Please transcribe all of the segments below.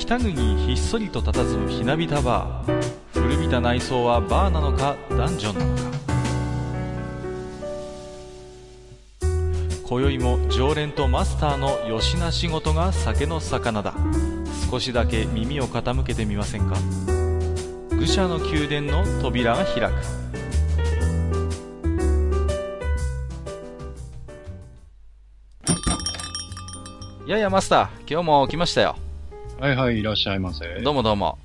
北国にひっそりと佇むひなびたバー。古びた内装はバーなのかダンジョンなのか。今宵も常連とマスターのよしな仕事が酒の魚だ。少しだけ耳を傾けてみませんか。愚者の宮殿の扉が開く。ややマスター、今日も来ましたよ。 はいはい、いらっしゃいませ。 どうもどうも。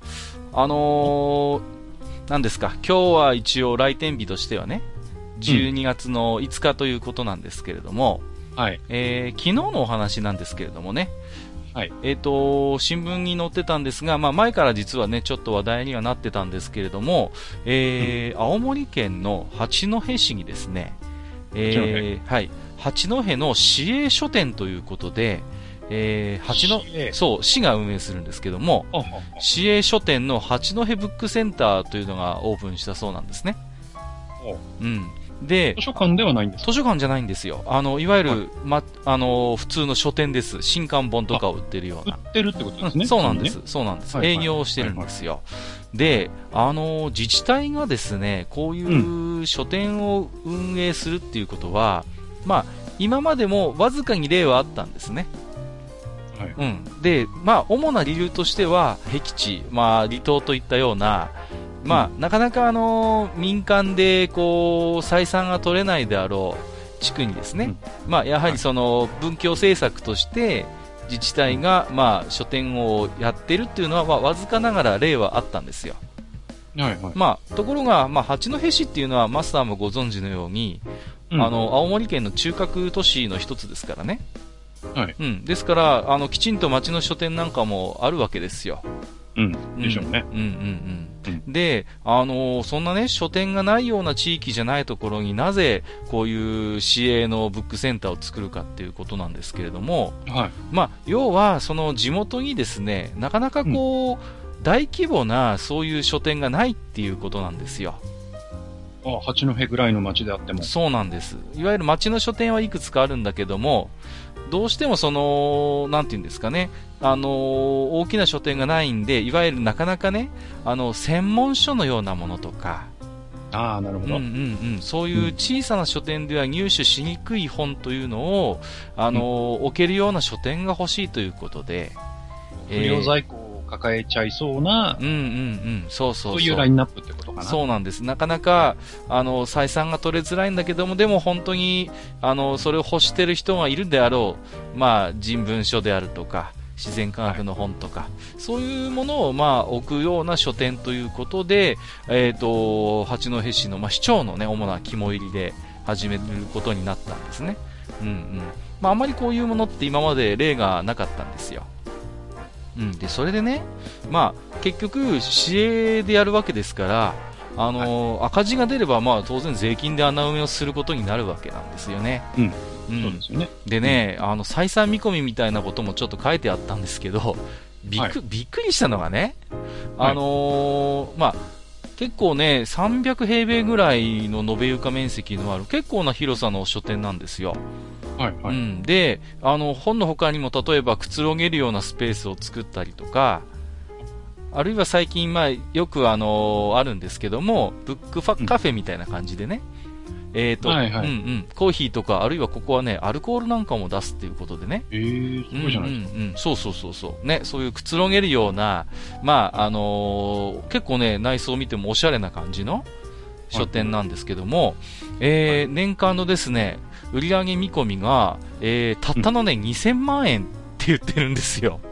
何ですか、今日は一応来店日としてはね、12月の5日ということなんですけれども、 はい。 昨日のお話なんですけれどもね、 はい。 新聞に載ってたんですが、まあ前から実はね、ちょっと話題にはなってたんですけれども、青森県の八戸市にですね、はい、八戸の市営書店ということで、そう、市が運営するんですけども、市営書店の八戸ブックセンターというのがオープンしたそうなんですね。うん。で、 図書館ではないんですか？ 図書館じゃないんですよ。いわゆる、 はい、 普通の書店です。新刊本とかを売ってるような。 売ってるってことですね。 そうなんです。そうなんです。営業をしてるんですよ。で、自治体がですね、こういう書店を運営するっていうことは、まあ、今までもわずかに例はあったんですね。 はい。 うん。で、まあ、主な理由としては、僻地、まあ、離島といったような、まあ、なかなか民間で、こう、採算が取れないであろう地区にですね、まあ、やはりその、文教政策として、自治体が、まあ、書店をやってるっていうのは、まあ、わずかながら例はあったんですよ。 はいはい。 まあ、ところが、まあ、八戸市っていうのは、マスターもご存知のように、青森県の中核都市の一つですからね。 はい。 うん。ですから、きちんと町の書店なんかもあるわけですよ。 うん。でしょうね。 で、そんなね、書店がないような地域じゃないところになぜ、こういう市営のブックセンターを作るかっていうことなんですけれども、 はい。 まあ、要は、その地元にですね、なかなかこう、大規模なそういう書店がないっていうことなんですよ。 八戸ぐらいの町であっても。 そうなんです。いわゆる町の書店はいくつかあるんだけども、どうしてもその、なんていうんですかね、大きな書店がないんで、いわゆるなかなかね、専門書のようなものとか、 ああ、なるほど。 そういう小さな書店では入手しにくい本というのを、置けるような書店が欲しいということで、 不良在庫を抱えちゃいそうな、そういうラインナップってことかな。 そうなんです。なかなか、採算が取れづらいんだけども、でも本当に、それを欲してる人がいるであろう、まあ、人文書であるとか、自然科学の本とか、そういうものを、まあ、置くような書店ということで、八戸市の、まあ、市長のね、主な肝入りで始めることになったんですね。まあ、あまりこういうものって今まで例がなかったんですよ。で、それでね、まあ、結局、市営でやるわけですから、赤字が出れば、まあ、当然税金で穴埋めをすることになるわけなんですよね。 そうですよね。 でね、採算見込みみたいなこともちょっと書いてあったんですけど、びっくりしたのがね、まあ、結構ね、300平米ぐらいの延べ床面積のある結構な広さの書店なんですよ。で、本の他にも例えばくつろげるようなスペースを作ったりとか、あるいは最近、まあ、よくあるんですけども、ブックカフェみたいな感じでね、コーヒーとか、あるいはここはね、アルコールなんかも出すっていうことでね。 すごいじゃないですか。 そう。ね、そういうくつろげるような、まあ、結構ね、内装を見てもおしゃれな感じの書店なんですけども、年間のですね、売上見込みが、たったのね、2000万円って言ってるんですよ。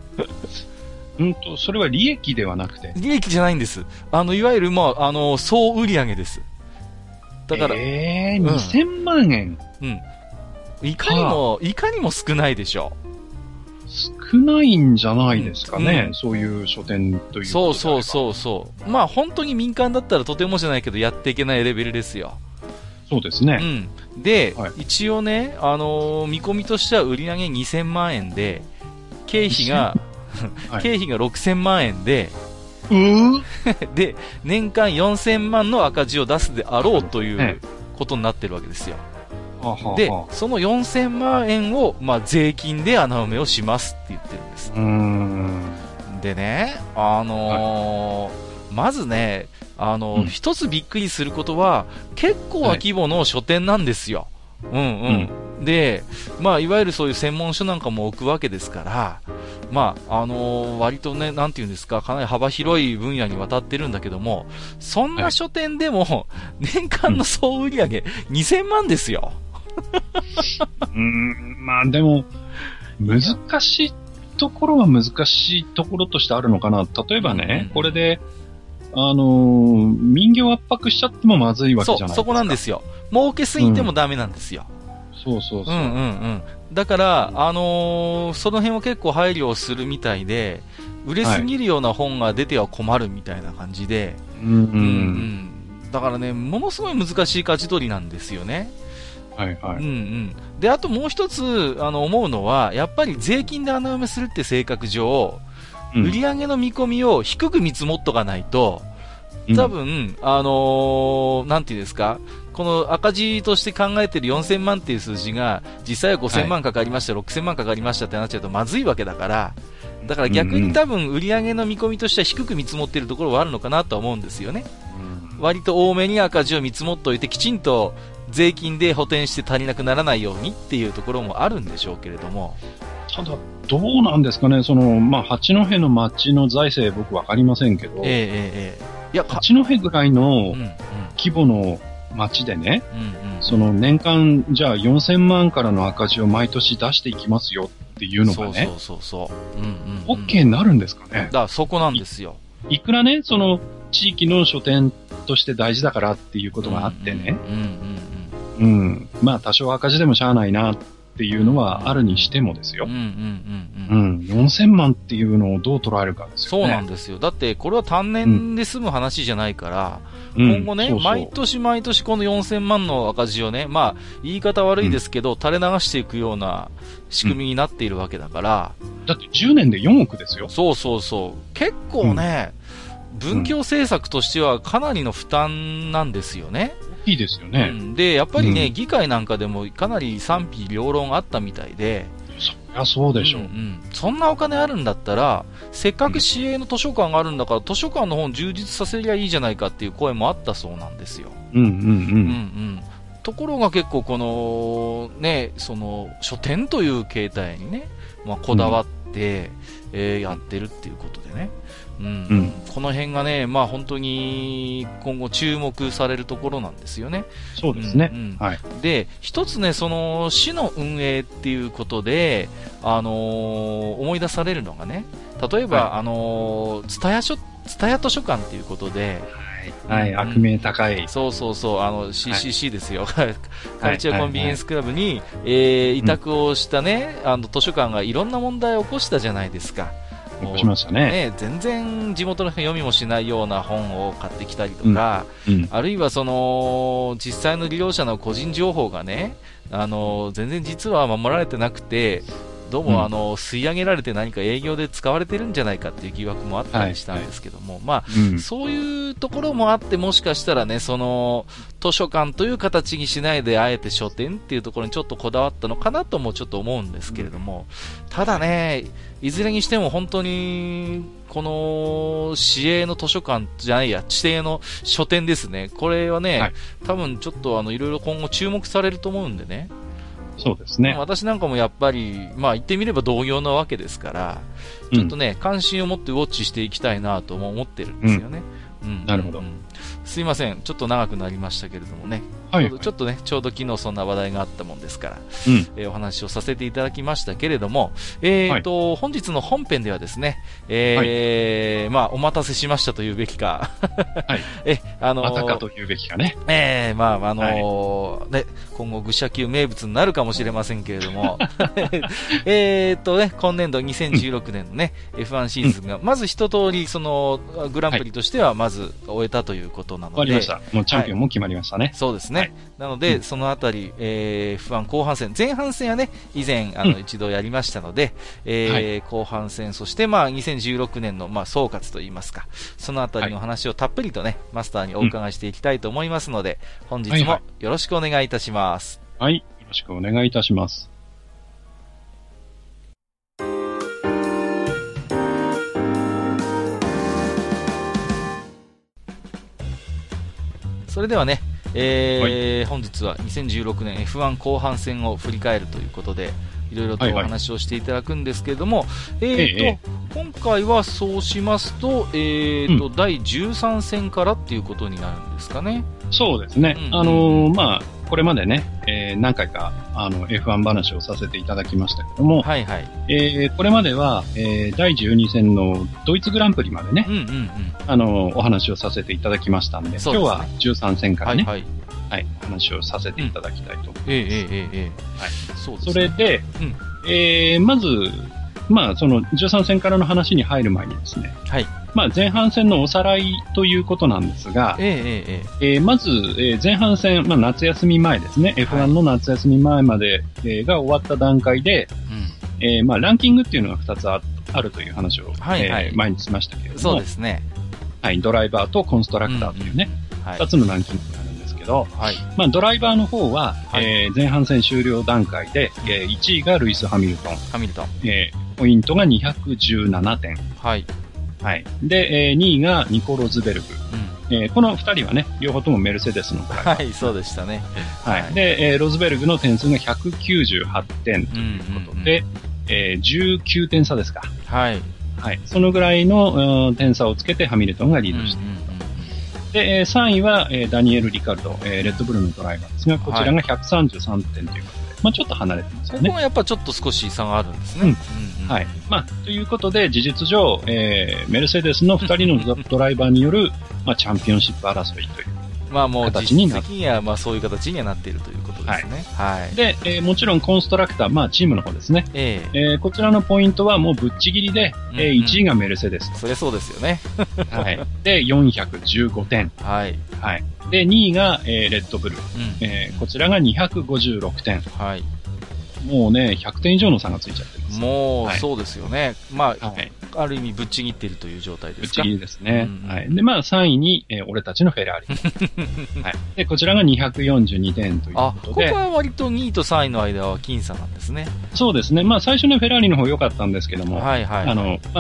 それは利益ではなくて。 利益じゃないんです。いわゆる、まあ、総売上です。だから、 2000万円。 いかにも少ないでしょう。少ないんじゃないですかね。そういう書店ということで。 そう。まあ、本当に民間だったらとてもじゃないけど、やっていけないレベルですよ。 そうですね。 で、一応ね、見込みとしては売上2000万円で、経費が6000万円で、で、年間4000万の赤字を出すであろうということになってるわけですよ。で、その4000万円を、まあ、税金で穴埋めをしますって言ってるんです。 でね、まずね、一つびっくりすることは、結構な規模の書店なんですよ。で、まあ、いわゆるそういう専門書なんかも置くわけですから、まあ、割とね、なんていうんですか、かなり幅広い分野にわたってるんだけども、そんな書店でも、年間の総売上2000万ですよ。 まあでも、難しいところは難しいところとしてあるのかな。例えばね、これで、民業圧迫しちゃってもまずいわけじゃないですか。 そこなんですよ。儲けすぎてもダメなんですよ。 そう。 だから、その辺は結構配慮をするみたいで、売れすぎるような本が出ては困るみたいな感じで、だからね、ものすごい難しい勝ち取りなんですよね。で、あともう一つ、思うのは、やっぱり税金で穴埋めするって性格上、売り上げの見込みを低く見積もっとかないと、多分、なんていうんですか、この赤字として考えてる4000万っていう数字が、実際は5000万かかりました、6000万かかりましたってなっちゃうとまずいわけだから、だから逆に多分売り上げの見込みとしては低く見積もっているところはあるのかなとは思うんですよね。割と多めに赤字を見積もっておいて、きちんと税金で補填して足りなくならないようにっていうところもあるんでしょうけれども。 ただ、どうなんですかね、まあ、八戸の町の財政僕わかりませんけど、いや、八戸ぐらいの規模の町でね、年間、じゃあ4000万からの赤字を毎年出していきますよっていうのがね、OK になるんですかね。 そこなんですよ。 いくらね、地域の書店として大事だからっていうことがあってね、まあ多少赤字でもしゃあないなっていうのはあるにしてもですよ。4000万っていうのをどう捉えるかですよね。 そうなんですよ。だってこれは単年で済む話じゃないから、今後ね、毎年毎年この4000万の赤字をね、まあ言い方悪いですけど、垂れ流していくような仕組みになっているわけだから。 だって10年で4億ですよ。 結構ね、文教政策としてはかなりの負担なんですよね。 いいですよね。 で、やっぱりね、議会なんかでもかなり賛否両論あったみたいで。 そりゃそうでしょう。 そんなお金あるんだったら、せっかく市営の図書館があるんだから、図書館の本充実させりゃいいじゃないかっていう声もあったそうなんですよ。ところが結構この、ね、書店という形態にね、まあ、こだわって、やってるっていうことでね。この辺がね、まあ本当に今後注目されるところなんですよね。 そうですね。 で、一つね、市の運営っていうことで、思い出されるのがね、例えば、蔦屋図書館っていうことで、 悪名高い。 CCC ですよ。カルチャーコンビニエンスクラブに、委託をしたね、図書館がいろんな問題を起こしたじゃないですか。 起こしましたね。 全然地元の人読みもしないような本を買ってきたりとか、あるいは実際の利用者の個人情報がね、全然実は守られてなくて、どうも吸い上げられて何か営業で使われてるんじゃないかっていう疑惑もあったりしたんですけども、まあ、そういうところもあって、もしかしたらね、図書館という形にしないで、あえて書店っていうところにちょっとこだわったのかなともちょっと思うんですけれども、ただね、いずれにしても本当に、この市営の図書館じゃないや、指定の書店ですね。これはね、多分ちょっといろいろ今後注目されると思うんでね。 そうですね。 私なんかもやっぱり、まあ言ってみれば同業なわけですから、ちょっとね、関心を持ってウォッチしていきたいなとも思ってるんですよね。 なるほど。 すいません。ちょっと長くなりましたけれどもね。ちょっとね、ちょうど昨日そんな話題があったもんですから、お話をさせていただきましたけれども、本日の本編ではですね、まあ、お待たせしましたというべきか。 またかというべきかね。 まあ、ね、今後、愚者級名物になるかもしれませんけれども、今年度2016年のね、F1 シーズンが、まず一通り、グランプリとしては、まず終えたということなので。 終わりました。もうチャンピオンも決まりましたね。 そうですね。なので、そのあたり、F1 後半戦、前半戦はね、以前、一度やりましたので、後半戦、そして、まあ、2016年の、まあ、総括といいますか、そのあたりの話をたっぷりとね、マスターにお伺いしていきたいと思いますので、本日もよろしくお願いいたします。 はい、よろしくお願いいたします。 それではね、本日は2016年 F1 後半戦を振り返るということで、いろいろとお話をしていただくんですけれども、今回はそうしますと、第13戦からっていうことになるんですかね。 そうですね。これまでね、何回か、F1 話をさせていただきましたけども、はいはい。これまでは、第12戦のドイツグランプリまでね、お話をさせていただきましたんで、今日は13戦からね、はい、話をさせていただきたいと思います。はい。そうですね。それで、まず、その13戦からの話に入る前にですね、はい。前半戦のおさらいということなんですが、まず、前半戦、夏休み前ですね、F1 の夏休み前まで、が終わった段階で、ランキングっていうのが2つあるという話を、前にしましたけれども、 そうですね。 はい、ドライバーとコンストラクターというね、2つのランキングがあるんですけど、ドライバーの方は、前半戦終了段階で、1位がルイス・ハミルトン。ポイントが217点。はい。はい。で、2位がニコ・ロズベルグ。この2人はね、両方ともメルセデスのドライバー。 はい、そうでしたね。 はい。で、ロズベルグの点数が198点ということで、19点差ですか。はい。はい。そのぐらいの点差をつけてハミルトンがリードしていると。で、3位はダニエル・リカルド、レッドブルのドライバーですが、こちらが133点ということで、ちょっと離れてますよね。 ここはやっぱちょっと少し差があるんですね。 はい。ということで、事実上、メルセデスの2人のドライバーによる、チャンピオンシップ争いという。 もう実質的には、そういう形にはなっているということですね。はい。 で、もちろんコンストラクター、チームの方ですね。こちらのポイントはもうぶっちぎりで、1位がメルセデス。 そりゃそうですよね。 はい。で、415点。はい。はい。で、2位が、レッドブル。こちらが256点。はい。もうね、100点以上の差がついちゃってます。 もう、そうですよね。ある意味ぶっちぎっているという状態ですか。 ぶっちぎりですね。はい。で、3位に、俺たちのフェラーリ。はい。で、こちらが242点ということで。 ここは割と2位と3位の間は僅差なんですね。 そうですね。最初ね、フェラーリの方良かったんですけども、はいはい。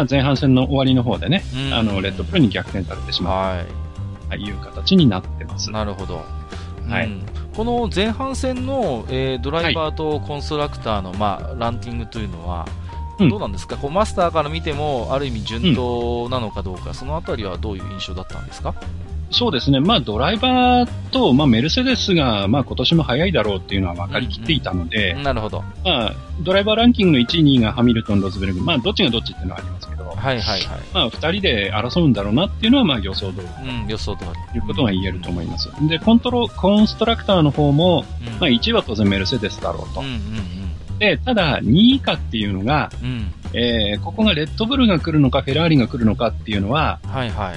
前半戦の終わりの方でね、レッドブルに逆転されてしまう。はい。いう形になってます。 なるほど。はい。この前半戦の、ドライバーとコンストラクターの、ランキングというのは、どうなんですか、マスターから見ても、ある意味順当なのかどうか、そのあたりはどういう印象だったんですか？ そうですね。ドライバーと、メルセデスが、今年も早いだろうっていうのは分かりきっていたので、 なるほど。 ドライバーランキングの1位、2位がハミルトン、ロズベルグ。どっちがどっちっていうのはありますけど、はいはいはい。二人で争うんだろうなっていうのは、予想通り。予想通り。ということが言えると思います。で、コンストラクターの方も、1位は当然メルセデスだろうと。で、ただ、2位以下っていうのが、ここがレッドブルが来るのか、フェラーリが来るのかっていうのは、はいはい。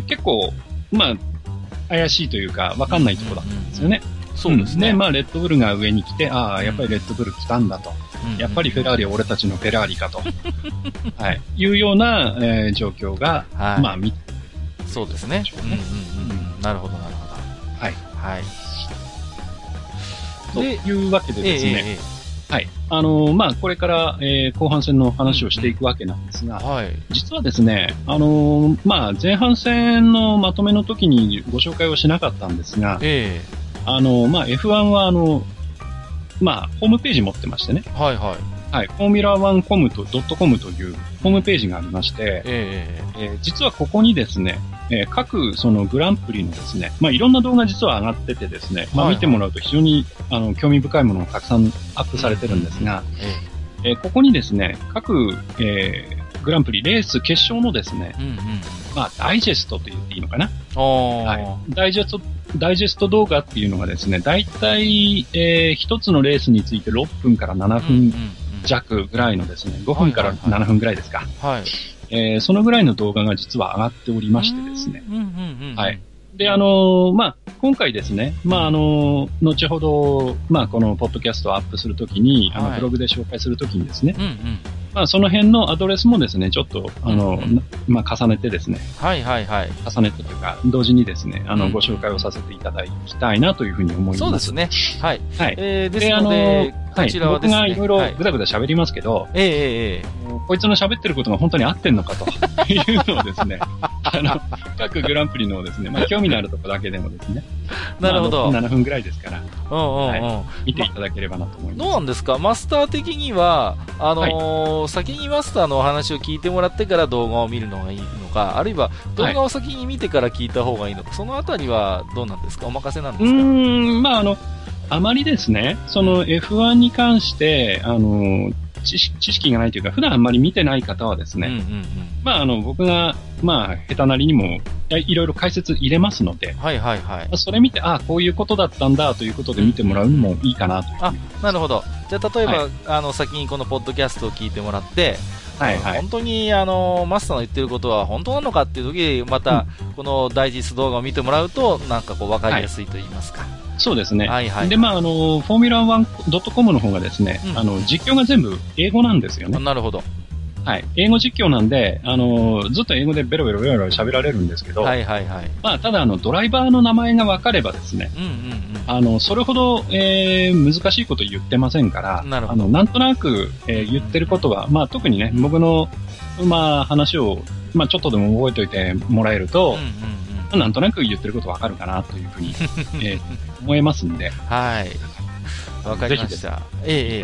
結構、怪しいというか、わかんないところだったんですよね。そうですね。レッドブルが上に来て、やっぱりレッドブル来たんだと。やっぱりフェラーリは俺たちのフェラーリかと。はい。いうような、状況が、 そうですね。なるほど、なるほど。はい。はい。 というわけでですね。はい。これから、後半戦の話をしていくわけなんですが、実はですね、前半戦のまとめの時にご紹介をしなかったんですが、F1 はホームページ持ってましてね。はいはい。はい。フォーミュラー 1.com というホームページがありまして、実はここにですね、各そのグランプリのですね、いろんな動画実は上がっててですね、見てもらうと非常に興味深いものがたくさんアップされてるんですが、ここにですね、各、グランプリレース決勝のですね、ダイジェストと言っていいのかな。はい。ダイジェスト動画っていうのがですね、だいたい、一つのレースについて6分から7分弱ぐらいのですね、5分から7分ぐらいですか。はい。そのぐらいの動画が実は上がっておりましてですね。はい。で、今回ですね、後ほど、このポッドキャストをアップするときに、ブログで紹介するときにですね、その辺のアドレスもですね、ちょっと、重ねてですね。はいはいはい。重ねてというか、同時にですね、ご紹介をさせていただきたいなというふうに思います。 そうですね。はい。はい。ですので、 こちらはですね、僕がいろいろぐだぐだ喋りますけど、こいつの喋ってることが本当に合ってんのかというのをですね、各グランプリのですね、興味のあるところだけでもですね、 なるほど。 7分ぐらいですから、見ていただければなと思います。 どうなんですか、マスター的には、先にマスターのお話を聞いてもらってから動画を見るのがいいのか、あるいは動画を先に見てから聞いた方がいいのか、そのあたりはどうなんですか、お任せなんですか？ あまりですね、その F1 に関して、知識がないというか、普段あんまり見てない方はですね、僕が、下手なりにも、いろいろ解説入れますので、それ見て、こういうことだったんだということで見てもらうのもいいかなという。 なるほど。じゃあ、例えば、先にこのポッドキャストを聞いてもらって、本当にマスターの言ってることは本当なのかっていう時また、このダイジェスト動画を見てもらうと、なんかこう分かりやすいと言いますか。 そうですね。で、フォーミュラー 1.com の方がですね、実況が全部英語なんですよね。 なるほど。 はい。英語実況なんで、ずっと英語でベロベロベロベロ喋られるんですけど、ただドライバーの名前が分かればですね、それほど、難しいこと言ってませんから、なんとなく、言ってることは、特にね、僕の、話を、ちょっとでも覚えておいてもらえると、なんとなく言ってることわかるかなというふうに、思えますんで。 はい。わかりました。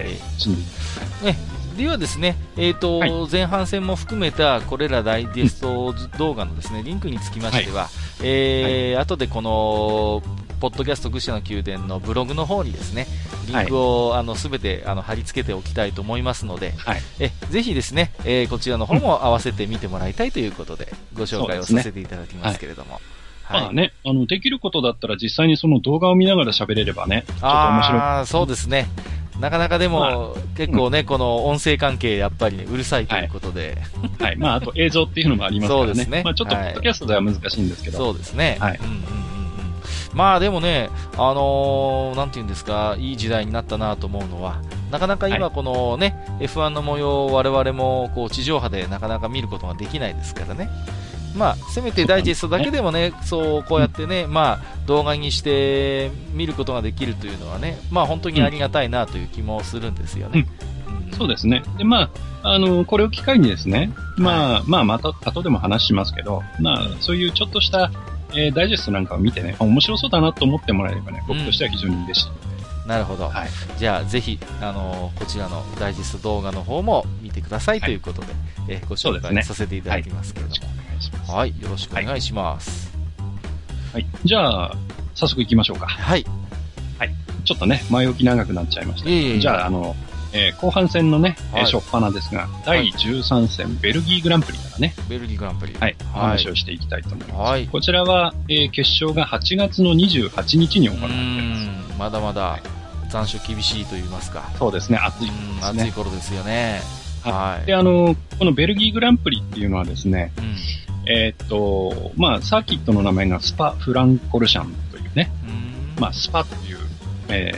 ではですね、前半戦も含めたこれらダイジェスト動画のですね、リンクにつきましては、後でこの、ポッドキャスト愚者の宮殿のブログの方にですね、リンクをすべて貼り付けておきたいと思いますので、ぜひですね、こちらの方も合わせて見てもらいたいということで、ご紹介をさせていただきますけれども。 できることだったら実際にその動画を見ながら喋れればね、ちょっと面白い。 そうですね。なかなかでも、結構ね、この音声関係やっぱりね、うるさいということで。 あと映像っていうのもありますからね。そうですね。ちょっとポッドキャストでは難しいんですけど。 そうですね。でもね、なんていうんですか、いい時代になったなと思うのは、なかなか今このね、F1 の模様を我々もこう地上波でなかなか見ることができないですからね。せめてダイジェストだけでもね、こうやってね、動画にして見ることができるというのはね、本当にありがたいなという気もするんですよね。 そうですね。で、これを機会にですね、また後でも話しますけど、そういうちょっとしたダイジェストなんかを見てね、面白そうだなと思ってもらえればね、僕としては非常に嬉しい。 なるほど。じゃあ、ぜひ、こちらのダイジェスト動画の方も見てくださいということで、ご紹介させていただきますけれども。はい、よろしくお願いします。 じゃあ、早速行きましょうか。ちょっとね、前置き長くなっちゃいました。じゃあ、後半戦のね、初っ端ですが、第13戦、ベルギーグランプリからね。 ベルギーグランプリ。 お話をしていきたいと思います。こちらは、決勝が8月の28日に行われています。 まだまだ残暑厳しいと言いますか。 そうですね、暑い頃ですね。 暑い頃ですよね。 で、このベルギーグランプリっていうのはですね、サーキットの名前がスパ・フランコルシャンというね、スパという、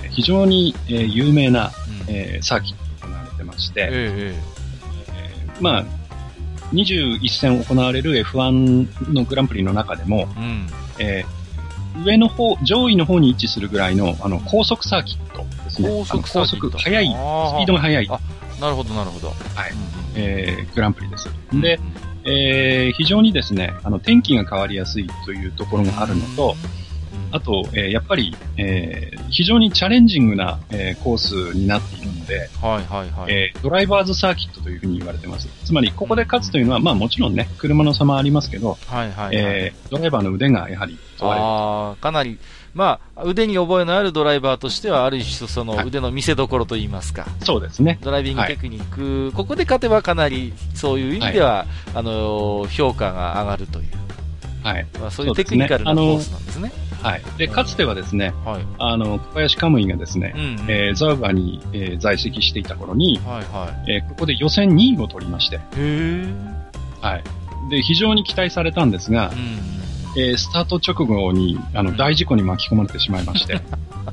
非常に、有名な、サーキットが行われてまして、21戦行われる F1 のグランプリの中でも、上の方、上位の方に位置するぐらいの、高速サーキットですね。高速、速い、スピードが速い。 なるほど、なるほど。 グランプリです。で、非常にですね、天気が変わりやすいというところがあるのと、あと、やっぱり、非常にチャレンジングな、コースになっているので、ドライバーズサーキットというふうに言われてます。つまり、ここで勝つというのは、もちろんね、車の差もありますけど、ドライバーの腕がやはり問われる。 かなり、腕に覚えのあるドライバーとしては、ある種その腕の見せ所といいますか。 そうですね。 ドライビングテクニック、ここで勝てばかなり、そういう意味では、評価が上がるという。そういうテクニカルなコースなんですね。 で、かつてはですね、小林カムイがですね、ザウバーに、在籍していた頃に、ここで予選2位を取りまして、で、非常に期待されたんですが、スタート直後に大事故に巻き込まれてしまいまして、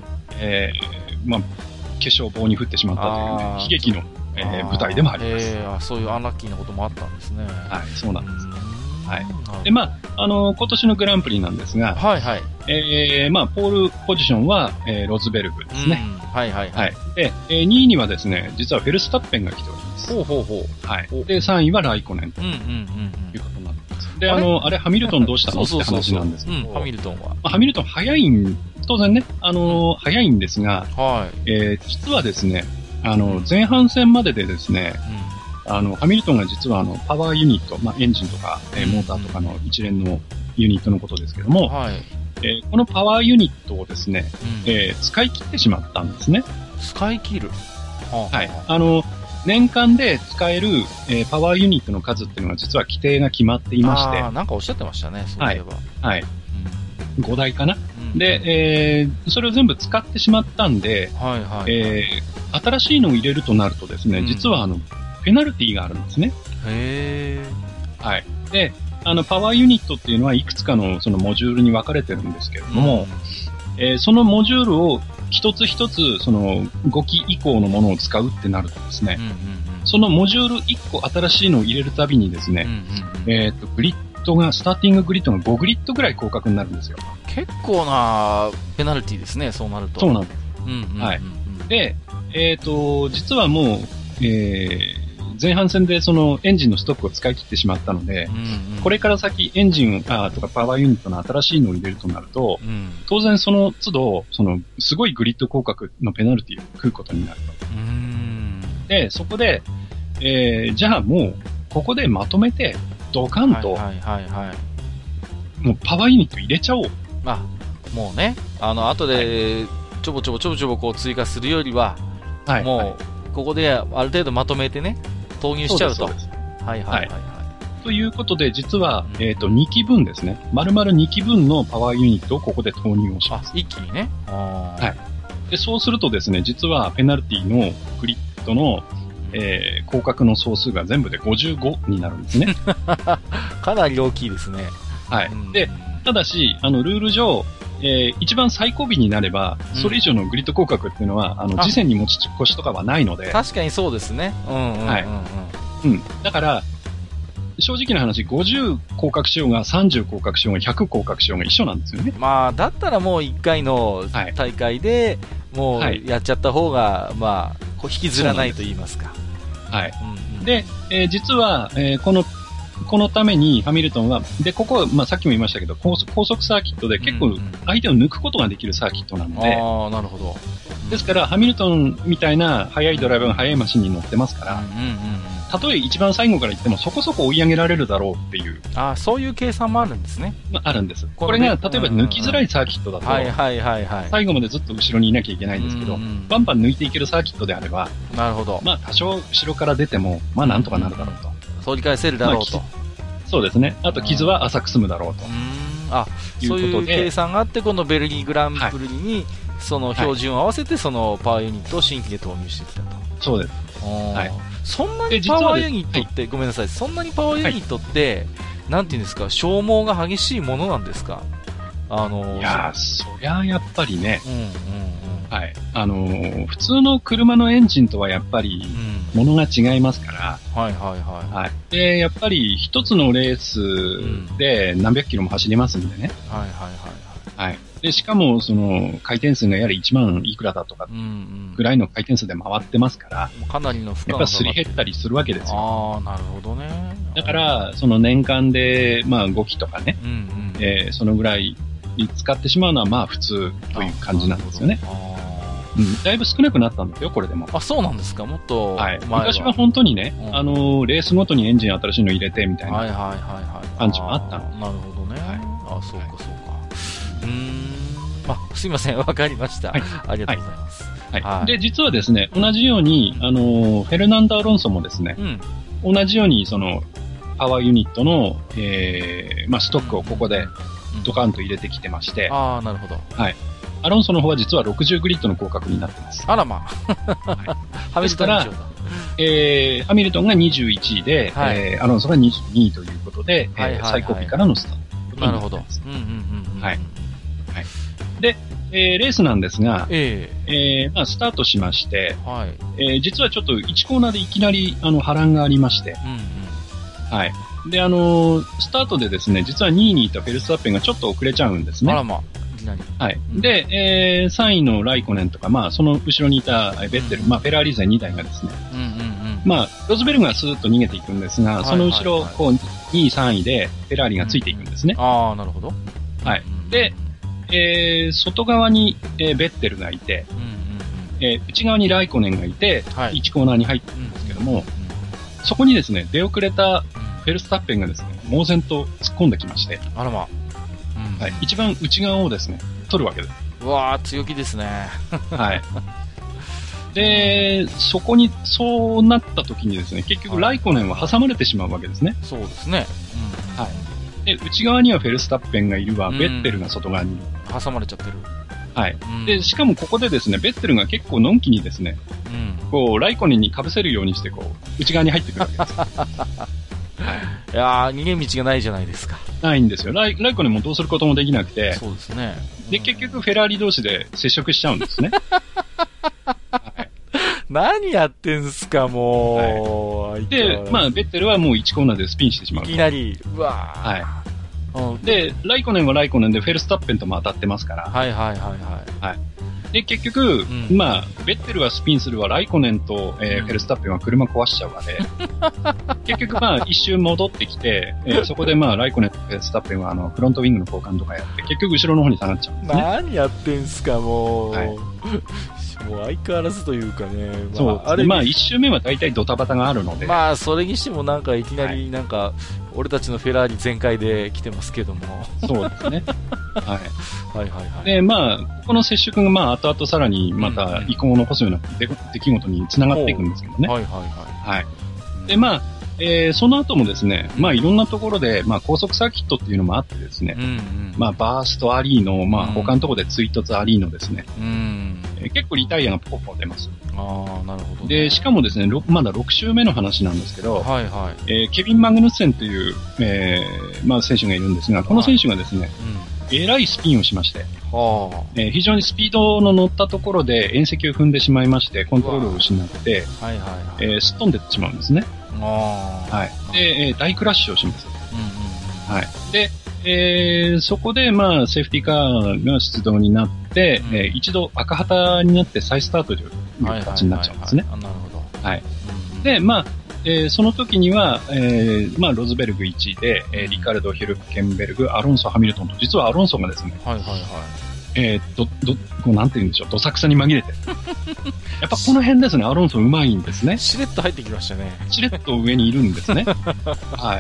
決勝を棒に振ってしまったというね、悲劇の、舞台でもあります。 そういうアンラッキーなこともあったんですね。 そうなんです。で、今年のグランプリなんですが、 まあ、ポールポジションは、ロズベルグですね。 はいはいはい。 で、2位にはですね、実はフェルスタッペンが来ております。 ほうほうほう。 はい。で、3位はライコネンということになってます。で、あれ、ハミルトンどうしたのって話なんですけど。 ハミルトンは。 まあ、ハミルトン当然ね、早いんですが、はい。実はですね、前半戦まででですね、ハミルトンが実はパワーユニット、まあ、エンジンとか、モーターとかの一連のユニットのことですけども、はい。このパワーユニットをですね、使い切ってしまったんですね。 使い切る？ はい。年間で使える、パワーユニットの数っていうのは実は規定が決まっていまして。 なんかおっしゃってましたね、そういえば。 はい。5台かな。で、それを全部使ってしまったんで、はいはい。新しいのを入れるとなるとですね、実はペナルティがあるんですね。 へー。 はい。で、パワーユニットっていうのはいくつかのそのモジュールに分かれてるんですけれども、そのモジュールを一つ一つその5機以降のものを使うってなるとですね、そのモジュール1個新しいのを入れるたびにですね、グリッドが、スターティンググリッドが5グリッドぐらい広角になるんですよ。 結構なペナルティですね、そうなると。 そうなんです。はい。で、実はもう、前半戦でそのエンジンのストックを使い切ってしまったので、これから先エンジンとかパワーユニットの新しいのを入れるとなると、当然その都度、すごいグリッド広角のペナルティを食うことになると。で、そこで、じゃあもう、ここでまとめて、ドカンと、もうパワーユニット入れちゃおう。 もうね、後で、ちょぼちょぼこう追加するよりは、もう、ここである程度まとめてね、投入しちゃうと。ということで、実は、2機分ですね。丸々2機分のパワーユニットをここで投入をします。 一気にね。 はい。で、そうするとですね、実はペナルティのグリッドの、広角の総数が全部で55になるんですね。 かなり大きいですね。 はい。で、ただし、ルール上、一番最後尾になれば、それ以上のグリッド広角っていうのは、次戦に持ち越しとかはないので。 確かにそうですね。 はい。だから、正直な話、50広角しようが、30広角しようが、100広角しようが一緒なんですよね。 だったらもう1回の大会で、もうやっちゃった方が、引きずらないと言いますか。 はい。で、実は、このためにハミルトンは、で、ここは、さっきも言いましたけど、高速サーキットで結構相手を抜くことができるサーキットなので、 なるほど。 ですから、ハミルトンみたいな速いドライバーが速いマシンに乗ってますから、たとえ一番最後から言ってもそこそこ追い上げられるだろうっていう。 そういう計算もあるんですね。 あるんです。これが、例えば抜きづらいサーキットだと、最後までずっと後ろにいなきゃいけないんですけど、バンバン抜いていけるサーキットであれば、 なるほど。 多少後ろから出ても、なんとかなるだろうと。 取り返せるだろうと。 そうですね。あと傷は浅く済むだろうと。 そういう計算があって、このベルギーグランプリに、その標準を合わせて、そのパワーユニットを新規で投入してきたと。 そうです。 そんなにパワーユニットって、ごめんなさい、そんなにパワーユニットって、なんていうんですか、消耗が激しいものなんですか？ いやー、そりゃやっぱりね、はい。普通の車のエンジンとはやっぱり、ものが違いますから、はい。で、やっぱり一つのレースで何百キロも走りますんでね。はい。で、しかも、回転数がやはり1万いくらだとか、ぐらいの回転数で回ってますから、 かなりの負荷がやっぱすり減ったりするわけですよ。 なるほどね。 だから、年間で、5機とかね、そのぐらい使ってしまうのは普通という感じなんですよね。だいぶ少なくなったんですよ、これでも。 そうなんですか、もっと。 はい。昔は本当にね、レースごとにエンジン新しいの入れてみたいな感じもあったの。 なるほどね。そうか。すいません、わかりました。ありがとうございます。 で、実はですね、同じように、フェルナンド・アロンソもですね、同じように、パワーユニットの、ストックをここでドカンと入れてきてまして。 なるほど。 はい。アロンソの方は実は60グリッドの広角になってます。 あらまあ。 ですから、ハミルトンが21位で、アロンソが22位ということで、最後尾からのスタート。 なるほど。 はい。で、レースなんですが、スタートしまして、実はちょっと1コーナーでいきなり波乱がありまして、はい。で、スタートでですね、実は2位にいたフェルスタッペンがちょっと遅れちゃうんですね。 あらまあ、 きなり。 はい。で、3位のライコネンとか、まあ、その後ろにいたベッテル、まあ、フェラーリ勢2台がですね、まあ、ロズベルグがスーッと逃げていくんですが、その後ろ、こう、2位、3位で、フェラーリがついていくんですね。 ああ、なるほど。 はい。で、外側に、ベッテルがいて、内側にライコネンがいて、1コーナーに入ってるんですけども、そこにですね、出遅れたフェルスタッペンがですね、猛然と突っ込んできまして、 あらま。 はい。一番内側をですね、取るわけです。 うわー、強気ですね。 はい。で、そこに、そうなった時にですね、結局ライコネンは挟まれてしまうわけですね。 そうですね。 はい。で、内側にはフェルスタッペンがいるわ、ベッテルが外側にいる。 挟まれちゃってる。 はい。で、しかもここでですね、ベッテルが結構のんきにですね、こう、ライコネンに被せるようにして、こう、内側に入ってくるわけです。 いやー、逃げ道がないじゃないですか。 ないんですよ。ライコネンもどうすることもできなくて。 そうですね。 で、結局フェラーリ同士で接触しちゃうんですね。はい、 何やってんすか、もう。 はい、で、まあ、ベッテルはもう1コーナーでスピンしてしまう。 いきなり、うわー。 はい。で、ライコネンはライコネンでフェルスタッペンとも当たってますから。 はいはいはいはい。 はい。で、結局、まあ、ベッテルはスピンするわ、ライコネンと、フェルスタッペンは車壊しちゃうわで、結局まあ、一周戻ってきて、そこでまあ、ライコネンとフェルスタッペンはフロントウィングの交換とかやって、結局後ろの方に下がっちゃうんですね。 何やってんすか、もう。はい、もう相変わらずというかね。まあ、そうあれまあ、一周目は大体ドタバタがあるので。 まあ、それにしてもなんかいきなりなんか、俺たちのフェラーリ全開で来てますけども。 そうですね。はい。 はいはいはい。 で、まあ、この接触がまあ、後々さらにまた遺恨を残すような出来事に繋がっていくんですけどね。はいはいはい。はい。で、まあ、その後もですね、まあいろんなところで、まあ高速サーキットっていうのもあってですね、まあバーストアリーノ、まあ他のところで追突アリーノですね、結構リタイアがポコポコ出ます。 ああ、なるほど、 で、しかもですね、まだ6周目の話なんですけど、 はいはい。 ケビン・マグヌッセンという、まあ選手がいるんですが、この選手がですね、えらいスピンをしまして、非常にスピードの乗ったところで縁石を踏んでしまいまして、コントロールを失って、すっ飛んでってしまうんですね。はい。で、大クラッシュをします。はい。で、そこで、まあ、セーフティーカーが出動になって、一度赤旗になって再スタートという形になっちゃうんですね。 なるほど。 はい。で、まあ、その時には、まあ、ロズベルグ1位で、リカルド、ヒルケンベルグ、アロンソ、ハミルトンと、実はアロンソがですね、こうなんて言うんでしょう、どさくさに紛れて。やっぱこの辺ですね、アロンソうまいんですね。 しれっと入ってきましたね。 しれっと上にいるんですね。はい。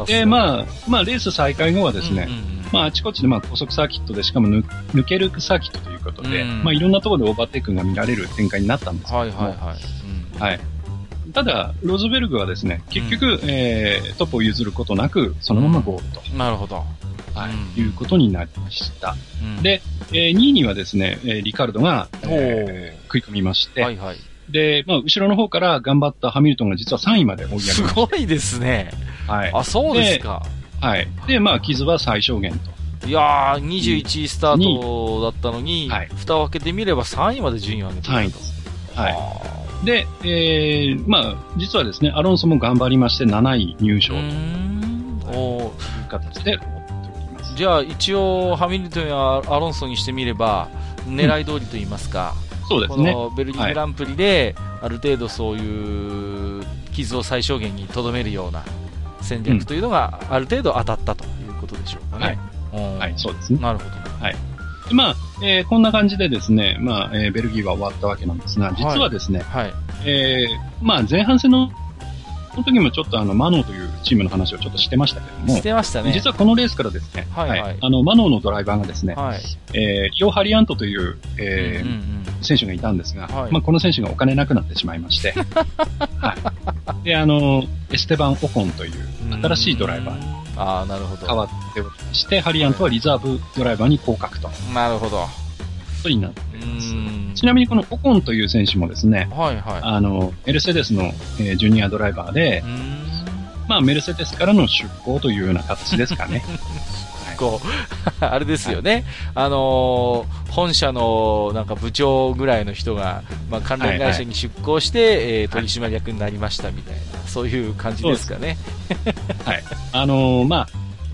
で、まあ、レース再開後はですね、まあ、あちこちでまあ高速サーキットで、しかも抜けるサーキットということで、まあ、いろんなところでオーバーテイクが見られる展開になったんですけども、はい。ただ、ロズベルグはですね、結局、トップを譲ることなく、そのままゴールと。 なるほど。 はい。いうことになりました。で、2位にはですね、リカルドが、食い込みまして、で、まあ、後ろの方から頑張ったハミルトンが実は3位まで追い上げました。 すごいですね。 はい。 あ、そうですか。 はい。で、まあ、傷は最小限と。 いやー、21位スタートだったのに、蓋を開けてみれば3位まで順位を上げていたと。 3位です。はい。で、まあ、実はですね、アロンソも頑張りまして7位入賞という形で、 じゃあ一応ハミルトンやアロンソにしてみれば狙い通りと言いますか、 そうですね、 このベルギーグランプリである程度そういう傷を最小限にとどめるような戦略というのがある程度当たったということでしょうかね。 はい、そうですね。 なるほど。 はい。まあ、こんな感じでですね、まあ、ベルギーは終わったわけなんですが、実はですね、まあ、前半戦のその時もちょっとマノーというチームの話をちょっとしてましたけども。 してましたね。 実はこのレースからですね、マノーのドライバーがですね、リオ・ハリアントという、選手がいたんですが、まあこの選手がお金なくなってしまいまして、で、エステバン・オコンという新しいドライバーに変わっておりまして、ハリアントはリザーブドライバーに降格と。 なるほど。 ことになっています。ちなみにこのオコンという選手もですね、メルセデスの、ジュニアドライバーで、まあメルセデスからの出向というような形ですかね。 あれですよね、本社のなんか部長ぐらいの人が、まあ、関連会社に出向して、取締役になりましたみたいな、そういう感じですかね。 はい。まあ、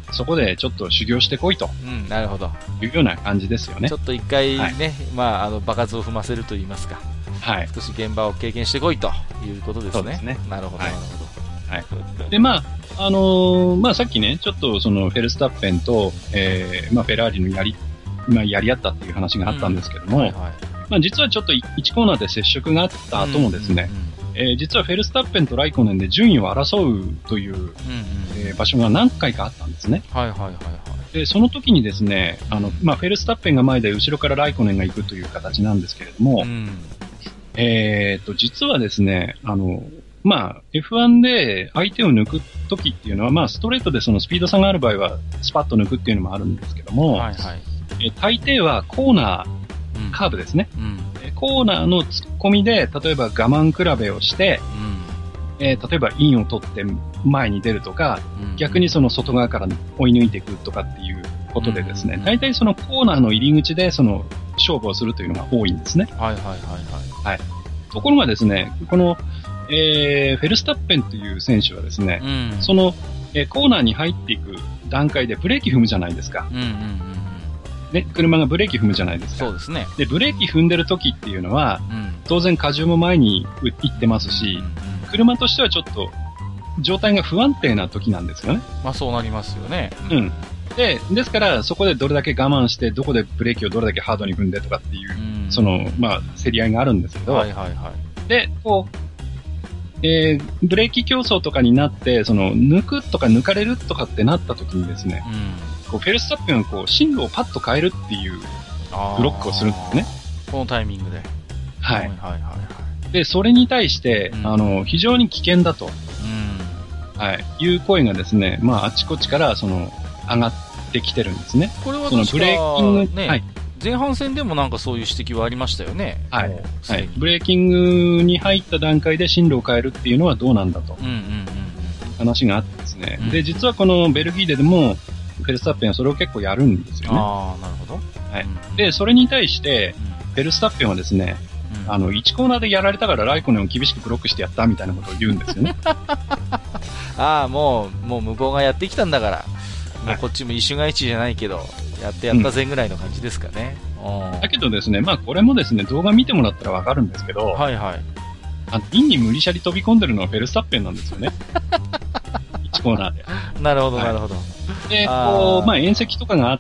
そこでちょっと修行してこいと。 うん、なるほど。 いうような感じですよね。 ちょっと一回ね、はい、まあ、場数を踏ませると言いますか。 はい。 少し現場を経験してこいということですね。 そうですね。 なるほど、はい、なるほど。 はい。で、まあ、まあ、さっきね、ちょっとそのフェルスタッペンと、まあ、フェラーリのまあ、やり合ったっていう話があったんですけども、はいはい、まあ、実はちょっと1コーナーで接触があった後もですね、実はフェルスタッペンとライコネンで順位を争うという、場所が何回かあったんですね。 はいはいはいはい。 で、その時にですね、まあ、フェルスタッペンが前で後ろからライコネンが行くという形なんですけれども、実はですね、まあ、F1 で相手を抜く時っていうのは、まあ、ストレートでそのスピード差がある場合は、スパッと抜くっていうのもあるんですけども、はいはい、大抵はコーナー、カーブですね。コーナーの突っ込みで、例えば我慢比べをして、例えばインを取って前に出るとか、逆にその外側から追い抜いていくとかっていうことでですね、大体そのコーナーの入り口でその勝負をするというのが多いんですね。はいはいはいはい。はい。ところがですね、この、フェルスタッペンという選手はですね、その、コーナーに入っていく段階でブレーキ踏むじゃないですか。ね、車がブレーキ踏むじゃないですか。 そうですね。 で、ブレーキ踏んでる時っていうのは、当然荷重も前に行ってますし、車としてはちょっと状態が不安定な時なんですよね。 まあそうなりますよね。 うん。ですから、そこでどれだけ我慢して、どこでブレーキをどれだけハードに踏んでとかっていう、その、まあ、競り合いがあるんですけど、はいはいはい。で、こう、ブレーキ競争とかになって、その、抜くとか抜かれるとかってなった時にですね、こうフェルスタッペンはこう、進路をパッと変えるっていうブロックをするんですね。 このタイミングで。 はい。はいはいはい。で、それに対して、非常に危険だと、はい、いう声がですね、まあ、あちこちから、その、上がってきてるんですね。 これは確か、そのブレーキング、ね、はい、前半戦でもなんかそういう指摘はありましたよね。 はい。はい。ブレーキングに入った段階で進路を変えるっていうのはどうなんだと。話があってですね。で、実はこのベルギーでも、フェルスタッペンはそれを結構やるんですよね。 ああ、なるほど。 はい。で、それに対して、フェルスタッペンはですね、1コーナーでやられたからライコネンを厳しくブロックしてやったみたいなことを言うんですよね。 ああ、もう向こうがやってきたんだから。もうこっちも一種が一じゃないけど、やったぜぐらいの感じですかね。 だけどですね、まあこれもですね、動画見てもらったらわかるんですけど、 はいはい。 インに無理しゃり飛び込んでるのはフェルスタッペンなんですよね。1コーナーで。 なるほど、なるほど。 で、こう、まあ縁石とかがあって、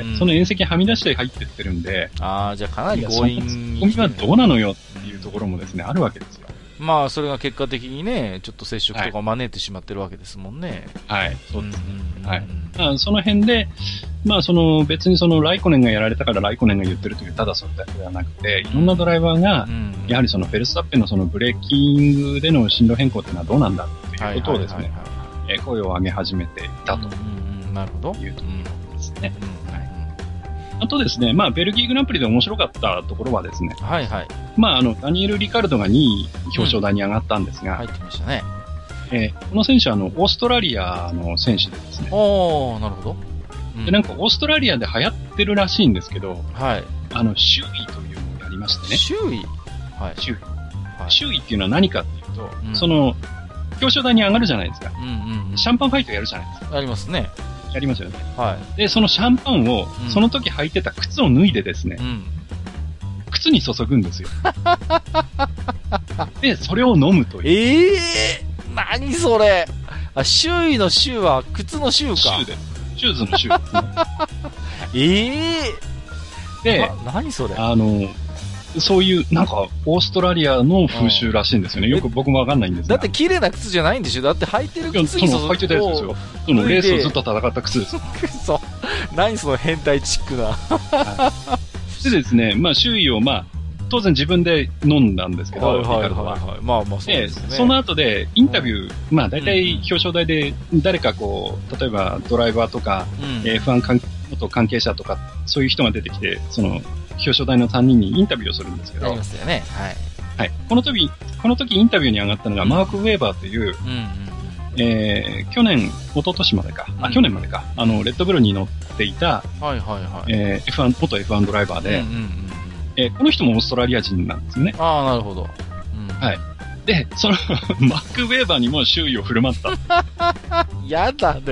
その縁石はみ出して入ってってるんで、 じゃあかなり強引に。 ツッコミはどうなのよっていうところもですね、あるわけですよ。 まあ、それが結果的にね、ちょっと接触とかを招いてしまってるわけですもんね。 はい、そうですね。はい。まあ、その辺で、まあ、別にライコネンがやられたからライコネンが言ってるという、ただそれだけではなくて、いろんなドライバーが、やはりフェルスタッペンのブレーキングでの進路変更っていうのはどうなんだっていうことをですね、声を上げ始めていたというところですね。あとですね、まあ、ベルギーグランプリで面白かったところはですね、はいはい。まあ、ダニエル・リカルドが2位表彰台に上がったんですが、 入ってましたね。 この選手はオーストラリアの選手でですね。 なるほど。 で、なんかオーストラリアで流行ってるらしいんですけど、 はい。 周囲というのをやりましてね。 周囲はい。周囲。周囲っていうのは何かっていうと、表彰台に上がるじゃないですか。シャンパンファイトやるじゃないですか。 ありますね。 やりますよね。 はい。 で、そのシャンパンを、その時履いてた靴を脱いでですね、靴に注ぐんですよ。で、それを飲むという。何それ。周囲の周は靴の周か。 周です。シューズのシューですね。で、 何それ。 そういう、なんか、オーストラリアの風習らしいんですよね。よく僕もわかんないんですが。 だって綺麗な靴じゃないんでしょ。だって履いてる靴に履いてたやつですよ。レースをずっと戦った靴です。 そう。何その変態チックな。 でですね、まあ周囲を当然自分で飲んだんですけど、リカルドは。 まあそうですね。 その後でインタビュー、大体表彰台で誰か例えばドライバーとか、F1 元関係者とか、そういう人が出てきて、表彰台の3人にインタビューをするんですけど。 ありますよね。はい。 はい。この時インタビューに上がったのが、マーク・ウェーバーという、去年、一昨年までか、去年までか、レッドブルに乗っていた、F1、元 F1 ドライバーで、この人もオーストラリア人なんですよね。 なるほど。 はい。で、マーク・ウェーバーにも周囲を振る舞った。 やだね。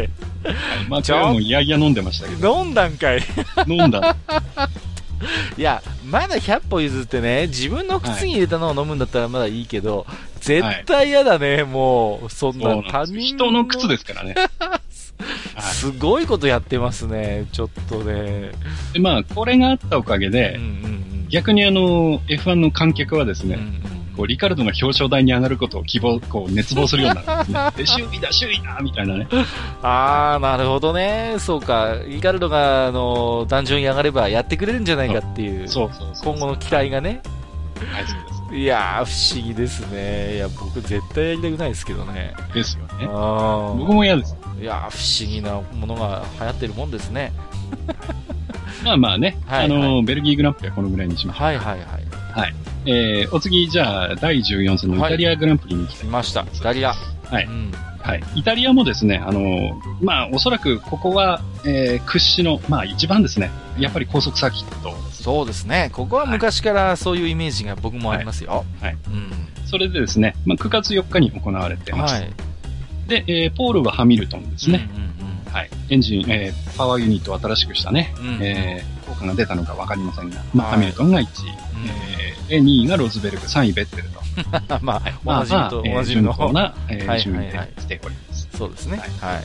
まあ、今日もいやいや飲んでましたけど。 飲んだんかい。 飲んだ。 いや、まだ100歩譲ってね、自分の靴に入れたのを飲むんだったらまだいいけど、絶対嫌だね、もう、そんな他人の靴ですからね。 すごいことやってますね、ちょっとね。 で、まあ、これがあったおかげで、逆にF1 の観客はですね、こうリカルドが表彰台に上がることを熱望するようになるんですね。首位だ、首位だみたいなね。 あー、なるほどね。そうか。リカルドが、壇上に上がればやってくれるんじゃないかっていう。 そう今後の期待がね。 はい、そうです。 いやー、不思議ですね。いや、僕絶対やりたくないですけどね。 ですよね。僕も嫌です。 いやー、不思議なものが流行ってるもんですね。 まあまあね、ベルギーグランプリはこのぐらいにしましょう。 はいはいはい。 はい。お次、じゃあ、第14戦のイタリアグランプリに行きたい。 来ました。イタリア。 はい。はい。イタリアもですね、まあ、おそらくここは、屈指の、まあ一番ですね、やっぱり高速サーキットです。 そうですね。ここは昔からそういうイメージが僕もありますよ。 はい。それでですね、まあ9月4日に行われてます。はい。で、ポールはハミルトンですね。はい。エンジン、パワーユニットを新しくしたね、効果が出たのかわかりませんが、まあ、ハミルトンが1位、2位がロズベルグ、3位ベッテルと。 まあ、同じ順当な、順位で来ております。 そうですね。はい。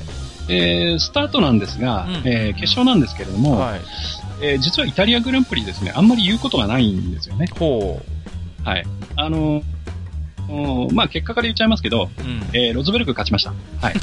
スタートなんですが、決勝なんですけれども、実はイタリアグランプリですね、あんまり言うことがないんですよね。 ほう。はい。まあ、結果から言っちゃいますけど、ロズベルグ勝ちました。はい。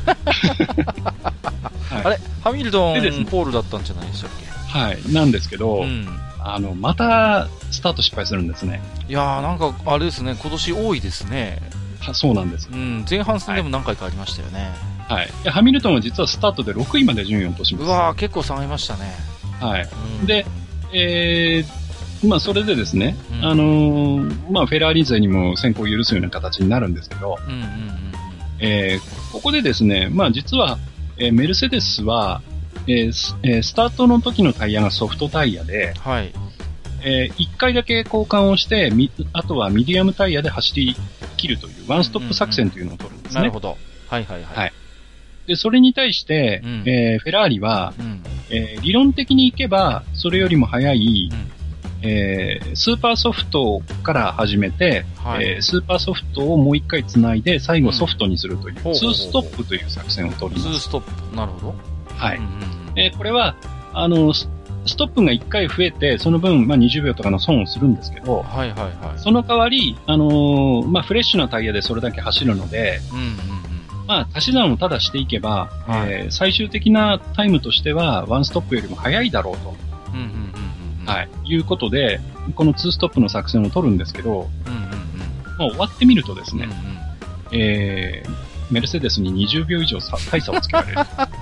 あれハミルトン、ポールだったんじゃないでしたっけ？ はい。なんですけど、また、スタート失敗するんですね。 いやー、なんか、あれですね、今年多いですね。 そうなんです。 前半戦でも何回かありましたよね。 はい。ハミルトンは実はスタートで6位まで順位を落とします。 うわー、結構下がりましたね。 はい。で、まあ、それでですね、まあ、フェラーリ勢にも先行を許すような形になるんですけど、ここでですね、まあ、実は、メルセデスは、スタートの時のタイヤがソフトタイヤで、はい。1回だけ交換をして、あとはミディアムタイヤで走り切るという、ワンストップ作戦というのを取るんですね。 なるほど。はいはいはい。はい。 で、それに対して、フェラーリは、理論的にいけば、それよりも速い、スーパーソフトから始めて、スーパーソフトをもう一回繋いで、最後ソフトにするという、2ストップという作戦を取ります。 2ストップ。なるほど。 はい。これは、ストップが1回増えて、その分、まあ、20秒とかの損をするんですけど、はいはいはい。その代わり、まあ、フレッシュなタイヤでそれだけ走るので、まあ、足し算をただしていけば、最終的なタイムとしては、ワンストップよりも速いだろうと。はい。いうことで、この2ストップの作戦を取るんですけど、まあ、終わってみるとですね、メルセデスに20秒以上大差をつけられる。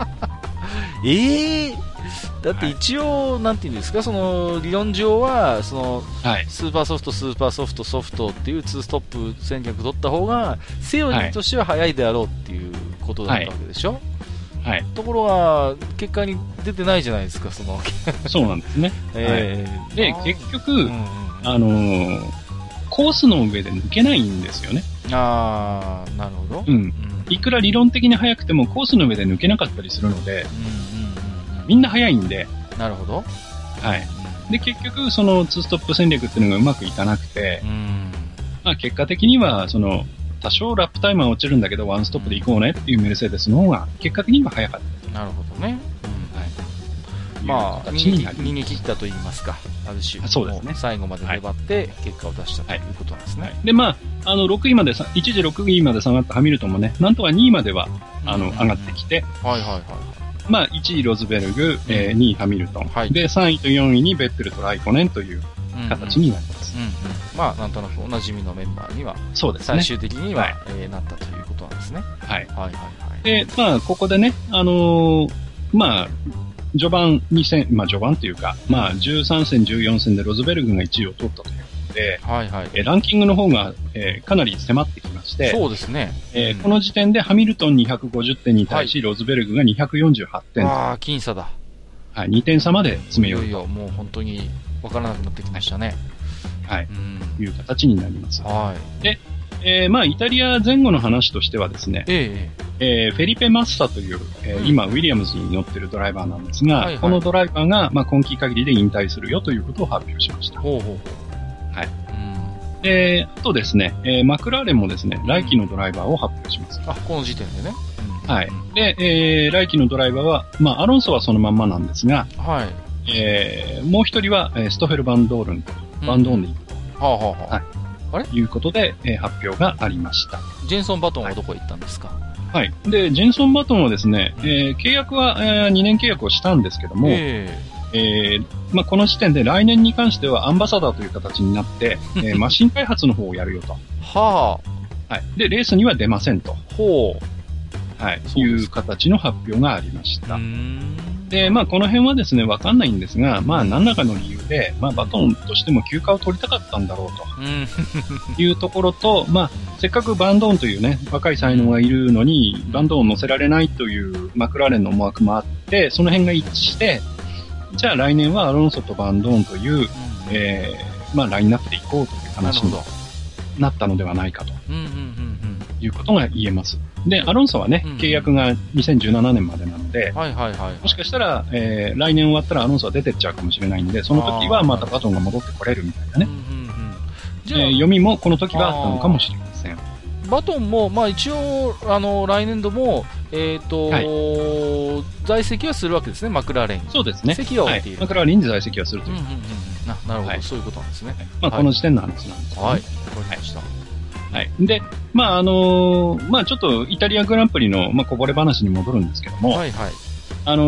だって一応、なんていうんですか、その理論上はその、スーパーソフト、スーパーソフト、ソフトっていう2ストップ戦略取った方がセオリーとしては早いであろうっていうことだったわけでしょ。はい。ところが結果に出てないじゃないですか、その。 そうなんですね。で結局、コースの上で抜けないんですよね。 ああ、なるほど。 いくら理論的に速くてもコースの上で抜けなかったりするので、みんな速いんで。 なるほど。 はい。で、結局、その2ストップ戦略っていうのがうまくいかなくて、まあ結果的には、多少ラップタイムは落ちるんだけど、ワンストップで行こうねっていうメルセデスの方が、結果的には速かった。 なるほどね。まあ、逃げ切ったと言いますか、ある種。そうですね。最後まで粘って結果を出したということなんですね。 で、まあ、6位まで、一時6位まで下がったハミルトンもね、なんとか2位までは、上がってきて、まあ、1位ロズベルグ、2位ハミルトン、で、3位と4位にベッテルとライコネンという形になります。 まあ、なんとなくおなじみのメンバーには、そうですね。最終的には、なったということなんですね。はい。 で、まあ、ここでね、まあ、序盤2戦、まあ序盤というか、まあ13戦、14戦でロズベルグが1位を取ったということで、ランキングの方が、かなり迫ってきまして、 そうですね。 この時点でハミルトン250点に対し、ロズベルグが248点。 ああ、僅差だ。 はい、2点差まで詰めようと。 いやいや、もう本当に分からなくなってきましたね。 はい。いう形になります。はい。で、まあイタリア前後の話としてはですね、 フェリペ・マッサという、今、ウィリアムズに乗ってるドライバーなんですが、はいはい、このドライバーが、まあ、今季限りで引退するよということを発表しました。ほうほうほう。はい。で、あとですね、マクラーレンもですね、来季のドライバーを発表します。 あ、この時点でね。 はい。で、来季のドライバーは、まあ、アロンソはそのまんまなんですが、はい。もう一人は、ストフェル・バンドールンと、バンドーンでいくと。はあはあはあ。はい。あれいうことで、発表がありました。 ジェンソン・バトンはどこへ行ったんですか？ はい。で、ジェンソン・バトンはですね、契約は、2年契約をしたんですけども、まあ、この時点で来年に関してはアンバサダーという形になって、マシン開発の方をやるよと。はあ。はい。で、レースには出ませんと。ほう。はい。いう形の発表がありました。で、まあ、この辺はですね、わかんないんですが、まあ、何らかの理由で、まあ、バトンとしても休暇を取りたかったんだろうと。いうところと、まあ、せっかくバンドーンというね、若い才能がいるのに、バンドーンを乗せられないというマクラーレンの思惑もあって、その辺が一致して、じゃあ来年はアロンソとバンドーンという、まあ、ラインナップでいこうという話になったのではないかと。いうことが言えます。で、アロンソはね、契約が2017年までなので、もしかしたら、来年終わったらアロンソは出てっちゃうかもしれないんで、その時はまたバトンが戻ってこれるみたいなね。読みもこの時はあったのかもしれません。 バトンも、まあ一応、来年度も、在籍はするわけですね、マクラーレン。 そうですね。 席は置いている。 マクラーレンに在籍はするという。 なるほど、そういうことなんですね。 まあこの時点の話なんですけど。はい。わかりました。はい。で、まあまあちょっとイタリアグランプリの、まあこぼれ話に戻るんですけども、はいはい。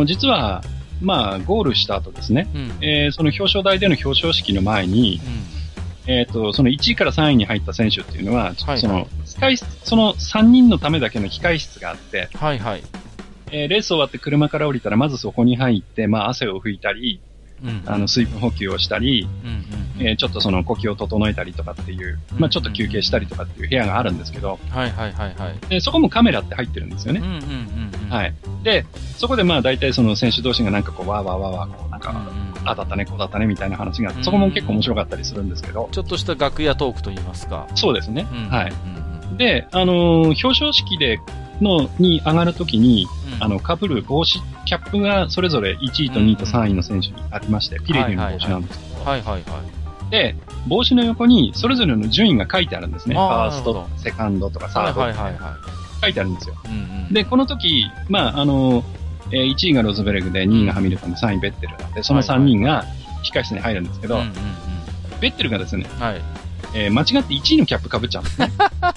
実は、まあゴールした後ですね、その表彰台での表彰式の前に、その1位から3位に入った選手っていうのは、その3人のためだけの控え室があって、はいはい。レース終わって車から降りたら、まずそこに入って、まあ汗を拭いたり、水分補給をしたり、ちょっとその呼吸を整えたりとかっていう、まあちょっと休憩したりとかっていう部屋があるんですけど、はいはいはいはい。で、そこもカメラって入ってるんですよね。はい。で、そこでまあ大体その選手同士がなんかこう、わーわーわーわーこう、なんか、あだったね、こうだったねみたいな話が、そこも結構面白かったりするんですけど。 ちょっとした楽屋トークといいますか。 そうですね。はい。で、表彰式に上がるときに、被る帽子、キャップがそれぞれ1位と2位と3位の選手にありまして、ピレリの帽子なんですけど。はいはいはい。で、帽子の横にそれぞれの順位が書いてあるんですね。ファースト、セカンドとかサード。はいはいはい。書いてあるんですよ。で、この時、まあ、1位がロズベルグで、2位がハミルトンで、3位ベッテルなんで、その3人が控室に入るんですけど、ベッテルがですね、間違って1位のキャップ被っちゃうんですね。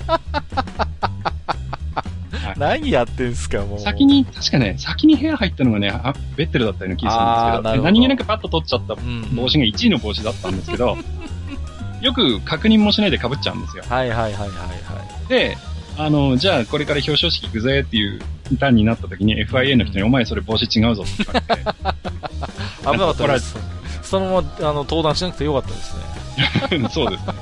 何やってんすか、もう。 確かね、先に部屋入ったのがね、ベッテルだったような気がするんですけど、何気なくパッと取っちゃった帽子が1位の帽子だったんですけど、よく確認もしないで被っちゃうんですよ。はいはいはいはいはい。で、じゃあこれから表彰式行くぜっていうターンになった時に FIA の人に、お前それ帽子違うぞって言われて。 危なかったです。そのまま、登壇しなくてよかったですね。そうですね。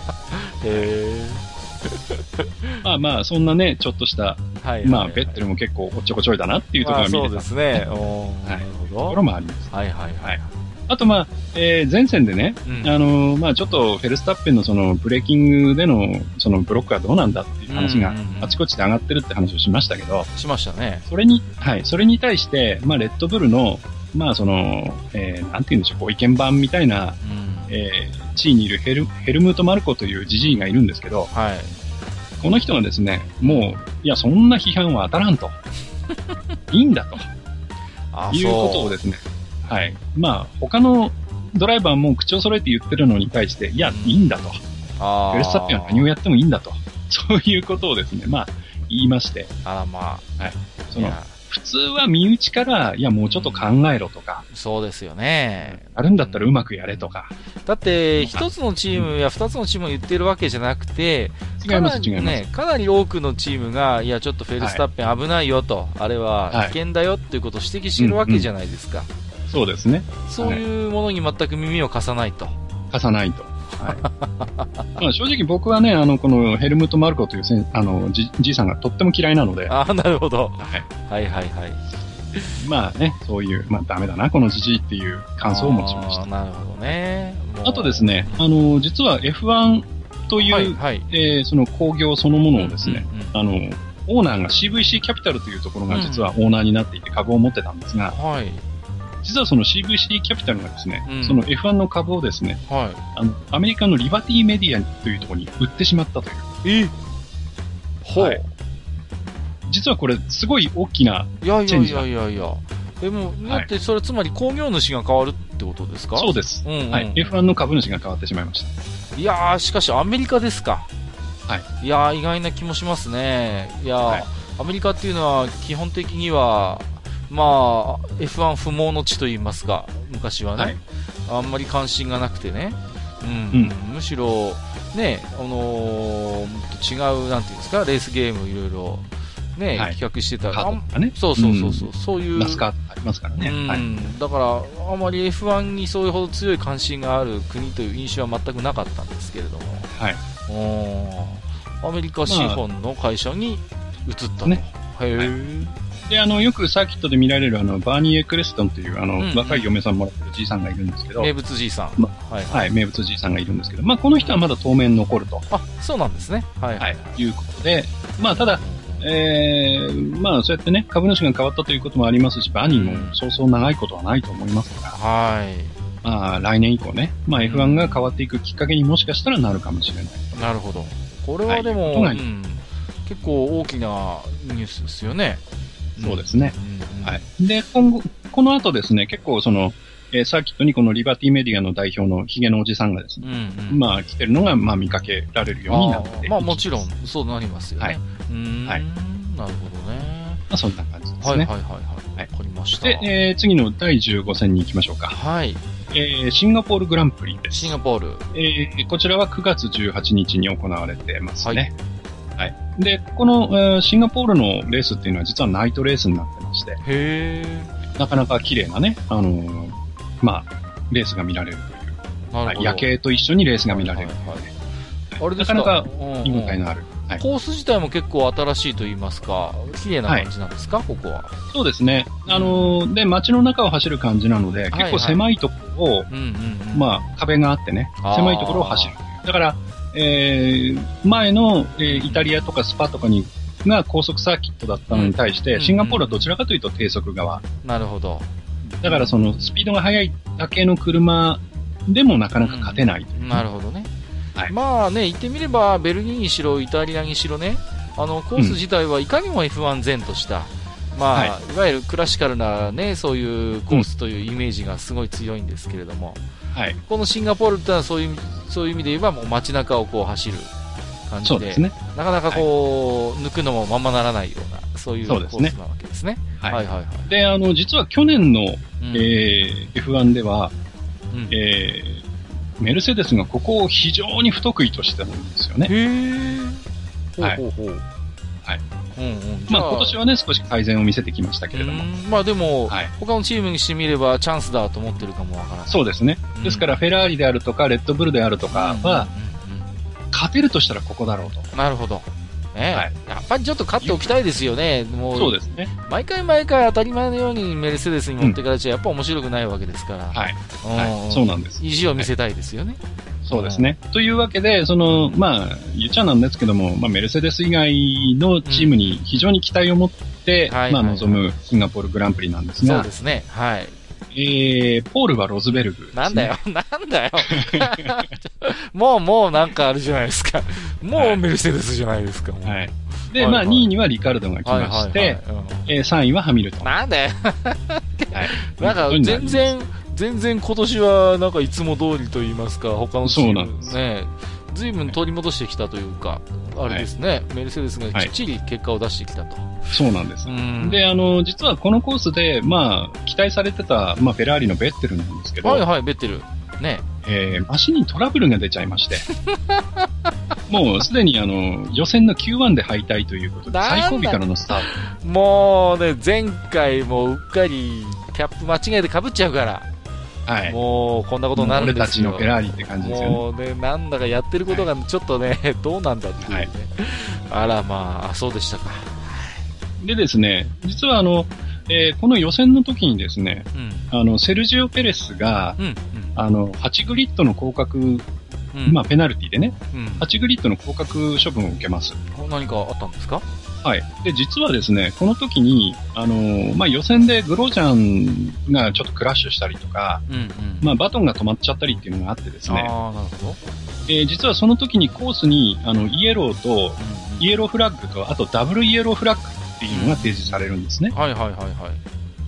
まあまあ、そんなね、ちょっとした、まあ、ベッテルも結構おっちょこちょいだなっていうところが見れた。そうですね。なるほど。ところもあります。はいはいはい。あとまあ、前線でね、まあちょっとフェルスタッペンのそのブレーキングでのそのブロックはどうなんだっていう話があちこちで上がってるって話をしましたけど、 しましたね。 それに対して、まあレッドブルの、まあその、なんて言うんでしょう、こう意見番みたいな、地位にいるヘルムート・マルコというジジイがいるんですけど、はい、この人がですね、もう、いや、そんな批判は当たらんと。いいんだと。いうことをですね、はい。まあ、他のドライバーも口を揃えて言ってるのに対して、いや、いいんだと。フェルスタッペンは何をやってもいいんだと。そういうことをですね、まあ、言いまして。あらまあ。はい。その、普通は身内から、いや、もうちょっと考えろとか。 そうですよね。 あるんだったらうまくやれとか。 だって、一つのチームや二つのチームを言ってるわけじゃなくて、 違います、違います。 かなり多くのチームが、いや、ちょっとフェルスタッペン危ないよと、あれは危険だよっていうことを指摘してるわけじゃないですか。 そうですね。 そういうものに全く耳を貸さないと。 貸さないと。はい。まあ正直僕はね、このヘルムート・マルコというじいさんがとっても嫌いなので。 ああ、なるほど。はいはいはい。 まあね、そういう、まあダメだな、このじじいっていう感想を持ちました。 なるほどね。 あとですね、実は F1 という、その工業そのものをですね、 オーナーが CVC キャピタルというところが実はオーナーになっていて株を持ってたんですが、 はい。 実はその CVC キャピタルがですね、その F1 の株をですね、 はい。 アメリカのリバティメディアというところに売ってしまったという。 ほう。はい、 実はこれすごい大きなチェンジだ。 いや。もう、だってそれつまり工業主が変わるってことですか？ そうです。はい。F1 の株主が変わってしまいました。 いやー、しかしアメリカですか。 はい。 いやー、意外な気もしますね。いやー、はい、アメリカっていうのは基本的には、まあ、F1 不毛の地と言いますか、昔はね、はい、あんまり関心がなくてね、むしろ、ね、もっと違う、なんていうんですか、レースゲームいろいろ、ね、はい、企画してたら、 ね、 そういう。 ナスカーありますからね。 はい、だから、あまり F1 にそういうほど強い関心がある国という印象は全くなかったんですけれども、 はい、 アメリカ資本の会社に移ったと。 ね、で、よくサーキットで見られるバーニー・エクレストンという、若い嫁さんもらってるじいさんがいるんですけど。 名物じいさん。 はい、名物じいさんがいるんですけど、まあ、この人はまだ当面残ると。 あ、そうなんですね。はい。 いうことで、まあ、ただ、まあ、そうやってね、株主が変わったということもありますし、バーニーもそうそう長いことはないと思いますから。 はい。 まあ、来年以降ね、まあ、F1 が変わっていくきっかけにもしかしたらなるかもしれない。 なるほど。これはでも、結構大きなニュースですよね。 そうですね。はい。で、今後、この後ですね、結構その、サーキットにこのリバティメディアの代表のヒゲのおじさんがですね、まあ来てるのが、まあ見かけられるようになってまあもちろん、そうなりますよね。 はい。 なるほどね。 まあそんな感じですね。 はい。わかりました。 で、次の第15戦に行きましょうか。 はい。 シンガポールグランプリです。 シンガポール。 こちらは9月18日に行われてますね。はい。で、この、シンガポールのレースっていうのは実はナイトレースになってまして。なかなか綺麗なね、まあ、レースが見られるという。はい、夜景と一緒にレースが見られるという、 あれですか、 なかなか見応えのある。 コース自体も結構新しいと言いますか、綺麗な感じなんですか、ここは。 そうですね。で、街の中を走る感じなので、結構狭いところを、まあ、壁があってね、狭いところを走る。だから、前の、イタリアとかスパとかが高速サーキットだったのに対して、シンガポールはどちらかというと低速側。 なるほど。 だからそのスピードが速いだけの車でもなかなか勝てない、 なるほどね。はい、まあね、言ってみればベルギーにしろイタリアにしろね、コース自体はいかにも F1 前とした、まあ、いわゆるクラシカルなね、そういうコースというイメージがすごい強いんですけれども、このシンガポールってのはそういう意味で言えばもう街中をこう走る感じ で、ね、なかなかこう、抜くのもままならないようなそういうコースなわけですね。 で、実は去年の、F1 では、メルセデスがここを非常に不得意としてたんですよね。まあ今年はね、少し改善を見せてきましたけれども。 まあでも、他のチームにしてみればチャンスだと思ってるかもわからない。 そうですね。ですから、フェラーリであるとか、レッドブルであるとかは、勝てるとしたらここだろうと。 なるほど。やっぱりちょっと勝っておきたいですよね。もうそうですね。 毎回当たり前のようにメルセデスに持ってかれちゃやっぱ面白くないわけですから。 そうなんです。 意地を見せたいですよね。 そうですね。というわけで、まあ、言っちゃなんですけども、まあ、メルセデス以外のチームに非常に期待を持って、まあ、臨むシンガポールグランプリなんですが。 そうですね。はい。 ポールはロズベルグ、ね。 なんだよ。もうなんかあるじゃないですか。もうメルセデスじゃないですか。 で、まあ、2位にはリカルドが来まして、3位はハミルトン。 なんだよ。なんか、全然今年はなんかいつも通りと言いますか、他のチームね、随分取り戻してきたというか、あれですね、メルセデスがきっちり結果を出してきたと。 そうなんです。で、実はこのコースで、まあ、期待されてた、まあ、フェラーリのベッテルなんですけど、 ベッテル。ね。 マシンにトラブルが出ちゃいまして、もうすでに予選の Q1 で敗退ということで、最後尾からのスタート。もうね、前回もうっかりキャップ間違えて被っちゃうから。もうこんなことになるんですよ。 俺たちのフェラーリって感じですよね。 もうね、なんだかやってることがちょっとね、どうなんだっていうね。あらまあ、そうでしたか。 でですね、実はこの予選の時にですね、セルジオ・ペレスが、8グリッドの降格、まあペナルティでね、8グリッドの降格処分を受けます。 何かあったんですか？ はい。で、実はですね、この時に、まあ、予選でグロージャンがちょっとクラッシュしたりとか、うんうん、まあ、バトンが止まっちゃったりっていうのがあってですね。 ああ、なるほど。 実はその時にコースに、イエローと、イエローフラッグと、あとダブルイエローフラッグっていうのが提示されるんですね。 はいはいはいはい。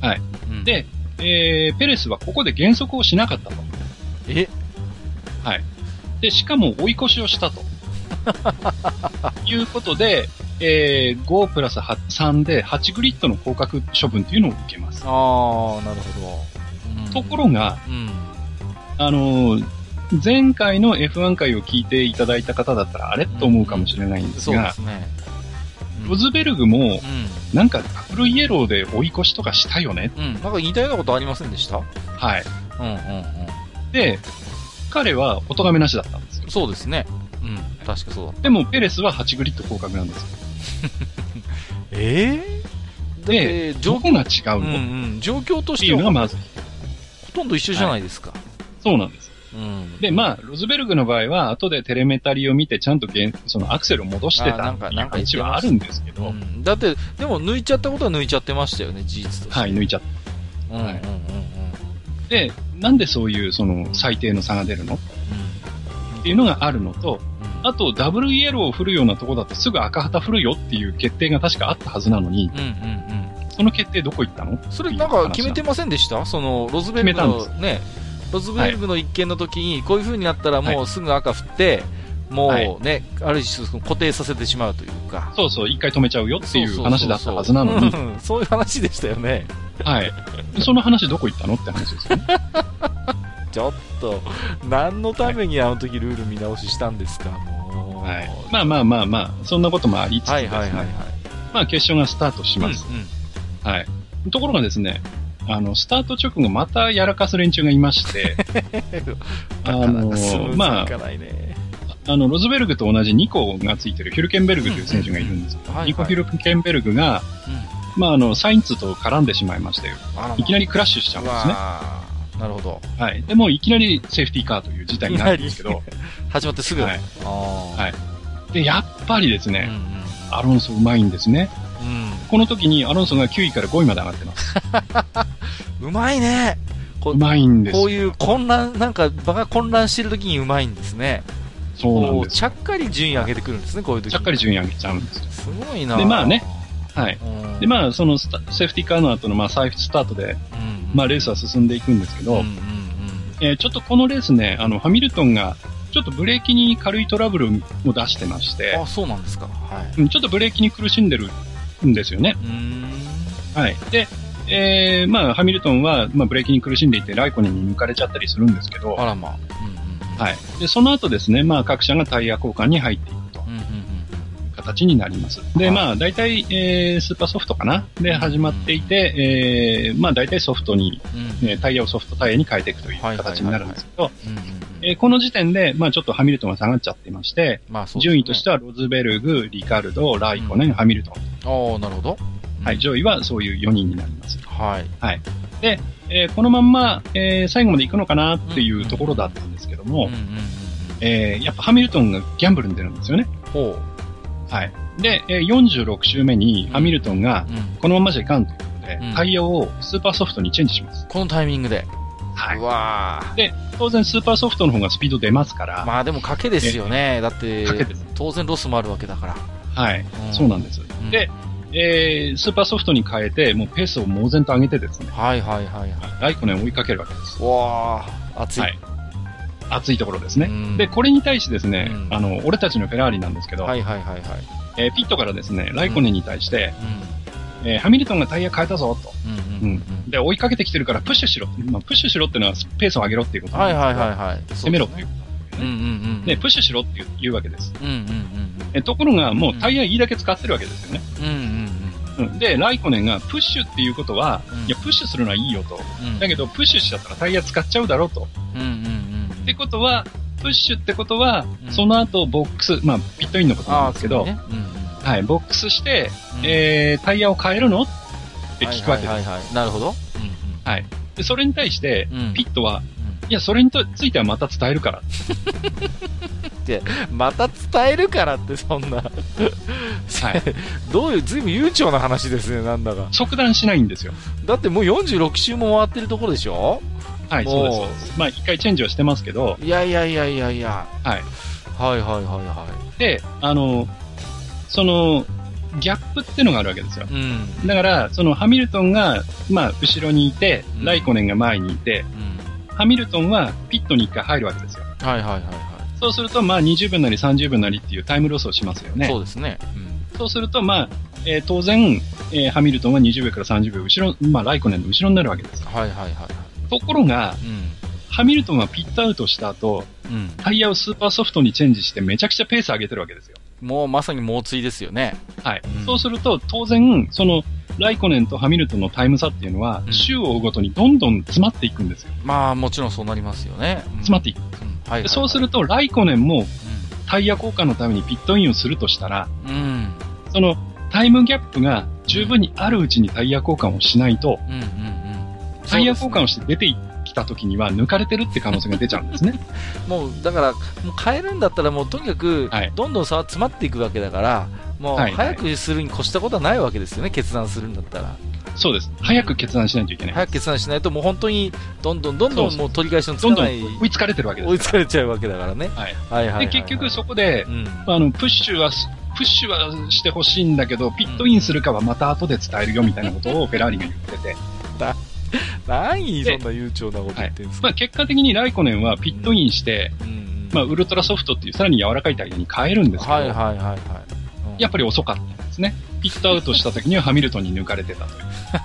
はい。うん、で、ペレスはここで減速をしなかったと。はい。で、しかも追い越しをしたと。いうことで、5プラス3で8グリッドの降格処分というのを受けます。 ああ、なるほど。 うん、ところが、前回の F1 回を聞いていただいた方だったら、あれと思うかもしれないんですが、そうですね。ロズベルグも、なんかダブルイエローで追い越しとかしたよね。 なんか似たようなことありませんでした？ はい。で、彼はお咎めなしだったんですよ。 そうですね。確かそうだった。 でも、ペレスは8グリッド降格なんですよ。で、どこが違うの？ 状況としては。 っていうのがまず。 ほとんど一緒じゃないですか。 そうなんです。で、まあ、ロズベルグの場合は、後でテレメタリを見て、ちゃんとそのアクセルを戻してたっていう感じはあるんですけど。 だって、でも抜いちゃったことは抜いちゃってましたよね、事実として。 はい、抜いちゃった。で、なんでそういう、その、最低の差が出るの？っていうのがあるのと、あと、ダブルイエローを振るようなとこだってすぐ赤旗振るよっていう決定が確かあったはずなのに、その決定どこ行ったの？ それなんか決めてませんでした？その、ロズベルグのね、ロズベルグの一件の時に、こういう風になったらもうすぐ赤振って、もうね、ある種固定させてしまうというか。 そうそう、一回止めちゃうよっていう話だったはずなのに。 そういう話でしたよね。 はい。その話どこ行ったのって話ですよね。 ちょっと、何のためにあの時ルール見直ししたんですか、もう。 はい。まあ、そんなこともありつつですね。まあ、決勝がスタートします。はい。ところがですね、スタート直後またやらかす連中がいまして、まあ、ロズベルグと同じ2個がついてるヒュルケンベルグという選手がいるんですけど、ニコ・ヒュルケンベルグが、まあ、サインツと絡んでしまいまして、いきなりクラッシュしちゃうんですね。 なるほど。 はい。でも、いきなりセーフティーカーという事態になるんですけど。 始まってすぐ。はい。 で、やっぱりですね、アロンソうまいんですね。この時にアロンソが9位から5位まで上がってます。 うまいね。 うまいんです。 こういう混乱、なんか場が混乱してる時にうまいんですね。 そうなんです。 ちゃっかり順位上げてくるんですね、こういう時。 ちゃっかり順位上げちゃうんですよ。 すごいな。 で、まあね。はい。で、まあ、そのセーフティーカーの後の、まあ、再スタートで、まあ、レースは進んでいくんですけど、ちょっとこのレースね、ハミルトンが、ちょっとブレーキに軽いトラブルを出してまして、 あ、そうなんですか。はい。 ちょっとブレーキに苦しんでるんですよね。はい。で、まあ、ハミルトンは、まあ、ブレーキに苦しんでいて、ライコネンに抜かれちゃったりするんですけど、 あらまあ。 はい。で、その後ですね、まあ、各社がタイヤ交換に入っていくと。形になります。で、まあ、大体、スーパーソフトかなで始まっていて、まあ、大体ソフトに、タイヤをソフトタイヤに変えていくという形になるんですけど、この時点で、まあ、ちょっとハミルトンが下がっちゃっていまして、順位としてはロズベルグ、リカルド、ライコネン、ハミルトン。 ああ、なるほど。 はい、上位はそういう4人になります。 はい。 はい。で、このまんま、最後まで行くのかなっていうところだったんですけども、やっぱハミルトンがギャンブルに出るんですよね。 ほう。 はい。で、46周目にハミルトンが、このままじゃいかんということで、タイヤをスーパーソフトにチェンジします。 このタイミングで。 はい。 うわー。 で、当然スーパーソフトの方がスピード出ますから。 まあでも賭けですよね。だって、当然ロスもあるわけだから。 はい。そうなんです。で、スーパーソフトに変えて、もうペースを猛然と上げてですね。 はい。 ライコネンを追いかけるわけです。 わー、熱い。はい。 熱いところですね。で、これに対してですね、俺たちのフェラーリなんですけど、ピットからですね、ライコネンに対して、ハミルトンがタイヤ変えたぞ、と。で、追いかけてきてるからプッシュしろ。まあ、プッシュしろっていうのはペースを上げろっていうことなんですけど、攻めろっていうことですね。で、プッシュしろっていうわけです。ところが、もうタイヤいいだけ使ってるわけですよね。で、ライコネンがプッシュっていうことは、いや、プッシュするのはいいよと。だけど、プッシュしちゃったらタイヤ使っちゃうだろうと。ってことは、プッシュってことは、その後ボックス、まあ、ピットインのことなんですけど、はい、ボックスして、タイヤを変えるのって聞くわけです。 なるほど。 はい。で、それに対して、ピットは、いや、それについてはまた伝えるから。 で、また伝えるからってそんなはい。 ずいぶん悠長な話ですね、なんだか。 即断しないんですよ。 だってもう46周も回ってるところでしょ？ はい、そうです。まあ、一回チェンジはしてますけど。 いや。はい。はいはいはい。 で、その、ギャップってのがあるわけですよ。うん。だから、そのハミルトンが、まあ、後ろにいて、ライコネンが前にいて、ハミルトンはピットに一回入るわけですよ。 はいはいはいはい。 そうすると、まあ、20分なり30分なりっていうタイムロスをしますよね。 そうですね。 そうすると、まあ、当然、ハミルトンは20秒から30秒後ろ、まあ、ライコネンの後ろになるわけです。 はいはいはい。 ところが、ハミルトンはピットアウトした後、タイヤをスーパーソフトにチェンジしてめちゃくちゃペース上げてるわけですよ。 もうまさに猛追ですよね。 はい。そうすると、当然、その、ライコネンとハミルトンのタイム差っていうのは、週を追うごとにどんどん詰まっていくんですよ。 まあ、もちろんそうなりますよね。 詰まっていく。はい。そうすると、ライコネンも、タイヤ交換のためにピットインをするとしたら、その、タイムギャップが十分にあるうちにタイヤ交換をしないと、タイヤ交換をして出てきた時には抜かれてるって可能性が出ちゃうんですね。 もう、だから、もう変えるんだったらもうとにかく、どんどん差は詰まっていくわけだから、もう、早くするに越したことはないわけですよね、決断するんだったら。 そうです。早く決断しないといけない。 早く決断しないと、もう本当に、どんどんもう取り返しのつかない。 どんどん追いつかれてるわけです。 追いつかれちゃうわけだからね。 で、結局そこで、プッシュはしてほしいんだけど、ピットインするかはまた後で伝えるよみたいなことをフェラーリが言ってて。 何そんな悠長なこと言ってるんですか？ まあ結果的にライコネンはピットインして、まあウルトラソフトっていうさらに柔らかいタイヤに変えるんですけど、やっぱり遅かったんですね。ピットアウトした時にはハミルトンに抜かれてたという。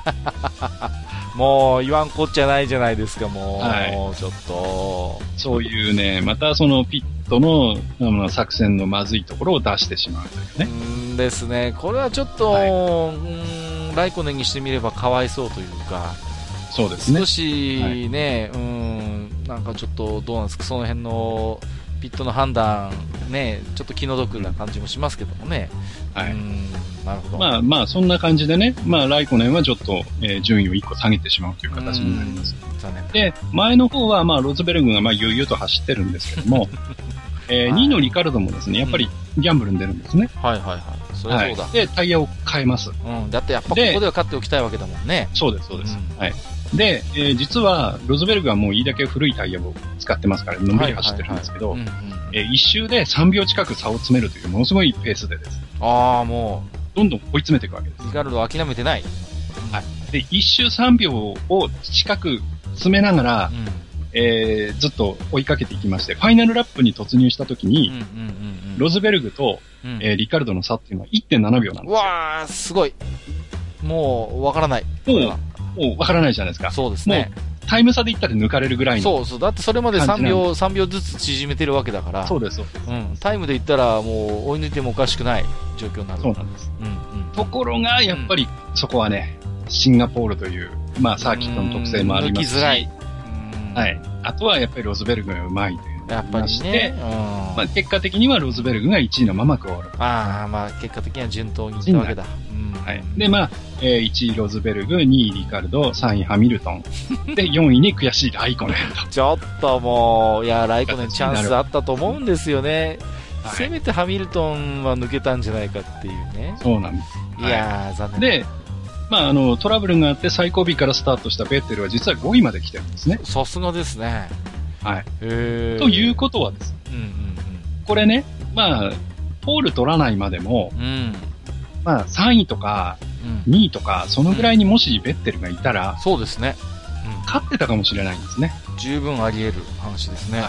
もう言わんこっちゃないじゃないですか、もう、ちょっと。 そういうね、またそのピットの作戦のまずいところを出してしまうというね。 ですね。これはちょっと、ライコネンにしてみればかわいそうというか、 そうですね。 少しね、なんかちょっとどうなんですか、その辺のピットの判断、ね、ちょっと気の毒な感じもしますけどもね。なるほど。 まあ、そんな感じでね、まあ、ライコネンはちょっと、順位を1個下げてしまうという形になります。で、前の方は、まあ、ロズベルグがまあ、悠々と走ってるんですけども、2位のリカルドもですね、やっぱりギャンブルに出るんですね。 はいはいはい。それはそうだ。 で、タイヤを変えます。 だってやっぱここでは勝っておきたいわけだもんね。 そうです、そうです。はい。で、実は、ロズベルグはもういいだけ古いタイヤを使ってますから、のんびり走ってるんですけど、1周で3秒近く差を詰めるというものすごいペースでですね。もう、どんどん追い詰めていくわけです。 リカルドは諦めてない。 はい。で、1周3秒を近く詰めながら、ずっと追いかけていきまして、ファイナルラップに突入したときに、ロズベルグと、リカルドの差っていうのは 1.7 秒なんですよ。 わー、すごい。もう、わからない。 もう、わからないじゃないですか。 そうですね。 もう、タイム差で言ったら抜かれるぐらいの。 そう。だってそれまで3秒ずつ縮めてるわけだから。 そうです、 タイムで言ったらもう追い抜いてもおかしくない状況になる。 そうなんです。ところが、やっぱり、そこはね、シンガポールという、まあ、サーキットの特性もありますし。 抜きづらい。 はい。あとはやっぱりロズベルグがうまいというのがありまして、 やっぱりね、 まあ結果的にはロズベルグが1位のまま加わる。 まあ結果的には順当にいったわけだ。 はい。で、まあ、1位ロズベルグ、2位リカルド、3位ハミルトン。で、4位に悔しいライコネンと。 ちょっともう、いや、ライコネンチャンスあったと思うんですよね。せめてハミルトンは抜けたんじゃないかっていうね。 そうなんです。 いやー、残念。 で、まあ、トラブルがあって最後尾からスタートしたベッテルは実は5位まで来てるんですね。 さすがですね。 はい。ということはです。これね、まあ、ポール取らないまでも、まあ、3位とか、2位とか、そのぐらいにもしベッテルがいたら、 そうですね。 勝ってたかもしれないんですね。 十分あり得る話ですね。 はい。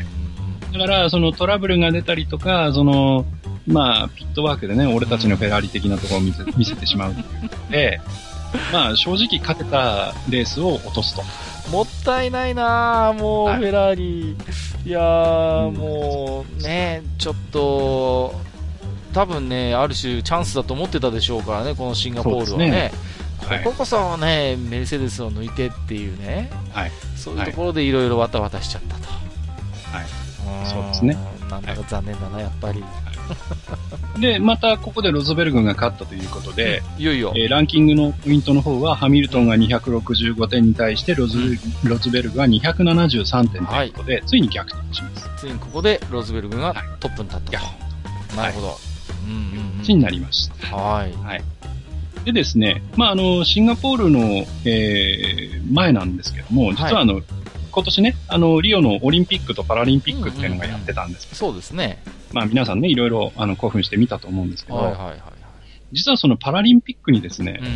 だから、そのトラブルが出たりとか、その、まあ、ピットワークでね、俺たちのフェラーリ的なところを見せてしまうということで、まあ、正直勝てたレースを落とすと。 もったいないなぁ、もう、フェラーリ。いやー、もう、ね、ちょっと、多分ね、ある種チャンスだと思ってたでしょうからね、このシンガポールはね。こここそね、メルセデスを抜いてっていうね、そういうところでいろいろわたわたしちゃったと。 そうですね。 なんだか残念だな、やっぱり。 で、またここでロズベルグが勝ったということで、 いよいよランキングのポイントの方は、ハミルトンが265点に対してロズベルグが273点ということで、ついに逆転します。 ついにここでロズベルグがトップに立ったと。なるほど。 になりました。はい。はい。でですね、シンガポールの、前なんですけども、実は今年ね、リオのオリンピックとパラリンピックっていうのがやってたんですけど、 そうですね。 皆さんね、いろいろ、興奮して見たと思うんですけど、実はそのパラリンピックにですね、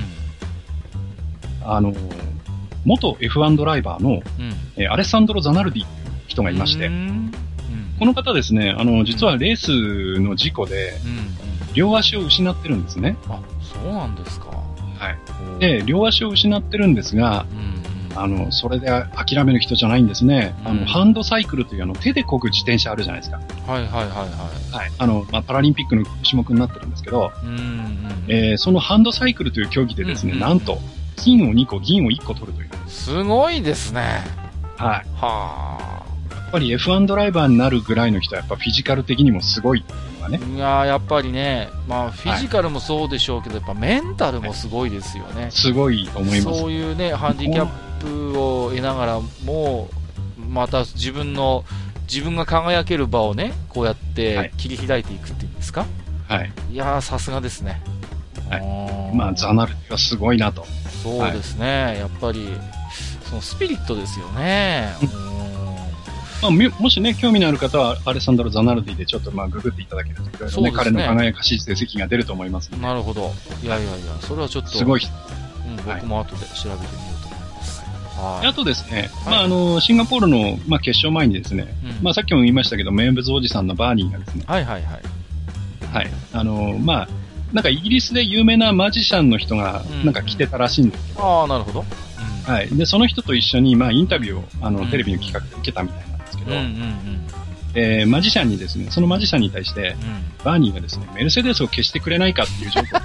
元 F1 ドライバーの、アレッサンドロ・ザナルディっていう人がいまして、この方ですね、実はレースの事故で、両足を失ってるんですね。 あ、そうなんですか。 はい。で、両足を失ってるんですが、それで諦める人じゃないんですね。ハンドサイクルという手で漕ぐ自転車あるじゃないですか。 はいはいはいはい。 はい。パラリンピックの種目になってるんですけど、そのハンドサイクルという競技でですね、なんと、金を2個、銀を1個取るという。 すごいですね。 はい。やっぱり F1 ドライバーになるぐらいの人はやっぱフィジカル的にもすごいっていうのがね。 いややっぱりね、フィジカルもそうでしょうけど、やっぱメンタルもすごいですよね。 すごいと思います。 そういうね、ハンディキャップを得ながらも、また自分が輝ける場をね、こうやって切り開いていくっていうんですか。はい。いやさすがですね。 はい。ザナルディはすごいなと。 そうですね。やっぱり、そのスピリットですよね。 もしね、興味のある方は、アレサンドロ・ザナルディでちょっとググっていただけると、いろいろね、彼の輝かしい成績が出ると思いますので。 なるほど。いや、それはちょっと。 すごい。 僕も後で調べてみようと思います。 あとですね、シンガポールの、決勝前にですね、さっきも言いましたけど、名物おじさんのバーニーがですね。はいはいはい。はい。なんかイギリスで有名なマジシャンの人が、なんか来てたらしいんですけど。 ああ、なるほど。 はい。で、その人と一緒に、インタビューを、テレビの企画で受けたみたいなんですけど、マジシャンにですね、そのマジシャンに対して、バーニーがですね、メルセデスを消してくれないかっていう状況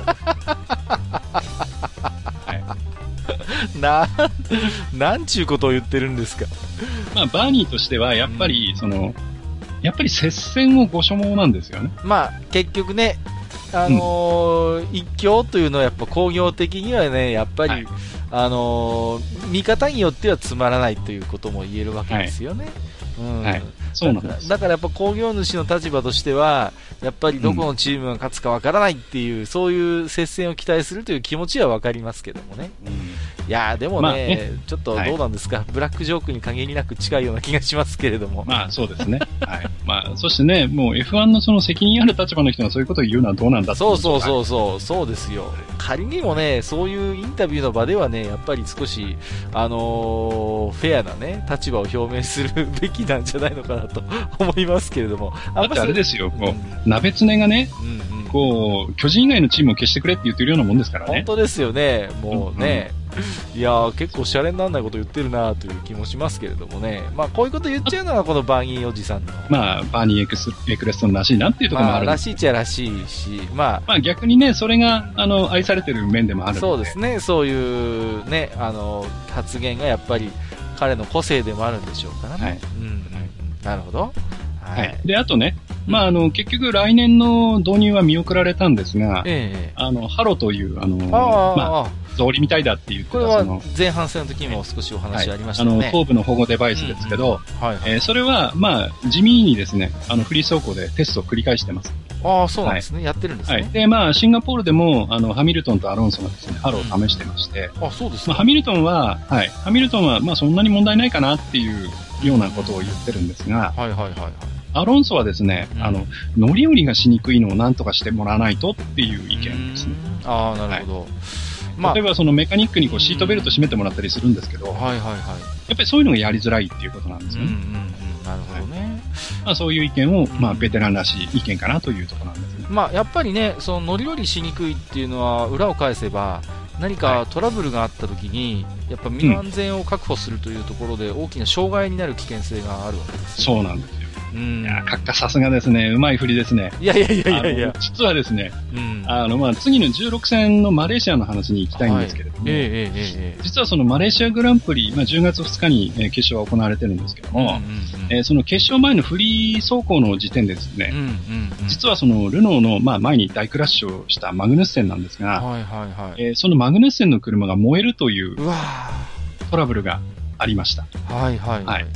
なんちゅうことを言ってるんですか。 バーニーとしては、やっぱり接戦をご所望なんですよね。 結局ね、一強というのはやっぱ工業的にはね、やっぱり、見方によってはつまらないということも言えるわけですよね。そうなんです。だからやっぱ工業主の立場としては、やっぱりどこのチームが勝つかわからないっていう、そういう接戦を期待するという気持ちはわかりますけどもね。いやでもね、ちょっとどうなんですか、ブラックジョークに限りなく近いような気がしますけれども。 そうですね。はい。そしてね、もう F1 のその責任ある立場の人がそういうことを言うのはどうなんだって。 そうですよ。仮にもね、そういうインタビューの場ではね、やっぱり少し、フェアなね、立場を表明するべきなんじゃないのかなと思いますけれども。 だってあれですよ、鍋つねがね、巨人以外のチームを消してくれって言ってるようなもんですからね。 本当ですよね。もうね、いやー結構シャレにならないこと言ってるなという気もしますけれどもね。こういうこと言っちゃうのがこのバーニーおじさんの。 バーニーエクレストンらしいなっていうところもあるんです。 らしいっちゃらしいし、 逆にね、それが、愛されてる面でもあるので。 そうですね、そういうね、発言がやっぱり彼の個性でもあるんでしょうからね。はい。なるほど。 はい。で、あとね、結局来年の導入は見送られたんですが、ハロという、草履みたいだって言ってた、 これは前半戦の時にも少しお話ありましたね。 頭部の保護デバイスですけど、それは、地味にですね、フリー走行でテストを繰り返してます。 ああ、そうなんですね。やってるんですね。 で、シンガポールでも、ハミルトンとアロンソがですね、ハロを試してまして、 そうですね。 ハミルトンは、そんなに問題ないかなっていうようなことを言ってるんですが、アロンソはですね、乗り降りがしにくいのを何とかしてもらわないとっていう意見ですね。 なるほど。 例えばそのメカニックにシートベルト締めてもらったりするんですけど、やっぱりそういうのがやりづらいっていうことなんですよね。 なるほどね。 そういう意見を、ベテランらしい意見かなというところなんですね。 やっぱりね、その乗り降りしにくいっていうのは裏を返せば、何かトラブルがあった時に、やっぱ身の安全を確保するというところで大きな障害になる危険性があるわけです、 そうなんですよ。いや、閣下さすがですね。うまい振りですね。 いや。 実はですね、次の16戦のマレーシアの話に行きたいんですけれども、実はそのマレーシアグランプリ、10月2日に決勝が行われてるんですけども、その決勝前のフリー走行の時点でですね、実はそのルノーの、前に大クラッシュをしたマグヌッセンなんですが、そのマグヌッセンの車が燃えるというトラブルがありました。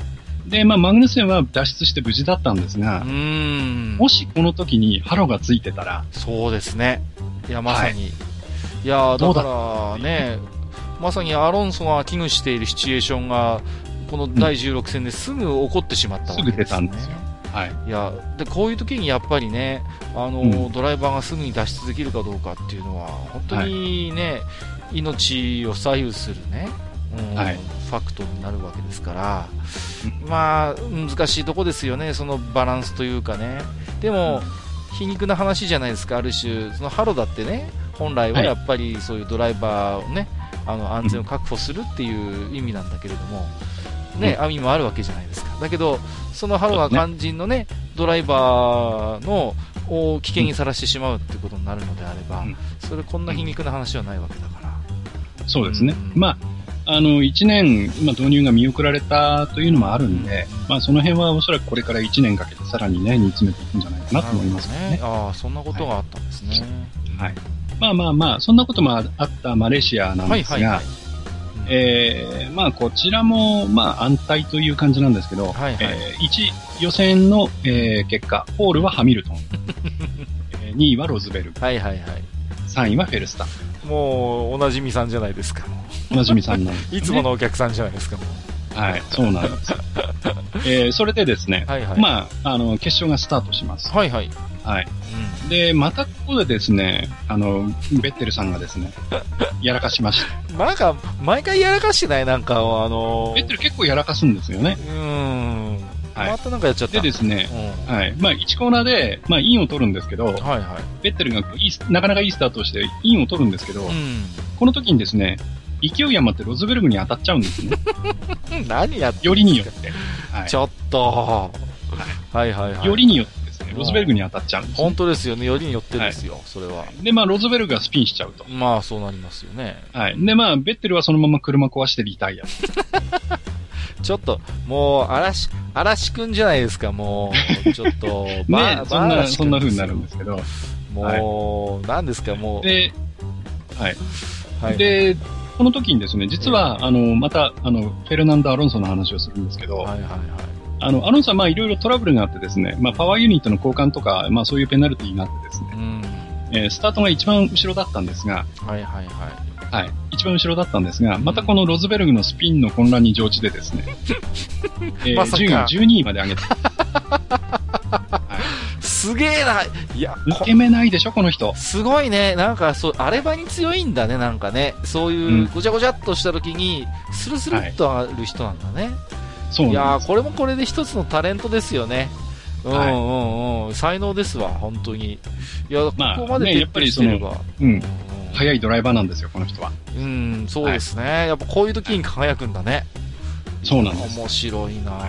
で、まあ、マグヌスセンは脱出して無事だったんですが、もしこの時にハロがついてたら。 そうですね。いや、まさに。いや、だからね、まさにアロンソが危惧しているシチュエーションが、この第16戦ですぐ起こってしまったわけですね。 すぐ出たんですよ。はい。 いや、で、こういう時にやっぱりね、ドライバーがすぐに脱出できるかどうかっていうのは、本当にね、命を左右するね、ファクトになるわけですから、まあ、難しいとこですよね、そのバランスというかね。でも、皮肉な話じゃないですか、ある種、そのハロだってね、本来はやっぱりそういうドライバーをね、安全を確保するっていう意味なんだけれども、ね、意味もあるわけじゃないですか。だけど、そのハロが肝心のね、ドライバーのを危険にさらしてしまうっていうことになるのであれば、それこんな皮肉な話はないわけだから。 そうですね。まあ、1年、導入が見送られたというのもあるんで、まあ、その辺はおそらくこれから1年かけてさらにね、煮詰めていくんじゃないかなと思いますね。 ああ、そんなことがあったんですね。 はい。まあ、そんなこともあったマレーシアなんですが、まあ、こちらも、まあ、安泰という感じなんですけど、1予選の、結果、ポールはハミルトン、2位はロズベルグ、3位はフェルスタッフ。 もう、おなじみさんじゃないですか。 おなじみさんなんです、 ね。いつものお客さんじゃないですか、もう。はい、そうなんです。それでですね、まあ、決勝がスタートします。はい。で、またここでですね、ベッテルさんがですね、やらかしました。 なんか、毎回やらかしてないなんか、 ベッテル結構やらかすんですよね。 はい。またなんかやっちゃった。 でですね、はい。まあ、1コーナーで、まあ、インを取るんですけど、ベッテルがなかなかいいスタートをして、インを取るんですけど、この時にですね、勢い余ってロズベルグに当たっちゃうんですね。 何やってんですか？ よりによって。 ちょっと。 よりによってですね、ロズベルグに当たっちゃうんです、ね。 本当ですよね。よりによってですよ、それは。 で、まあ、ロズベルグがスピンしちゃうと。 まあ、そうなりますよね。 はい。で、まあ、ベッテルはそのまま車壊してリタイア。 ちょっと、もう、嵐くんじゃないですか、もう、ちょっと、 ね、そんな風になるんですけど。 もう、何ですか、もう。 で、で、この時にですね、実は、また、フェルナンド・アロンソの話をするんですけど、アロンソはまあいろいろトラブルがあってですね、まあパワーユニットの交換とか、まあそういうペナルティーがあってですね、スタートが一番後ろだったんですが、一番後ろだったんですが、またこのロズベルグのスピンの混乱に乗じてですね、順位を12位まで上げて。 すげえな。いや、 抜け目ないでしょ、この人。 すごいね。なんか、荒れ場に強いんだね、なんかね。そういう、ごちゃごちゃっとした時に、スルスルっとある人なんだね。 そうなんです。 いやー、これもこれで一つのタレントですよね。才能ですわ、本当に。いや、ここまで徹底してれば。 速いドライバーなんですよ、この人は。 そうですね。やっぱこういう時に輝くんだね。 そうなんです。 面白いな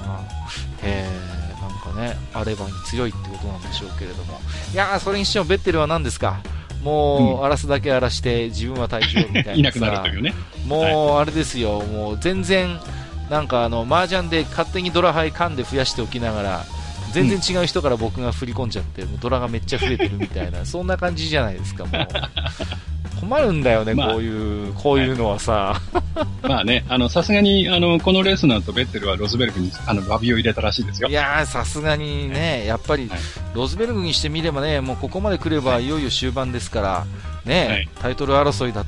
なんかね、荒れ場に強いってことなんでしょうけれども。いやー、それにしてもベッテルは何ですか。もう、荒らすだけ荒らして、自分は退場みたいな。 いなくなるというね。 もう、あれですよ、もう全然、なんか麻雀で勝手にドラハイ噛んで増やしておきながら、全然違う人から僕が振り込んじゃって、もうドラがめっちゃ増えてるみたいな、そんな感じじゃないですか、もう。困るんだよね、こういうのはさ。 まあね、さすがに、このレースの後、ベッテルはロズベルグに、バビを入れたらしいですよ。 いやー、さすがにね、やっぱり、ロズベルグにしてみればね、もうここまで来ればいよいよ終盤ですから、ね、タイトル争いだって、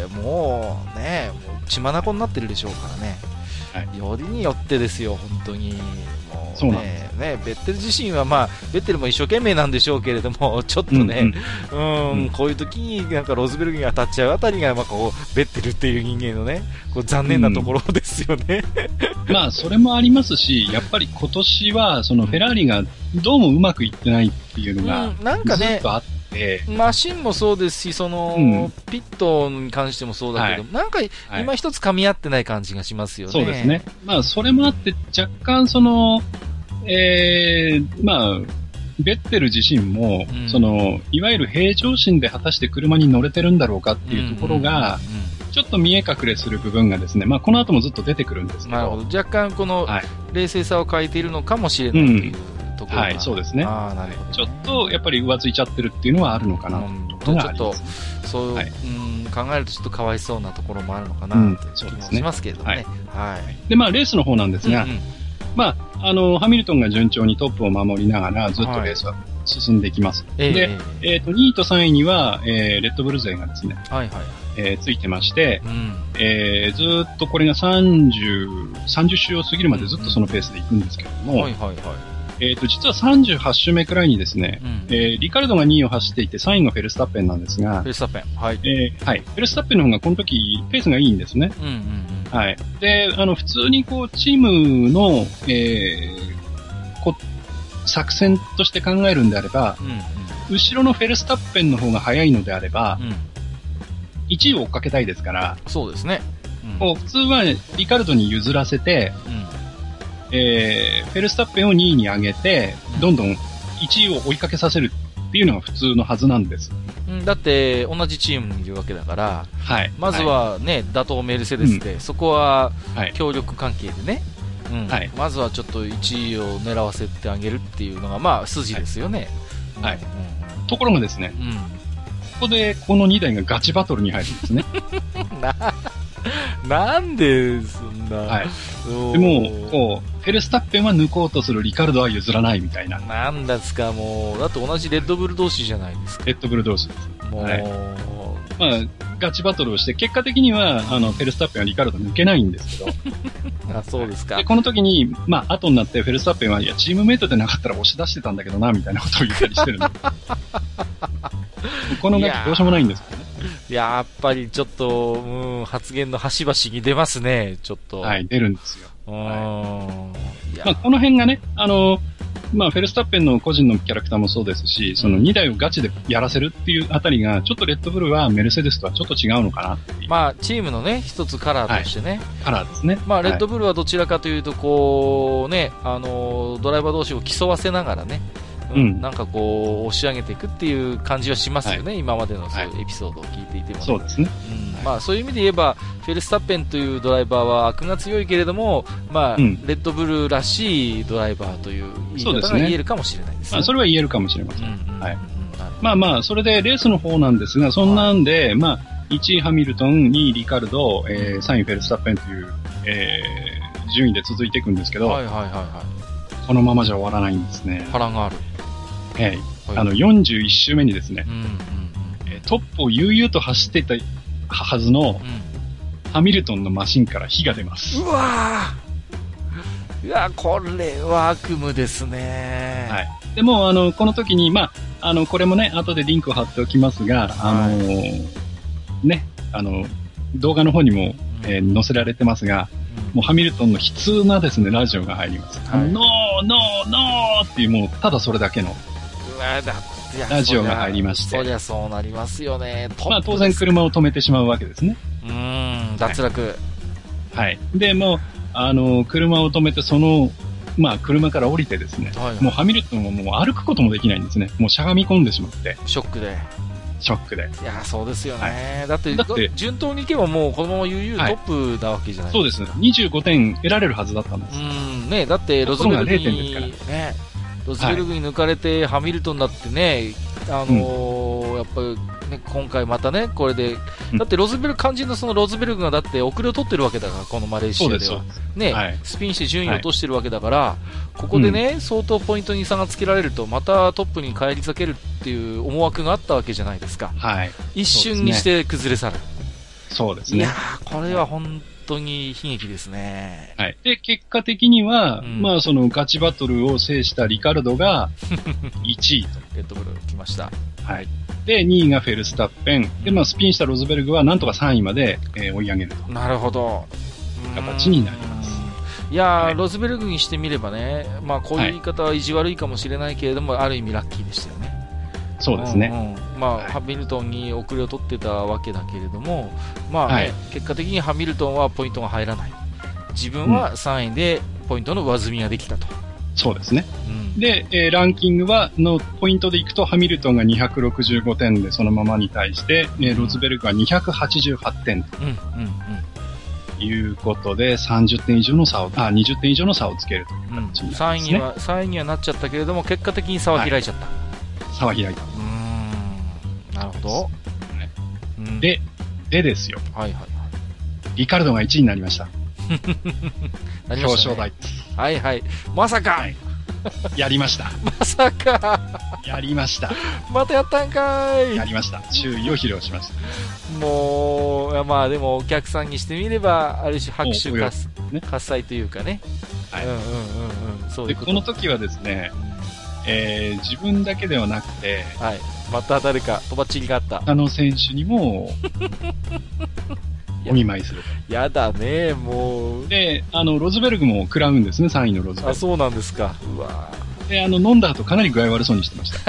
もうね、血眼になってるでしょうからね。よりによってですよ、本当に。 そうなんですね、ベッテル自身は、まあ、ベッテルも一生懸命なんでしょうけれども、ちょっとね、こういう時になんかロズベルグに当たっちゃうあたりが、まあ、こうベッテルっていう人間のね、こう残念なところですよね。 まあ、それもありますし、やっぱり今年は、そのフェラーリがどうもうまくいってないっていうのが、 なんかね、 ずっとあって、 マシンもそうですし、ピットに関してもそうだけど、なんか今一つ噛み合ってない感じがしますよね。 そうですね。まあ、それもあって、若干まあ、ベッテル自身も、いわゆる平常心で果たして車に乗れてるんだろうかっていうところが、ちょっと見え隠れする部分がですね、まあ、この後もずっと出てくるんですけど。 なるほど。若干この、冷静さを欠いているのかもしれないというところが、 そうですね。 なるほど。 ちょっと、やっぱり浮ついちゃってるっていうのはあるのかなと。 ちょっと、そう、考えるとちょっとかわいそうなところもあるのかなという気もしますけれどもね。 で、まあ、レースの方なんですが、 まあ、ハミルトンが順調にトップを守りながら、ずっとレースは進んでいきます。で、2位と3位には、レッドブル勢がですね、ついてまして、ずっとこれが30周を過ぎるまでずっとそのペースで行くんですけれども、実は38周目くらいにですね、リカルドが2位を走っていて3位がフェルスタッペンなんですが、 フェルスタッペン。はい。 フェルスタッペンの方がこの時ペースがいいんですね。はい。で、普通にこう、チームの、作戦として考えるんであれば、後ろのフェルスタッペンの方が速いのであれば、1位を追っかけたいですから、 そうですね。 こう普通はリカルドに譲らせて、フェルスタッペンを2位に上げて、どんどん1位を追いかけさせるっていうのが普通のはずなんです。 だって、同じチームにいるわけだから、まずはね、打倒メルセデスで、そこは協力関係でね、まずはちょっと1位を狙わせてあげるっていうのが、まあ、筋ですよね。 ところがですね、ここでこの2台がガチバトルに入るんですね。 なんで、そんな。 でも、こう、フェルスタッペンは抜こうとするリカルドは譲らないみたいな。 なんですか、もう。だって同じレッドブル同士じゃないですか。 レッドブル同士です。もう、まあ、ガチバトルをして、結果的には、フェルスタッペンはリカルド抜けないんですけど。 そうですか。 で、この時に、まあ、後になってフェルスタッペンは、いや、チームメイトでなかったら押し出してたんだけどな、みたいなことを言ったりしてるんで。このガチどうしようもないんですけどね。 やっぱりちょっと、発言の端々に出ますね、ちょっと。 出るんですよ。まあ、この辺がね、まあ、フェルスタッペンの個人のキャラクターもそうですし、その2台をガチでやらせるっていうあたりが、ちょっとレッドブルはメルセデスとはちょっと違うのかなっていう。 まあ、チームのね、一つカラーとしてね。 カラーですね。 まあ、レッドブルはどちらかというと、こう、ね、ドライバー同士を競わせながらね、なんかこう、押し上げていくっていう感じはしますよね、今までのそういうエピソードを聞いていても、ね。 そうですね。 まあ、そういう意味で言えば、フェルスタッペンというドライバーは悪が強いけれども、まあ、レッドブルらしいドライバーという言い方が言えるかもしれないですね。 まあ、それは言えるかもしれません。まあまあ、それでレースの方なんですが、そんなんで、まあ、1位ハミルトン、2位リカルド、3位フェルスタッペンという、順位で続いていくんですけど、このままじゃ終わらないんですね。 波乱がある。 41周目にですね、トップを悠々と走っていたはずの、ハミルトンのマシンから火が出ます。 うわこれは悪夢ですね。 でも、この時に、まあ、これもね、後でリンクを貼っておきますが、ね、動画の方にも、載せられてますが、もうハミルトンの悲痛なですね、ラジオが入ります。ノーノーノーっていう、もう、ただそれだけの。ラジオが入りまして。 そりゃそうなりますよね。 まあ当然車を止めてしまうわけですね。 脱落。 で、もう、車を止めてまあ車から降りてですね、もうハミルトンはもう歩くこともできないんですね。もうしゃがみ込んでしまって。 ショックで。 いや、そうですよね。だって、順当にいけばもうこのまま悠々トップなわけじゃないですか。そうです。25点得られるはずだったんです。 ね、だってロズベルグに、ね、ロズベルグに抜かれて、ハミルトンだってね、やっぱりね、今回またね、これで、だって肝心のそのロズベルグがだって遅れを取ってるわけだから、このマレーシアでは。ね、スピンして順位を落としてるわけだから、ここでね、相当ポイントに差がつけられると、またトップに返り咲けるっていう思惑があったわけじゃないですか。一瞬にして崩れ去る。 そうですね。 いやー、これは本当に悲劇ですね。 で、結果的には、まあそのガチバトルを制したリカルドが1位と。 レッドブル来ました。 で、2位がフェルスタッペン。で、まあスピンしたロズベルグはなんとか3位まで、追い上げると。 なるほど。 形になります。 いやー、ロズベルグにしてみればね、まあこういう言い方は意地悪いかもしれないけれども、ある意味ラッキーでしたよね。 そうですね。 まあ、ハミルトンに遅れを取ってたわけだけれども、まあ、結果的にハミルトンはポイントが入らない。自分は3位でポイントの上積みができたと。 そうですね。で、ランキングのポイントでいくと、ハミルトンが265点でそのままに対して、ロズベルグは288点と。いうことで、20点以上の差をつけるという形になりますね。 3位にはなっちゃったけれども、結果的に差は開いちゃった。 差は開いた。 なるほど。 でですよ。リカルドが1位になりました。表彰台。 はいはい。まさか、はい、 やりました。 まさかやりました。 またやったんかーい。 やりました。注意を披露しました。 もう、まあでもお客さんにしてみれば、ある種拍手喝采というかね。 はい。そうで、この時はですね、自分だけではなくて、 はい。また誰か、とばっちりがあった。 他の選手にも、お見舞いする。 やだね、もう。 で、ロズベルグも食らうんですね、3位のロズベルグ。 あ、そうなんですか。うわで、飲んだ後かなり具合悪そうにしてました。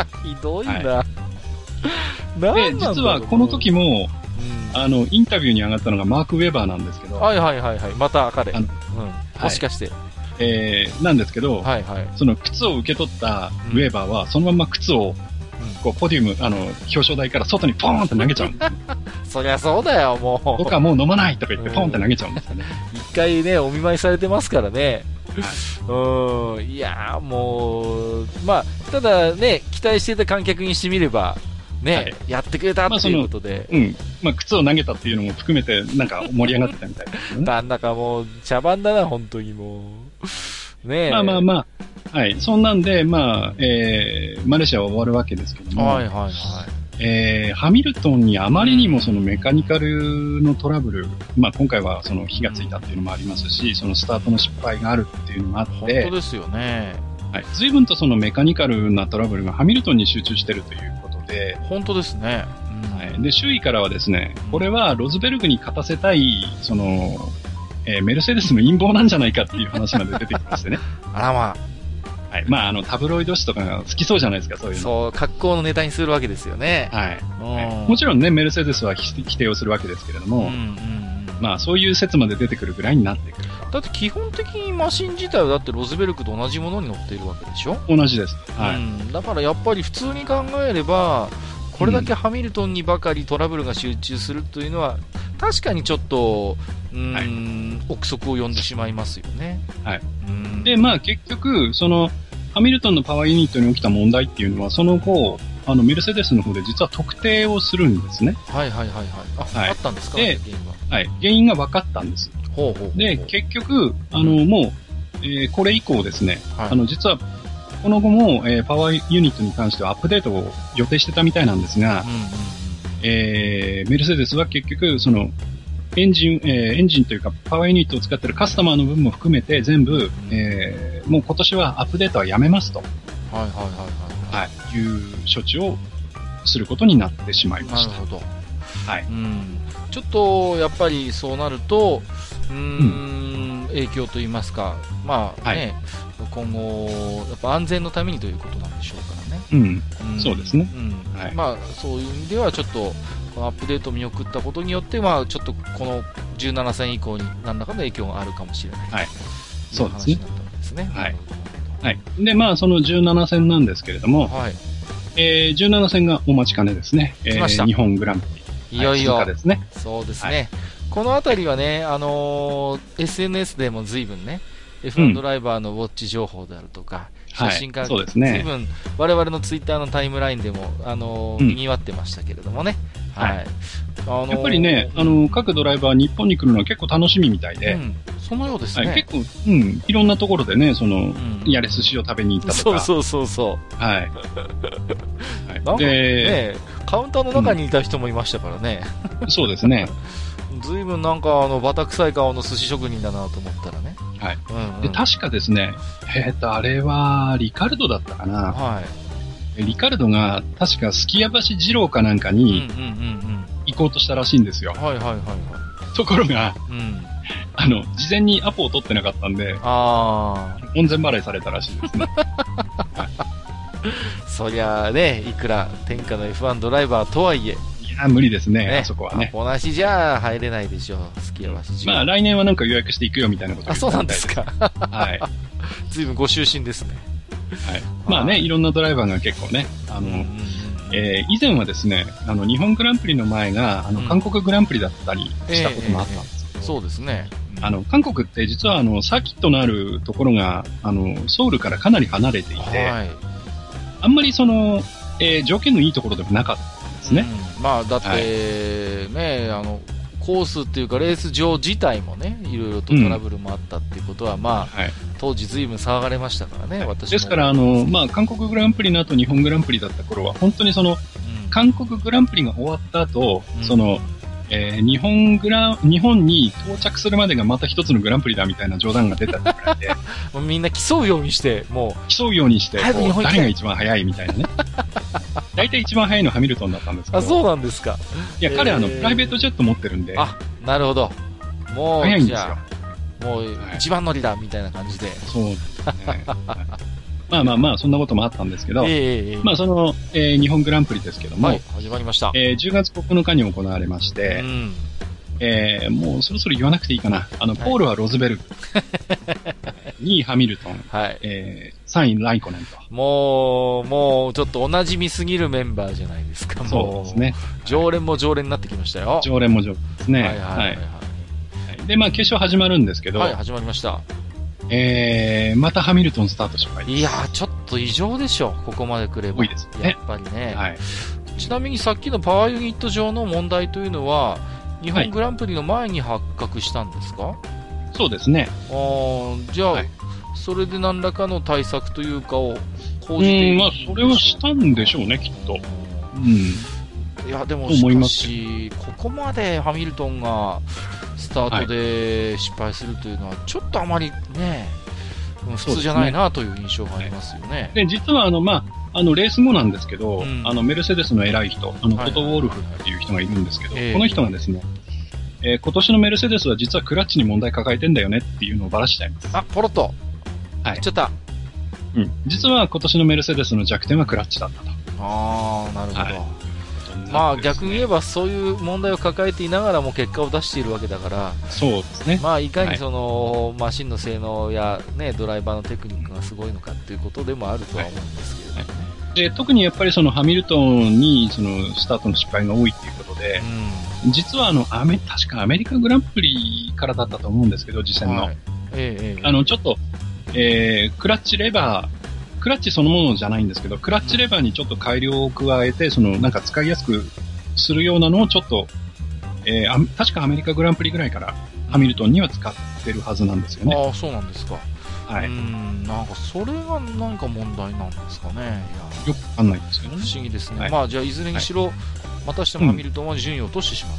ひどいな。 はい、で、実はこの時も、インタビューに上がったのがマーク・ウェバーなんですけど。 はいはいはいはい。また彼。もしかして。 なんですけど、 はいはい、 その靴を受け取ったウェーバーは、そのまま靴を、こう、ポディウム、表彰台から外にポーンって投げちゃうんです、ね。 そりゃそうだよ、もう。 僕はもう飲まないとか言ってポーンって投げちゃうんですよね。 一回ね、お見舞いされてますからね。はい、いやーもう、まあ、ただね、期待していた観客にしてみれば、ね、はい、やってくれたっていうことで。 靴を投げたっていうのも含めて、なんか盛り上がってたみたいですね。 なんだかもう、茶番だな、本当にもう。ねえ。 まあ、はい。そんなんで、マレーシアは終わるわけですけども。 はいはいはい。 ハミルトンにあまりにもそのメカニカルのトラブル、今回はその火がついたっていうのもありますし、そのスタートの失敗があるっていうのもあって。 本当ですよね。 はい。随分とそのメカニカルなトラブルがハミルトンに集中してるということで。 本当ですね。 はい。で、周囲からはですね、これはロズベルグに勝たせたい、その、メルセデスの陰謀なんじゃないかっていう話まで出てきましてね。 あらまあ。はい。タブロイド紙とかが好きそうじゃないですか、そういうの。 そう、格好のネタにするわけですよね。 はい。もちろんね、メルセデスは否定をするわけですけれども、そういう説まで出てくるぐらいになってくる。 だって基本的にマシン自体はだってロズベルクと同じものに乗っているわけでしょ？ 同じです。はい。 だからやっぱり普通に考えれば、これだけハミルトンにばかりトラブルが集中するというのは、確かにちょっと、憶測を呼んでしまいますよね。 はい。で、結局、その、ハミルトンのパワーユニットに起きた問題っていうのは、その後、メルセデスの方で実は特定をするんですね。 はいはいはいはい。あったんですか？ で、原因は。はい。原因が分かったんです。で、結局、もう、これ以降ですね、実は、この後も、パワーユニットに関してはアップデートを予定してたみたいなんですが、メルセデスは結局、その、エンジンというか、パワーユニットを使っているカスタマーの分も含めて全部、もう今年はアップデートはやめますと。いう処置をすることになってしまいました。 なるほど。 はい。 ちょっと、やっぱりそうなると、影響といいますか、今後、やっぱ安全のためにということなんでしょうからね。 そうですね。 そういう意味では、ちょっと、このアップデートを見送ったことによって、ちょっとこの17戦以降に何らかの影響があるかもしれない。 はい。 そうですね。ですね。 はい。はい。で、その17戦なんですけれども、17戦がお待ちかねですね。日本グランプリ。いよいよ。 ですね。 そうですね。このあたりはね、SNS でも随分ね、F1 ドライバーのウォッチ情報であるとか、写真が随分我々のツイッターのタイムラインでも、賑わってましたけれどもね。 やっぱりね、各ドライバー日本に来るのは結構楽しみみたいで。 そのようですね。 結構、いろんなところでね、やれ寿司を食べに行ったとか。 そう。はい。なんかね、カウンターの中にいた人もいましたからね。 そうですね。 ずいぶんなんかバタ臭い顔の寿司職人だなと思ったらね。 はい。で、確かですね、あれは、リカルドだったかな。はい。リカルドが、確か、すきや橋二郎かなんかに、行こうとしたらしいんですよ。ところが、事前にアポを取ってなかったんで、門前払いされたらしいですね。 そりゃあね、いくら天下の F1 ドライバーとはいえ、 いや、無理ですね、あそこはね。 アポなしじゃ入れないでしょう、すきや橋二郎。 来年はなんか予約していくよみたいなこと言ってそうなんですか。 はい。 随分ご就寝ですね。 はい。いろんなドライバーが結構ね、以前はですね、日本グランプリの前が、韓国グランプリだったりしたこともあったんですけど、 そうですね。 韓国って実はサーキットのあるところが、ソウルからかなり離れていて、あんまりその、条件のいいところでもなかったんですね。 だって、ね、 コースっていうかレース場自体もね、いろいろとトラブルもあったっていうことは、まあ、当時随分騒がれましたからね、私も。 ですから、まあ、韓国グランプリの後日本グランプリだった頃は、本当に韓国グランプリが終わった後、日本に到着するまでがまた一つのグランプリだみたいな冗談が出たぐらいで。 みんな競うようにして、もう。 競うようにして、誰が一番速いみたいなね。大体一番速いのはハミルトンだったんですけど。 そうなんですか。 いや、彼プライベートジェット持ってるんで。 なるほど。もう、 速いんですよ。 もう、一番乗りだみたいな感じで。 そうですね。まあ、そんなこともあったんですけど、まあ、日本グランプリですけども、 始まりました。 10月9日に行われまして、もうそろそろ言わなくていいかな。ポールはロズベルグ。2位ハミルトン。3位ライコネンと。 もう、ちょっとお馴染みすぎるメンバーじゃないですか。 そうですね。 常連も常連になってきましたよ。 常連も常連ですね。で、まあ、決勝始まるんですけど。 始まりました。 またハミルトンスタート失敗です。 いやー、ちょっと異常でしょ、ここまで来れば。 多いですね。 やっぱりね。ちなみにさっきのパワーユニット上の問題というのは、日本グランプリの前に発覚したんですか？ そうですね。 じゃあ、それで何らかの対策というかを講じている。 まあ、それはしたんでしょうね、きっと。 いや、でもしかし、ここまでハミルトンがスタートで失敗するというのは、ちょっとあまりね、普通じゃないなという印象がありますよね。 で、実はまあ、レース後なんですけど、メルセデスの偉い人、トト・ウォルフっていう人がいるんですけど、この人がですね、今年のメルセデスは実はクラッチに問題抱えてんだよねっていうのをばらしちゃいます。 ポロッと。 言っちゃった。 実は今年のメルセデスの弱点はクラッチだったと。 なるほど。まあ逆に言えばそういう問題を抱えていながらも結果を出しているわけだから、 そうですね。 まあいかにマシンの性能やね、ドライバーのテクニックがすごいのかっていうことでもあるとは思うんですけれどもね。 で、特にやっぱりハミルトンにスタートの失敗が多いっていうことで、実は確かアメリカグランプリからだったと思うんですけど、実践の。ちょっと、クラッチそのものじゃないんですけど、クラッチレバーにちょっと改良を加えて、なんか使いやすくするようなのをちょっと、確かアメリカグランプリぐらいからハミルトンには使ってるはずなんですよね。 そうなんですか。なんかそれがなんか問題なんですかね。 よくわかんないんですけどね。 不思議ですね。まあじゃあいずれにしろ、またしてもハミルトンは順位を落としてしまった。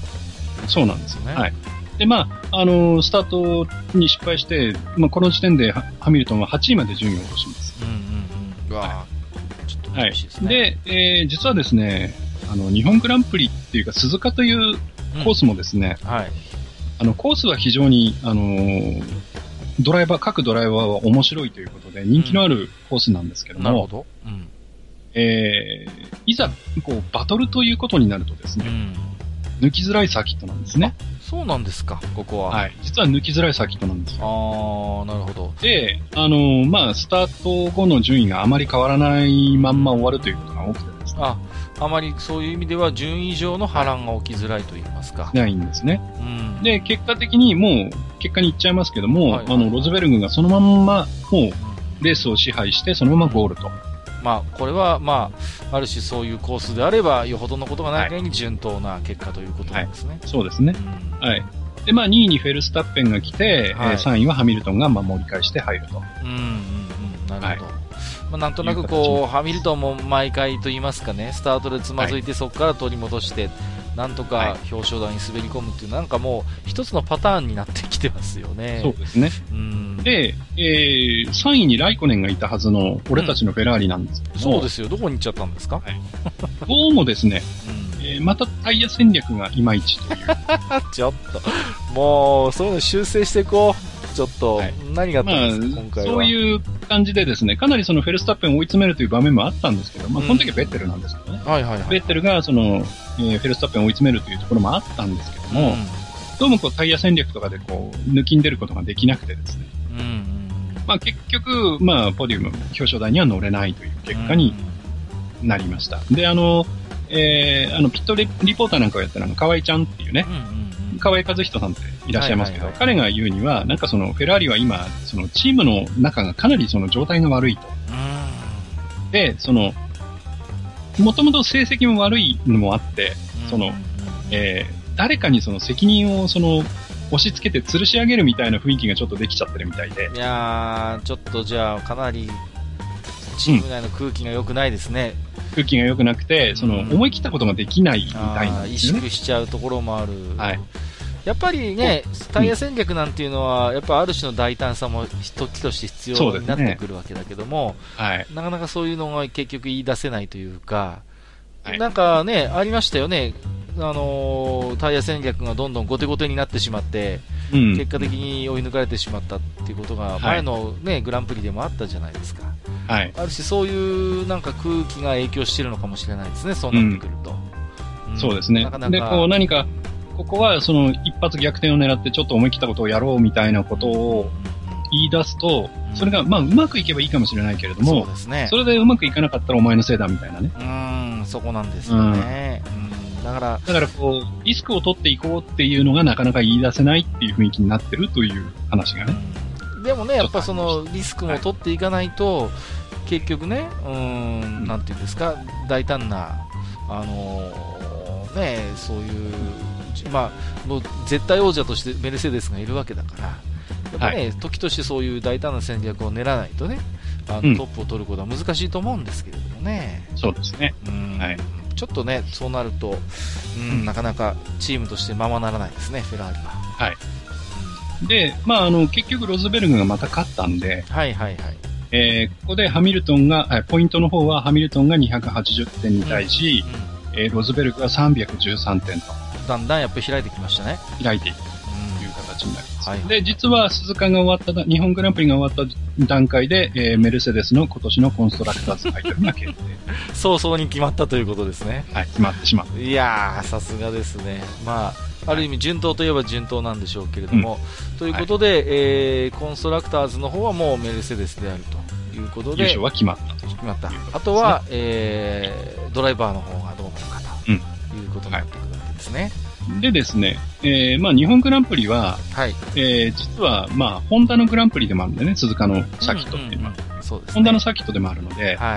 そうなんですよね。で、まあ、スタートに失敗して、まあ、この時点でハミルトンは8位まで順位を落とします。 ちょっと厳しいですね。 で、実はですね、日本グランプリっていうか、鈴鹿というコースもですね、コースは非常に、各ドライバーは面白いということで、人気のあるコースなんですけども、 なるほど。 いざ、バトルということになるとですね、抜きづらいサーキットなんですね。 そうなんですか、ここは。 実は抜きづらいサーキットなんですよ。 なるほど。 で、まあ、スタート後の順位があまり変わらないまんま終わるということが多くてですね。 あまりそういう意味では順位以上の波乱が起きづらいと言いますか。 ないんですね。で、結果的にもう、結果に言っちゃいますけども、ロズベルグがそのまんま、もう、レースを支配して、そのままゴールと。 まあ、これは、まあ、ある種そういうコースであれば、よほどのことがない限り順当な結果ということなんですね。 そうですね。で、まあ、2位にフェルスタッペンが来て、3位はハミルトンが盛り返して入ると。 なるほど。まあ、なんとなくハミルトンも毎回と言いますかね、スタートでつまずいてそこから取り戻して、なんとか表彰台に滑り込むっていう、なんかもう一つのパターンになってきてますよね。 そうですね。で、3位にライコネンがいたはずの俺たちのフェラーリなんですけど、 そうですよ。どこに行っちゃったんですか？ どうもですね、またタイヤ戦略がいまいちという。 ちょっと、もう、そういうの修正していこう。ちょっと、何があったんですか、今回は。 そういう感じでですね、かなりフェルスタッペンを追い詰めるという場面もあったんですけど、まあ、この時はベッテルなんですけどね。ベッテルがフェルスタッペンを追い詰めるというところもあったんですけども、どうもタイヤ戦略とかで抜きん出ることができなくてですね。まあ、結局、まあ、ポディウム、表彰台には乗れないという結果になりました。で、ピットリポーターなんかをやってる河合ちゃんっていうね、河合和人さんっていらっしゃいますけど、彼が言うには、なんかフェラーリは今、チームの中がかなり状態が悪いと。で、もともと成績も悪いのもあって、 誰かにその責任を押し付けて吊るし上げるみたいな雰囲気がちょっとできちゃってるみたいで。 いやー、ちょっとじゃあかなりチーム内の空気が良くないですね。 空気が良くなくて、思い切ったことができないみたいなんですよね。 萎縮しちゃうところもある。 はい。 やっぱりね、タイヤ戦略なんていうのは、やっぱある種の大胆さも時として必要になってくるわけだけども、はい、なかなかそういうのが結局言い出せないというか、はい、なんかね、ありましたよね。タイヤ戦略がどんどん後手後手になってしまって、結果的に追い抜かれてしまったっていうことが、前のね、グランプリでもあったじゃないですか。はい。ある種そういうなんか空気が影響しているのかもしれないですね、そうなってくると。 そうですね。なかなかで、何か、ここは一発逆転を狙ってちょっと思い切ったことをやろうみたいなことを言い出すと、それが、うまくいけばいいかもしれないけれども、そうですね。それでうまくいかなかったらお前のせいだみたいなね。 そこなんですよね。だからリスクを取っていこうっていうのがなかなか言い出せないっていう雰囲気になってるという話がね。 でもね、やっぱリスクも取っていかないと、結局ね、なんていうんですか、大胆な、そういう、もう絶対王者としてメルセデスがいるわけだから、やっぱね、時としてそういう大胆な戦略を練らないとね、トップを取ることは難しいと思うんですけれどもね。 そうですね。はい。 ちょっとね、そうなると、なかなかチームとしてままならないですね、フェラーリは。 はい。で、結局ロズベルグがまた勝ったんで、 はいはいはい。 ここでハミルトンが、ポイントの方はハミルトンが280点に対し、ロズベルグが313点と。 だんだんやっぱり開いてきましたね。 開いていくという形になります。はい、で、実は鈴鹿が終わった、日本グランプリが終わった段階で、メルセデスの今年のコンストラクターズタイトルが決定。 早々に決まったということですね。 はい、決まってしまった。 いやー、さすがですね。ある意味順当といえば順当なんでしょうけれども、ということで、コンストラクターズの方はもうメルセデスであるということで、 優勝は決まったと。 決まった。あとは、ドライバーの方がどうなのかということになってくるわけですね。 でですね、日本グランプリは、はい、実は、ホンダのグランプリでもあるんでね、鈴鹿のサーキットっていうのは。そうですね。ホンダのサーキットでもあるので、はい、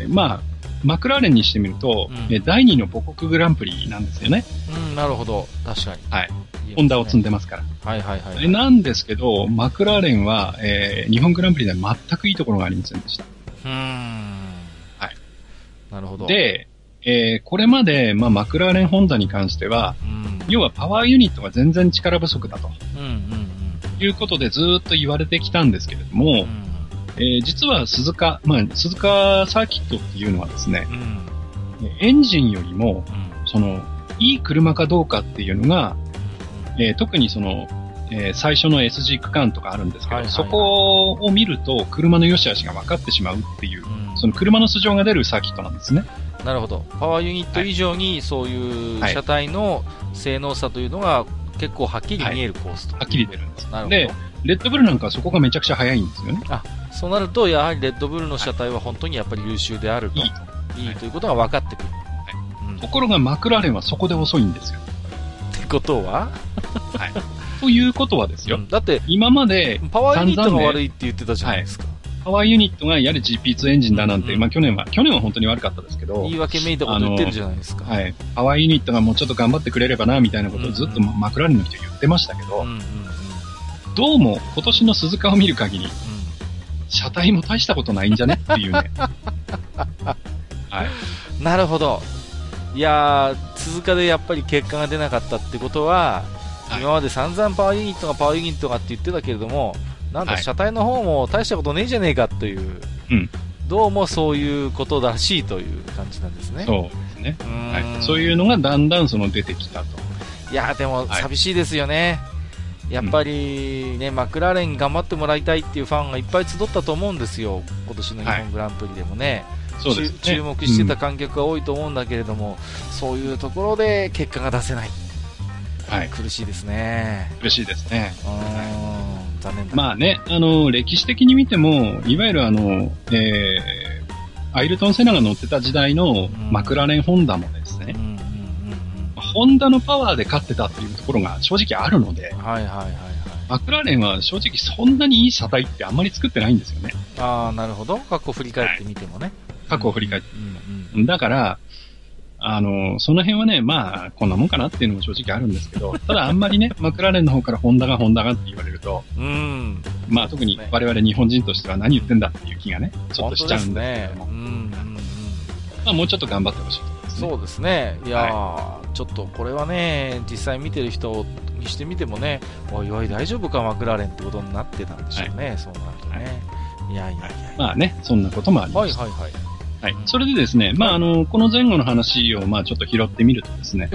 マクラーレンにしてみると、第2の母国グランプリなんですよね。 なるほど。確かに。 はい。ホンダを積んでますから。 はいはいはい。 なんですけど、マクラーレンは、日本グランプリでは全くいいところがありませんでした。はい。なるほど。で、これまで、マクラーレンホンダに関しては、要はパワーユニットが全然力不足だと。いうことでずっと言われてきたんですけれども、実は鈴鹿サーキットっていうのはですね、エンジンよりも、いい車かどうかっていうのが、特に最初の SG 区間とかあるんですけど、そこを見ると車の良し悪しが分かってしまうっていう、その車の素性が出るサーキットなんですね。 なるほど。パワーユニット以上にそういう車体の性能差というのが結構はっきり見えるコースと。 はっきり出るんです。なるほど。で、レッドブルなんかはそこがめちゃくちゃ速いんですよね。 そうなると、やはりレッドブルの車体は本当にやっぱり優秀であると。いいということが分かってくる。 ところがマクラーレンはそこで遅いんですよ。 ってことははい。ということはですよ。 だって、 今まで、 パワーユニットが悪いって言ってたじゃないですか。 パワーユニットがやれ GP2 エンジンだなんて、去年は本当に悪かったですけど。 言い訳めいたこと言ってるじゃないですか。 はい。パワーユニットがもうちょっと頑張ってくれればな、みたいなことをずっとマクラーレンの人言ってましたけど、どうも今年の鈴鹿を見る限り、車体も大したことないんじゃねっていうね。 はい。なるほど。いやー、鈴鹿でやっぱり結果が出なかったってことは、今まで散々パワーユニットがって言ってたけれども、なんだ、車体の方も大したことねえじゃねえかという、どうもそういうことらしいという感じなんですね。 そうですね。はい、そういうのがだんだん出てきたと。 いやー、でも寂しいですよね。やっぱりね、マクラーレンに頑張ってもらいたいっていうファンがいっぱい集ったと思うんですよ。今年の日本グランプリでもね。そうですね。注目してた観客が多いと思うんだけれども、そういうところで結果が出せない。はい。苦しいですね。 苦しいですね。 残念だ。 まあね、歴史的に見ても、いわゆるアイルトン・セナが乗ってた時代のマクラーレン・ホンダもですね、ホンダのパワーで勝ってたっていうところが正直あるので、マクラーレンは正直そんなにいい車体ってあんまり作ってないんですよね。 なるほど。過去を振り返ってみてもね。 過去を振り返って。だから、 その辺はね、まあ、こんなもんかなっていうのも正直あるんですけど、ただあんまりね、マクラーレンの方からホンダがって言われると、まあ特に我々日本人としては何言ってんだっていう気がね、ちょっとしちゃうんですけども。まあもうちょっと頑張ってほしいところですね。 そうですね。いやー、ちょっとこれはね、実際見てる人にしてみてもね、おいおい大丈夫かマクラーレンってことになってたんでしょうね、そうなるとね。いやいやいや。 まあね、そんなこともあります。 はいはいはい。 はい。それでですね、まあこの前後の話をまあちょっと拾ってみるとですね。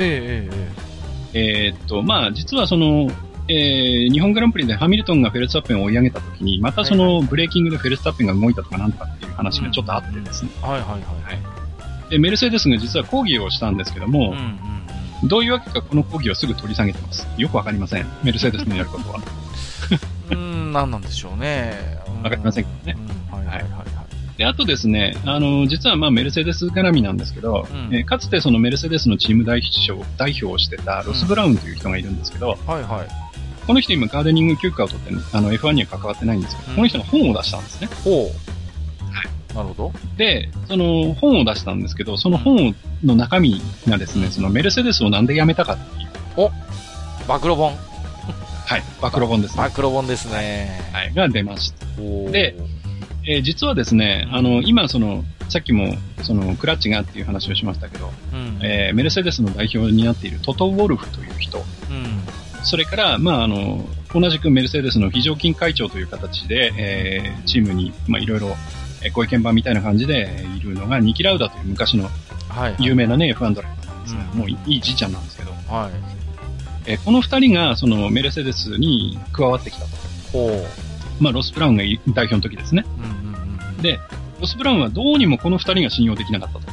まあ実は日本グランプリでハミルトンがフェルスタッペンを追い上げたときに、またブレーキングでフェルスタッペンが動いたとかなんとかっていう話がちょっとあってですね。で、メルセデスが実は抗議をしたんですけども、どういうわけかこの抗議をすぐ取り下げてます。よくわかりません。メルセデスのやることは。 何なんでしょうね。 わかりませんけどね。で、あとですね、実はまあメルセデス絡みなんですけど、かつてそのメルセデスのチーム代表をしてたロス・ブラウンという人がいるんですけど、この人今ガーデニング休暇を取って、F1 には関わってないんですけど、この人が本を出したんですね。 なるほど。 で、その本を出したんですけど、その本の中身がですね、そのメルセデスをなんで辞めたかっていう。 暴露本。 はい、暴露本ですね。 暴露本ですね。 はい、が出ました。で、実はですね、今さっきもクラッチがっていう話をしましたけど、メルセデスの代表になっているトト・ウォルフという人、それから、まあ同じくメルセデスの非常勤会長という形で、チームに、まあいろいろ、ご意見番みたいな感じでいるのが、ニキ・ラウダという昔の有名なね、F1 ドライバーなんですが、もういいじいちゃんなんですけど、この二人がメルセデスに加わってきたと。まあロス・ブラウンが代表の時ですね。で、ロス・ブラウンはどうにもこの二人が信用できなかったと。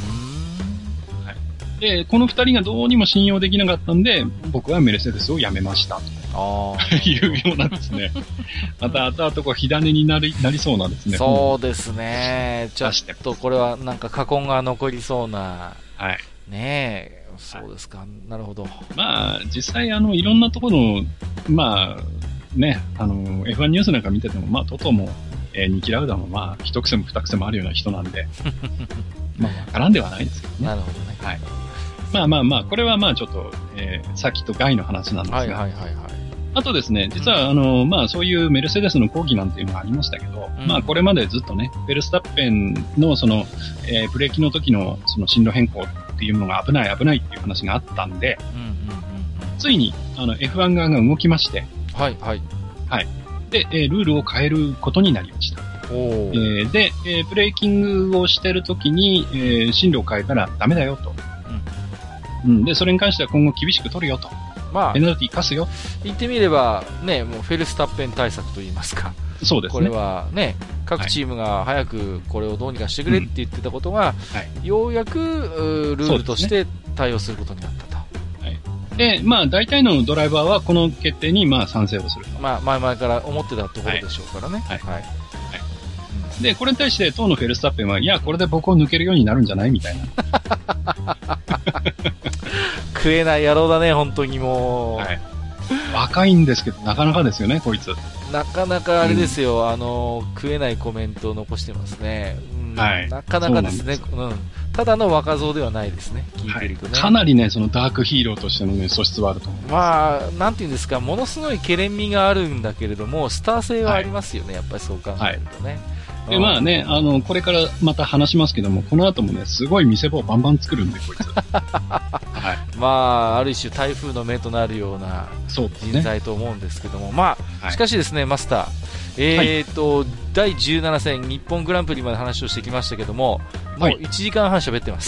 で、この二人がどうにも信用できなかったんで、僕はメルセデスを辞めましたと。いうようなですね。また後々火種になりそうなですね。 そうですね。ちょっとこれはなんか過根が残りそうな。ねえ。そうですか。なるほど。 まあ、実際いろんなところの、まあ、ね、F1 ニュースなんか見てても、まあ、トトも、ニキ・ラウダも、まあ、一癖も二癖もあるような人なんで、まあ、わからんではないですけどね。 なるほどね。 はい。まあ、これはまあ、ちょっと、先と外の話なんですが、あとですね、実は、まあ、そういうメルセデスの抗議なんていうのがありましたけど、まあ、これまでずっとね、フェルスタッペンのブレーキの時の進路変更っていうのが危ないっていう話があったんで、ついに、F1 側が動きまして、で、ルールを変えることになりました。で、ブレーキングをしてるときに、進路を変えたらダメだよと。で、それに関しては今後厳しく取るよと。まあ、ペナルティ課すよ。 言ってみれば、ね、もうフェルスタッペン対策といいますか。 そうですね。 これはね、各チームが早くこれをどうにかしてくれって言ってたことが、ようやくルールとして対応することになったと。 で、まあ、大体のドライバーはこの決定にまあ賛成をすると。 まあ、前々から思ってたところでしょうからね。 で、これに対して当のフェルスタッペンは、いや、これで僕を抜けるようになるんじゃないみたいな。 食えない野郎だね、本当にもう。若いんですけど、なかなかですよね、こいつ。 なかなかあれですよ、食えないコメントを残してますね。なかなかですね。ただの若造ではないですね、聞いてるとね。 かなりね、ダークヒーローとしてのね、素質はあると思う。 まあ、なんていうんですか、ものすごいケレン味があるんだけれども、スター性はありますよね、やっぱりそう考えるとね。 で、まあね、これからまた話しますけども、この後もね、すごい見せ場をバンバン作るんで、こいつ。 まあ、ある種台風の目となるような人材と思うんですけども、まあ、しかしですね、マスター、第17戦日本グランプリまで話をしてきましたけども、もう1時間半喋ってます。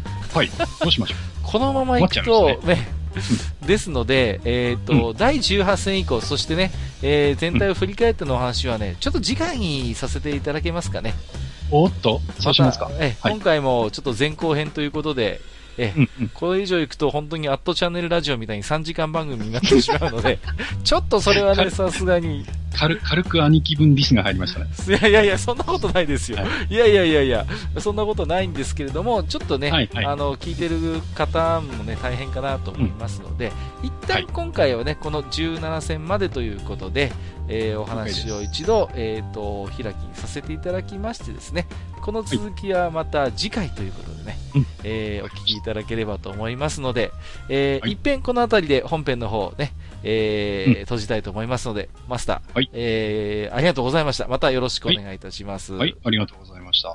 はい。どうしましょう。 このままいくと、ね、ですので、第18戦以降、そしてね、全体を振り返ってのお話はね、ちょっと次回にさせていただけますかね。 おっと、そうしますか。 今回もちょっと前後編ということで、これ以上行くと本当にアットチャンネルラジオみたいに3時間番組になってしまうので、ちょっとそれはね、さすがに。 軽く兄貴分リスが入りましたね。 いや、そんなことないですよ。はい、いや、そんなことないんですけれども、ちょっとね、聞いてる方もね、大変かなと思いますので、一旦今回はね、この17戦までということで、お話を一度、開きにさせていただきましてですね、この続きはまた次回ということでね、お聞きいただければと思いますので、一遍このあたりで本編の方ね、閉じたいと思いますので、マスター、ありがとうございました。またよろしくお願いいたします。 はい、ありがとうございました。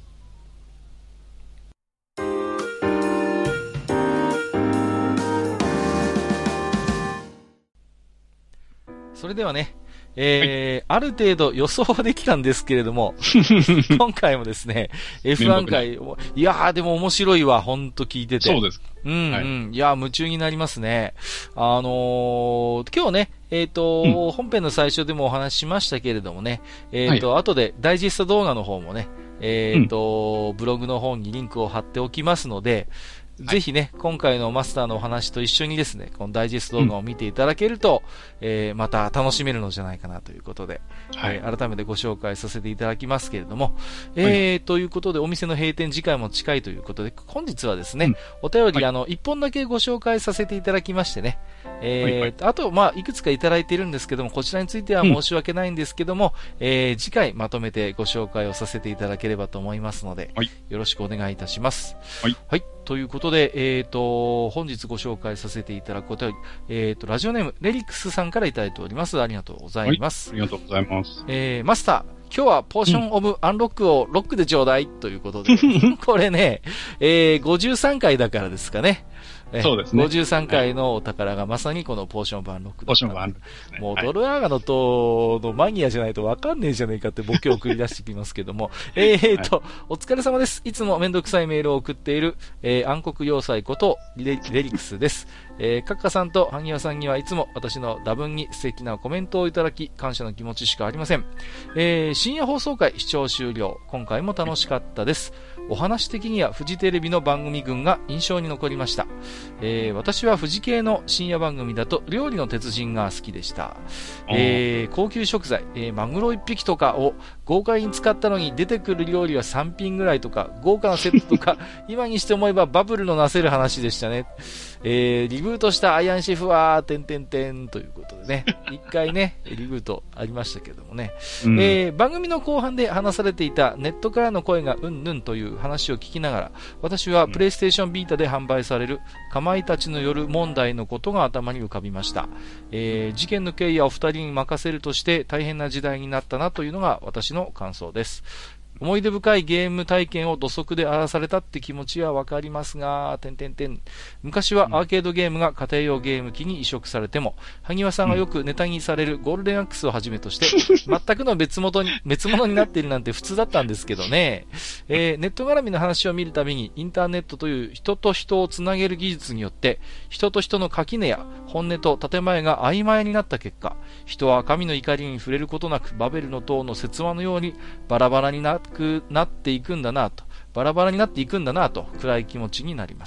それではね、ある程度予想はできたんですけれども、今回もですね、F1 回、いやーでも面白いわ、ほんと聞いてて。 そうです。 いやー夢中になりますね。今日ね、本編の最初でもお話ししましたけれどもね、後でダイジェスト動画の方もね、ブログの方にリンクを貼っておきますので、ぜひね、今回のマスターのお話と一緒にですね、このダイジェスト動画を見ていただけると、また楽しめるのじゃないかなということで、改めてご紹介させていただきますけれども、ということで、お店の閉店次回も近いということで、本日はですね、お便り、一本だけご紹介させていただきましてね、あと、いくつかいただいているんですけども、こちらについては申し訳ないんですけども、次回まとめてご紹介をさせていただければと思いますので、よろしくお願いいたします。はい。ということで、本日ご紹介させていただくお便り、ラジオネーム、レリックスさんからいただいております。ありがとうございます。 ありがとうございます。 マスター、今日はポーションオブアンロックをロックでちょうだいということで、これね、53回だからですかね。 そうですね。 53回のお宝がまさにこのポーションバンロックだった。 ポーションバンロックですね。 もうドルアーガの塔のマニアじゃないとわかんねえじゃねえかってボケを繰り出してきますけども。お疲れ様です。いつもめんどくさいメールを送っている、暗黒要塞ことレリクスです。カッカさんと萩谷さんにはいつも私の打分に素敵なコメントをいただき、感謝の気持ちしかありません。深夜放送回視聴終了。今回も楽しかったです。お話的にはフジテレビの番組群が印象に残りました。私はフジ系の深夜番組だと料理の鉄人が好きでした。高級食材、マグロ1匹とかを豪快に使ったのに出てくる料理は3品ぐらいとか豪華なセットとか今にして思えばバブルのなせる話でしたね。リブートしたアイアンシェフはということでね、一回ねリブートありましたけどもね、番組の後半で話されていたネットからの声がうんぬんという話を聞きながら、私はプレイステーションビータで販売されるかまいたちの夜問題のことが頭に浮かびました。事件の経緯はお二人に任せるとして大変な時代になったなというのが私の感想です。思い出深いゲーム体験を土足で荒らされたって気持ちはわかりますが、昔はアーケードゲームが家庭用ゲーム機に移植されても、萩和さんがよくネタにされるゴールデンアックスをはじめとして、全くの別物になっているなんて普通だったんですけどね。ネット絡みの話を見るたびに、インターネットという人と人をつなげる技術によって、人と人の垣根や本音と建前が曖昧になった結果、人は神の怒りに触れることなく、バベルの塔の説話のようにバラバラになっていくんだなと、暗い気持ちになります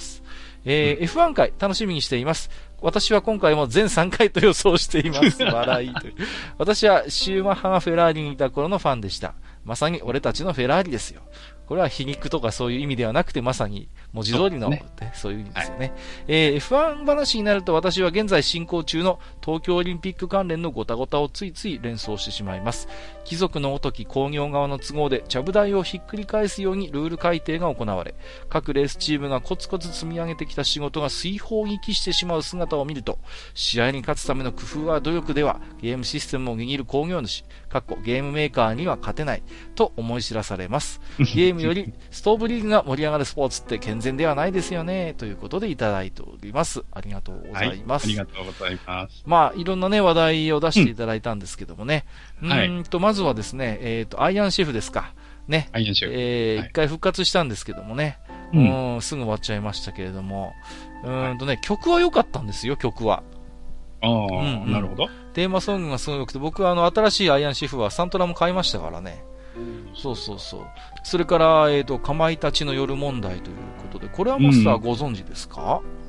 。F1 回楽しみにしています。私は今回も全3回と予想しています。笑いという。私はシューマッハがフェラーリにいた頃のファンでした。まさに俺たちのフェラーリですよ。これは皮肉とかそういう意味ではなくて、まさに文字通りの、そういう意味ですよね。F1 話になると私は現在進行中の東京オリンピック関連のごたごたをついつい連想してしまいます。貴族のごとき工業側の都合でちゃぶ台をひっくり返すようにルール改定が行われ、各レースチームがコツコツ積み上げてきた仕事が水泡に帰してしまう姿を見ると、試合に勝つための工夫は努力ではゲームシステムを握る工業主、ゲームメーカーには勝てないと思い知らされます。ゲームよりストーブリーグが盛り上がるスポーツって健全ではないですよね、ということでいただいております。ありがとうございます。 ありがとうございます。 いろんなね、話題を出していただいたんですけどもね。まずはですね、アイアンシェフですか。ね。 アイアンシェフ。 一回復活したんですけどもね。すぐ終わっちゃいましたけれども。曲は良かったんですよ、曲は。 なるほど。 テーマソングがすごく良くて、僕は新しいアイアンシェフはサントラも買いましたからね。そう。それから、かまいたちの夜問題ということで、これはマスターご存知ですか？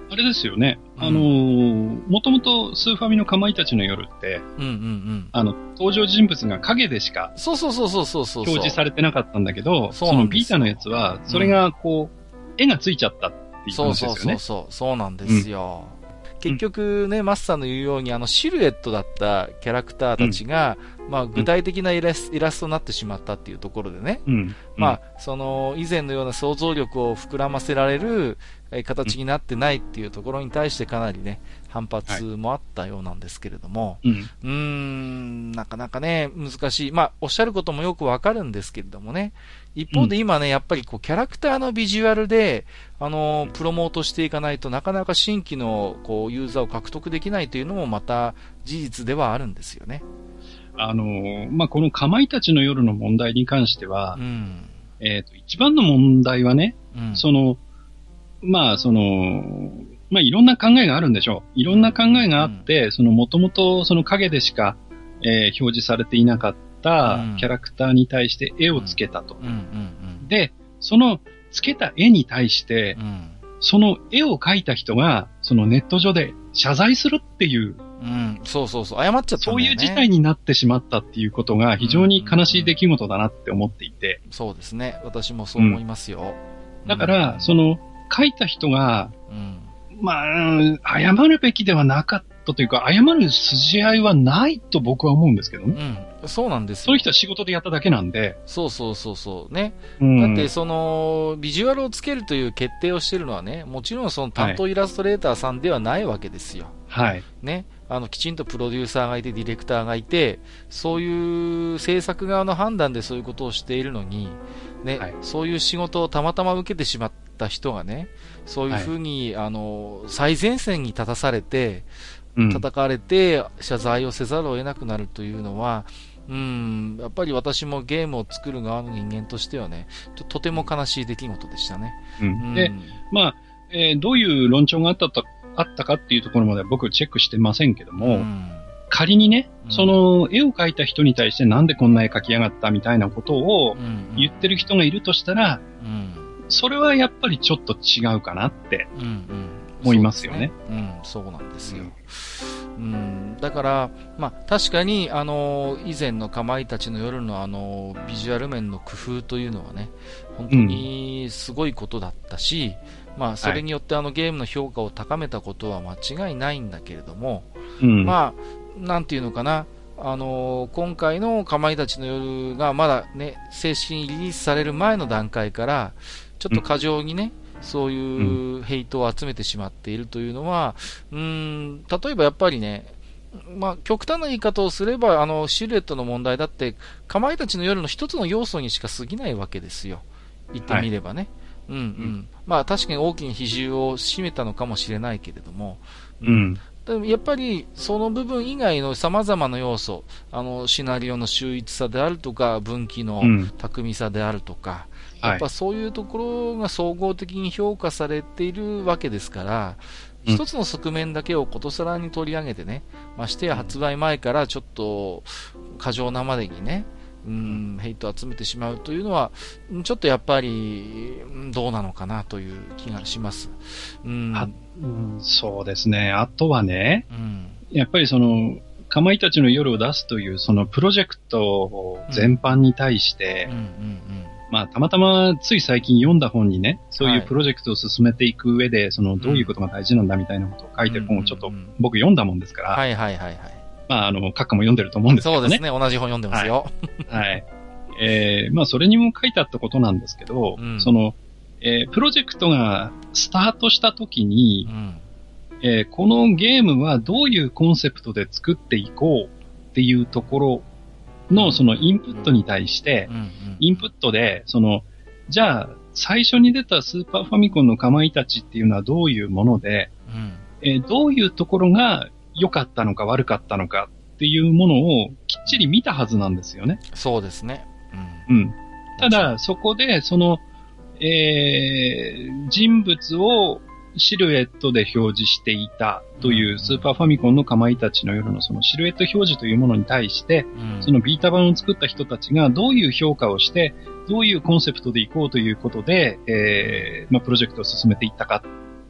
あれですよね。もともとスーファミのかまいたちの夜って、登場人物が影でしか、表示されてなかったんだけど、そのビータのやつは、それがこう、絵がついちゃったっていう話ですよね。 そうなんですよ。結局ね、マスターの言うように、シルエットだったキャラクターたちが、具体的なイラストになってしまったっていうところでね、以前のような想像力を膨らませられる形になってないっていうところに対してかなりね、反発もあったようなんですけれども、なかなかね、難しい。おっしゃることもよくわかるんですけれどもね、一方で今ね、やっぱりこう、キャラクターのビジュアルで、プロモートしていかないとなかなか新規のこう、ユーザーを獲得できないというのもまた事実ではあるんですよね。 このかまいたちの夜の問題に関しては、一番の問題はね、いろんな考えがあるんでしょう。いろんな考えがあって、もともと影でしか、表示されていなかったキャラクターに対して絵をつけたと。で、そのつけた絵に対して、その絵を描いた人が、ネット上で謝罪するっていう、 謝っちゃったんだよね。 そういう事態になってしまったっていうことが非常に悲しい出来事だなって思っていて。 そうですね。私もそう思いますよ。 だから、描いた人が、謝るべきではなかったというか、謝る筋合いはないと僕は思うんですけどね。 そうなんですよ。 そういう人は仕事でやっただけなんで。 ね。だって、ビジュアルをつけるという決定をしているのはね、もちろん担当イラストレーターさんではないわけですよ。 はい。 ね。きちんとプロデューサーがいて、ディレクターがいて、そういう制作側の判断でそういうことをしているのに、ね、そういう仕事をたまたま受けてしまった人がね、そういうふうに、最前線に立たされて、叩かれて、謝罪をせざるを得なくなるというのは、やっぱり私もゲームを作る側の人間としてはね、とても悲しい出来事でしたね。 で、どういう論調があったかっていうところまでは僕チェックしてませんけども、仮にね、その絵を描いた人に対してなんでこんな絵描きやがったみたいなことを言ってる人がいるとしたら、それはやっぱりちょっと違うかなって思いますよね。 そうなんですよ。だから、確かに、以前のかまいたちの夜のビジュアル面の工夫というのはね、本当にすごいことだったし、それによってゲームの評価を高めたことは間違いないんだけれども、なんていうのかな、今回のかまいたちの夜がまだね、正式にリリースされる前の段階から、ちょっと過剰にね、そういうヘイトを集めてしまっているというのは、例えばやっぱりね、極端な言い方をすれば、シルエットの問題だって、かまいたちの夜の一つの要素にしか過ぎないわけですよ。言ってみればね。確かに大きな比重を占めたのかもしれないけれども、でもやっぱりその部分以外の様々な要素、シナリオの秀逸さであるとか、分岐の巧みさであるとか、やっぱそういうところが総合的に評価されているわけですから、一つの側面だけをことさらに取り上げてね、ましてや発売前からちょっと過剰なまでにね、ヘイトを集めてしまうというのは、ちょっとやっぱりどうなのかなという気がします。 そうですね。あとはね、やっぱりかまいたちの夜を出すというそのプロジェクト全般に対して、たまたまつい最近読んだ本にね、そういうプロジェクトを進めていく上で、どういうことが大事なんだみたいなことを書いてる本をちょっと僕読んだもんですから、閣下も読んでると思うんですけどね。 そうですね。同じ本読んでますよ。 それにも書いてあったことなんですけど、プロジェクトがスタートした時に、このゲームはどういうコンセプトで作っていこうっていうところのインプットに対して、インプットで、じゃあ、最初に出たスーパーファミコンのかまいたちっていうのはどういうもので、どういうところが良かったのか悪かったのかっていうものをきっちり見たはずなんですよね。 そうですね。 ただ、そこで、人物をシルエットで表示していたというスーパーファミコンのかまいたちの夜のシルエット表示というものに対して、そのビータ版を作った人たちがどういう評価をして、どういうコンセプトでいこうということで、プロジェクトを進めていったかっ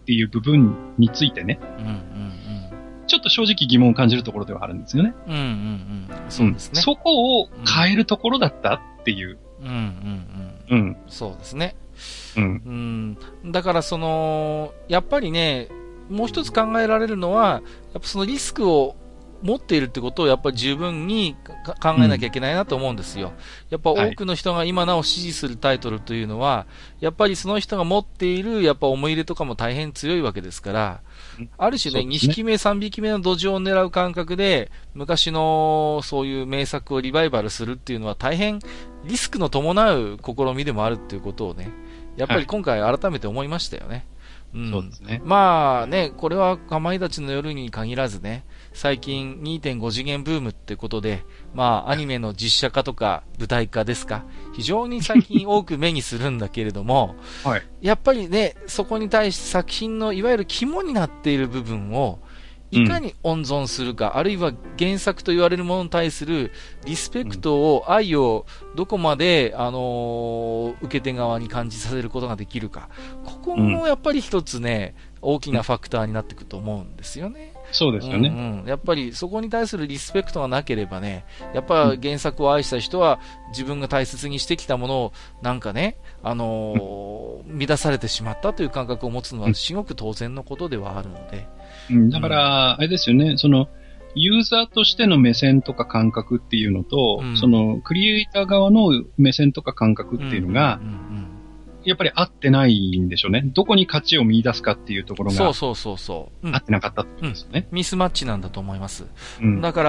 っていう部分についてね、ちょっと正直疑問を感じるところではあるんですよね。 そうですね。 そこを変えるところだったっていう。 そうですね。だからやっぱりね、もう一つ考えられるのは、やっぱそのリスクを持っているってことをやっぱり十分に考えなきゃいけないなと思うんですよ。やっぱ多くの人が今なお支持するタイトルというのは、やっぱりその人が持っているやっぱ思い入れとかも大変強いわけですから、ある種ね、2匹目、3匹目の土壌を狙う感覚で、昔のそういう名作をリバイバルするっていうのは大変リスクの伴う試みでもあるっていうことをね、やっぱり今回改めて思いましたよね。 そうですね。 まあね、これはかまいたちの夜に限らずね、最近 2.5 次元ブームってことで、まあアニメの実写化とか舞台化ですか、非常に最近多く目にするんだけれども、やっぱりね、そこに対して作品のいわゆる肝になっている部分を、いかに温存するか、あるいは原作と言われるものに対するリスペクトを、愛をどこまで、受け手側に感じさせることができるか。ここもやっぱり一つね、大きなファクターになってくると思うんですよね。 そうですよね。 やっぱりそこに対するリスペクトがなければね、やっぱ原作を愛した人は自分が大切にしてきたものをなんかね、乱されてしまったという感覚を持つのはすごく当然のことではあるので。 だから、あれですよね、ユーザーとしての目線とか感覚っていうのと、クリエイター側の目線とか感覚っていうのが、やっぱり合ってないんでしょうね。どこに価値を見出すかっていうところが、合ってなかったってことですよね。 ミスマッチなんだと思います。だから、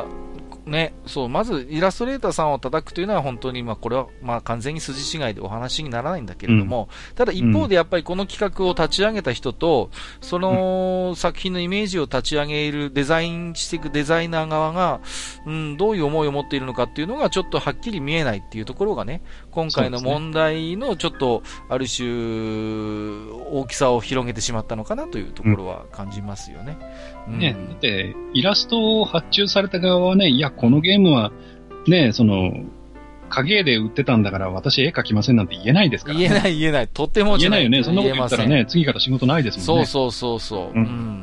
ね、まずイラストレーターさんを叩くというのは本当に、これは、完全に筋違いでお話にならないんだけれども、ただ一方でやっぱりこの企画を立ち上げた人と、その作品のイメージを立ち上げるデザインしていくデザイナー側が、どういう思いを持っているのかっていうのがちょっとはっきり見えないっていうところがね、今回の問題のちょっと、ある種、大きさを広げてしまったのかなというところは感じますよね。 だって、イラストを発注された側はね、いや、このゲームは、ね、影で売ってたんだから私絵描きませんなんて言えないですからね。 言えない。とても言えないよね。そんなこと言ったらね、次から仕事ないですもんね。 そう。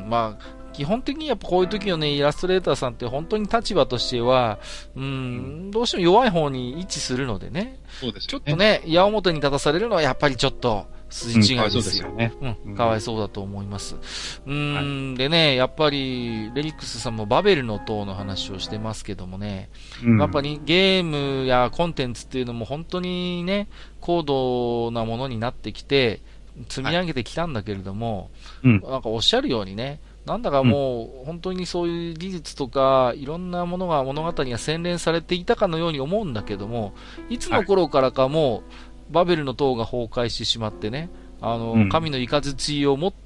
基本的にやっぱこういう時のね、イラストレーターさんって本当に立場としては、どうしても弱い方に位置するのでね。 そうですよね。 ちょっとね、矢面に立たされるのはやっぱりちょっと、筋違いですよね。かわいそうだと思います。でね、やっぱり、レリックスさんもバベルの塔の話をしてますけどもね、やっぱりゲームやコンテンツっていうのも本当にね、高度なものになってきて、積み上げてきたんだけれども、なんかおっしゃるようにね、なんだかもう、本当にそういう技術とか、いろんなものが物語が洗練されていたかのように思うんだけども、いつの頃からかもう、バベルの塔が崩壊してしまってね、神の雷を持って、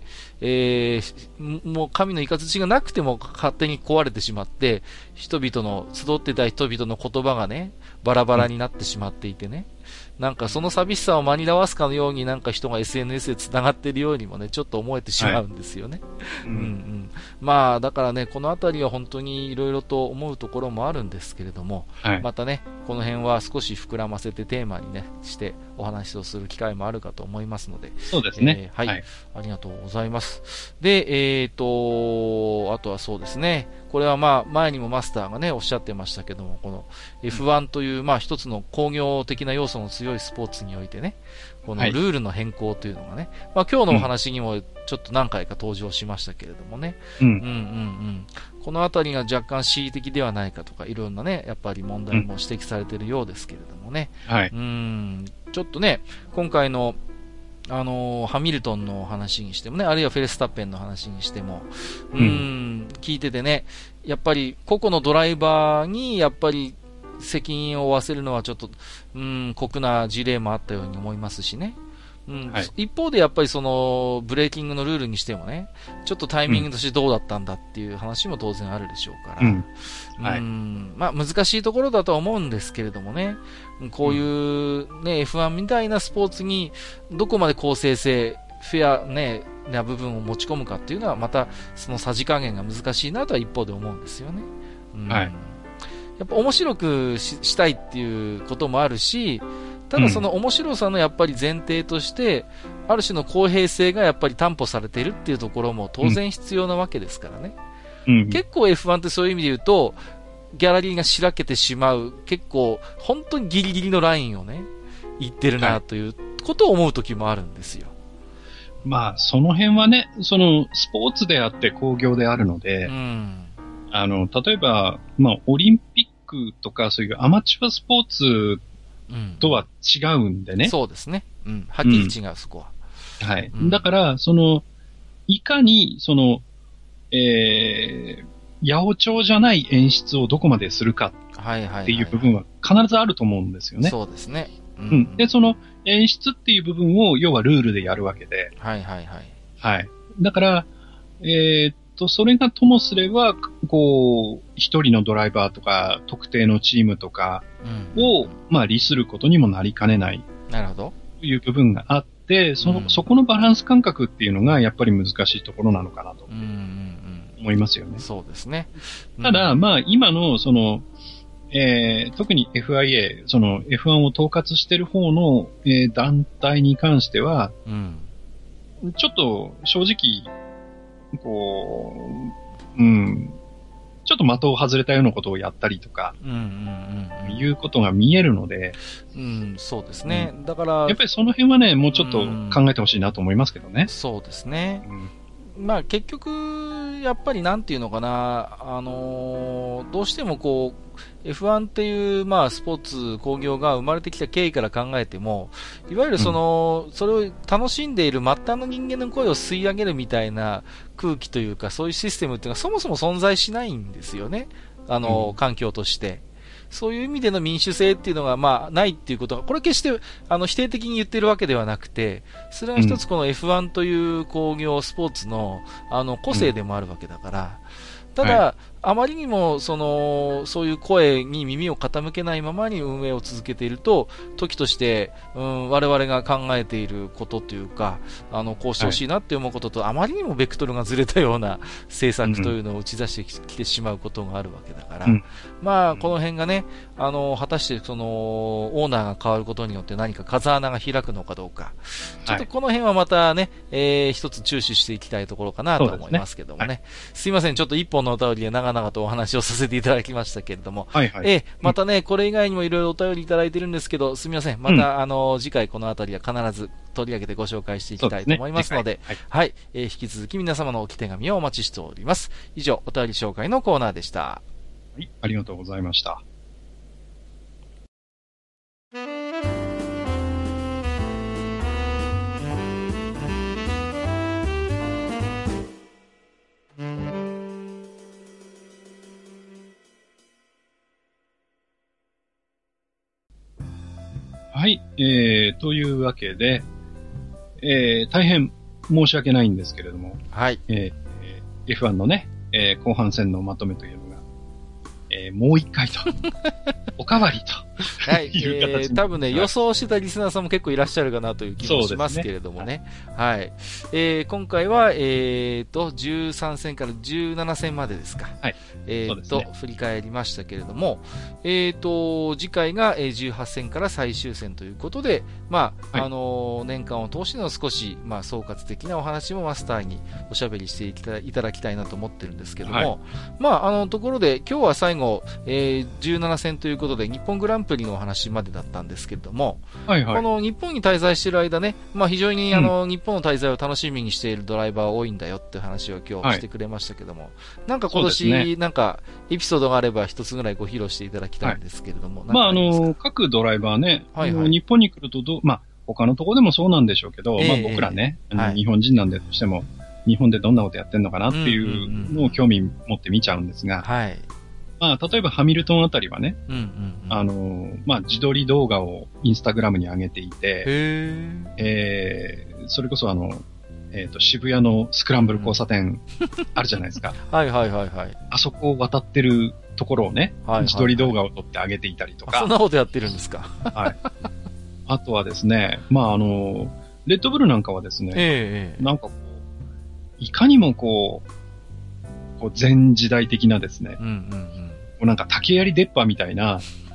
もう神の雷がなくても勝手に壊れてしまって、集っていた人々の言葉がね、バラバラになってしまっていてね、なんかその寂しさを紛らわすかのようになんか人が SNS で繋がっているようにもね、ちょっと思えてしまうんですよね。だからね、このあたりは本当にいろいろと思うところもあるんですけれども、またね、この辺は少し膨らませてテーマにね、してお話をする機会もあるかと思いますので。 そうですね。 ありがとうございます。で、あとはそうですね、これは前にもマスターがね、おっしゃってましたけども、この F1 という、一つの工業的な要素の強いスポーツにおいてね、このルールの変更というのがね、今日のお話にもちょっと何回か登場しましたけれどもね、このあたりが若干恣意的ではないかとか、いろんなね、やっぱり問題も指摘されているようですけれどもね、ちょっとね、今回のハミルトンの話にしてもね、あるいはフェルスタッペンの話にしても、聞いててね、やっぱり個々のドライバーにやっぱり責任を負わせるのはちょっと、酷な事例もあったように思いますしね。一方でやっぱりそのブレーキングのルールにしてもね、ちょっとタイミングとしてどうだったんだっていう話も当然あるでしょうから、難しいところだとは思うんですけれどもね、こういうね、F1 みたいなスポーツにどこまで公正性、フェアね、な部分を持ち込むかっていうのはまたそのさじ加減が難しいなとは一方で思うんですよね。やっぱ面白くしたいっていうこともあるし、 ただその面白さのやっぱり前提として、ある種の公平性がやっぱり担保されているっていうところも当然必要なわけですからね。結構 F1 ってそういう意味で言うと、ギャラリーがしらけてしまう、結構本当にギリギリのラインをね、言ってるなということを思う時もあるんですよ。 まあ、その辺はね、その、スポーツであって工業であるので、例えば、まあ、オリンピックとか、そういうアマチュアスポーツとは違うんでね。 そうですね。はっきり違う、そこは。 はい。だから、その、いかに、その、八百長じゃない演出をどこまでするかっていう部分は必ずあると思うんですよね。 そうですね。 で、その演出っていう部分を要はルールでやるわけで。 はい。 だから、それがともすれば、こう、一人のドライバーとか、特定のチームとかを、まあ、利することにもなりかねない。 なるほど。 という部分があって、そこのバランス感覚っていうのが、やっぱり難しいところなのかなと。思いますよね。 そうですね。 ただ、まあ、今の、その、特に FIA、その F1 を統括してる方の、団体に関しては、ちょっと正直、こう、ちょっと的を外れたようなことをやったりとか、いうことが見えるので、 そうですね。だから、 やっぱりその辺はね、もうちょっと考えてほしいなと思いますけどね。 そうですね。まあ結局、やっぱりなんていうのかな、どうしてもこう、F1 っていう、まあスポーツ工業が生まれてきた経緯から考えても、いわゆるその、それを楽しんでいる末端の人間の声を吸い上げるみたいな空気というか、そういうシステムっていうのはそもそも存在しないんですよね。環境として。そういう意味での民主性っていうのが、まあ、ないっていうことは、これ決して、否定的に言ってるわけではなくて、それは一つこの F1 という工業スポーツの、個性でもあるわけだから、ただ、あまりにも、そういう声に耳を傾けないままに運営を続けていると、時として、我々が考えていることというか、こうしてほしいなって思うことと、あまりにもベクトルがずれたような政策というのを打ち出してきてしまうことがあるわけだから、まあ、この辺がね、果たして、オーナーが変わることによって何か風穴が開くのかどうか、ちょっとこの辺はまたね、一つ注視していきたいところかなと思いますけどもね。すいません、ちょっと一本のお便りで長々とお話をさせていただきましたけれども、またね、これ以外にもいろいろお便りいただいてるんですけど、すみません、また、次回このあたりは必ず取り上げてご紹介していきたいと思いますので、引き続き皆様の置き手紙をお待ちしております。以上、お便り紹介のコーナーでした。 はい、ありがとうございました。はい、というわけで、大変申し訳ないんですけれども、F1 のね、後半戦のまとめというのが、もう一回と、おかわりと。 はい。多分ね、予想してたリスナーさんも結構いらっしゃるかなという気もしますけれどもね。はい。今回は、13戦から17戦までですか。 はい。 振り返りましたけれども、次回が18戦から最終戦ということで、まあ、年間を通しての少し、まあ、総括的なお話もマスターにおしゃべりしていただきたいなと思ってるんですけども、まあ、ところで、今日は最後、17戦ということで、日本グランプリのお話までだったんですけれども、この日本に滞在している間ね、まあ、非常に日本の滞在を楽しみにしているドライバー多いんだよって話を今日してくれましたけども、なんか今年、なんかエピソードがあれば一つぐらいご披露していただきたいんですけれども、 まあ、各ドライバーね、日本に来るとまあ、他のところでもそうなんでしょうけど、まあ僕らね、日本人なんでとしても、日本でどんなことやってんのかなっていうのを興味持って見ちゃうんですが、まあ、例えばハミルトンあたりはね、まあ、自撮り動画をインスタグラムに上げていて、それこそ渋谷のスクランブル交差点あるじゃないですか。あそこを渡ってるところをね、自撮り動画を撮って上げていたりとか。 そんなことやってるんですか。 あとはですね、まあレッドブルなんかはですね、なんかこう、いかにもこう前時代的なですね、なんか竹槍出っ歯みたいな、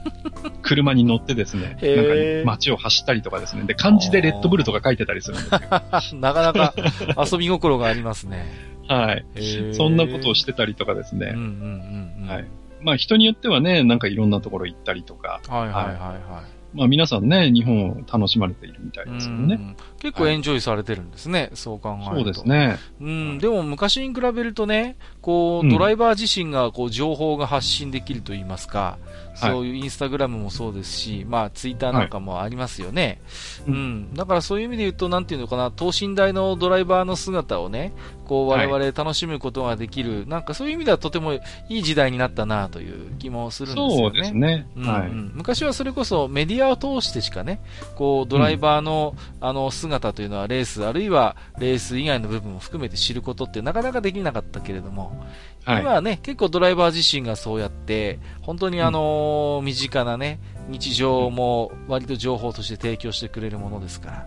車に乗ってですね、なんか街を走ったりとかですね。で、漢字でレッドブルとか書いてたりするんですよ。 なかなか遊び心がありますね。 はい。そんなことをしてたりとかですね。はい。まあ人によってはね、なんかいろんなところ行ったりとか。 はいはいはいはい。 まあ皆さんね、日本を楽しまれているみたいですよね。 結構エンジョイされてるんですね、そう考えると。 そうですね。 でも昔に比べるとね、こう、ドライバー自身がこう情報が発信できると言いますか、そういうインスタグラムもそうですし、まあツイッターなんかもありますよね。だからそういう意味で言うと、なんていうのかな、等身大のドライバーの姿をね、こう我々楽しむことができる、なんかそういう意味ではとてもいい時代になったなという気もするんですよね。 そうですね。 昔はそれこそメディアを通してしかね、こうドライバーの、姿というのはレース、あるいはレース以外の部分も含めて知ることってなかなかできなかったけれども、今はね、結構ドライバー自身がそうやって、本当に身近なね、日常も割と情報として提供してくれるものですから、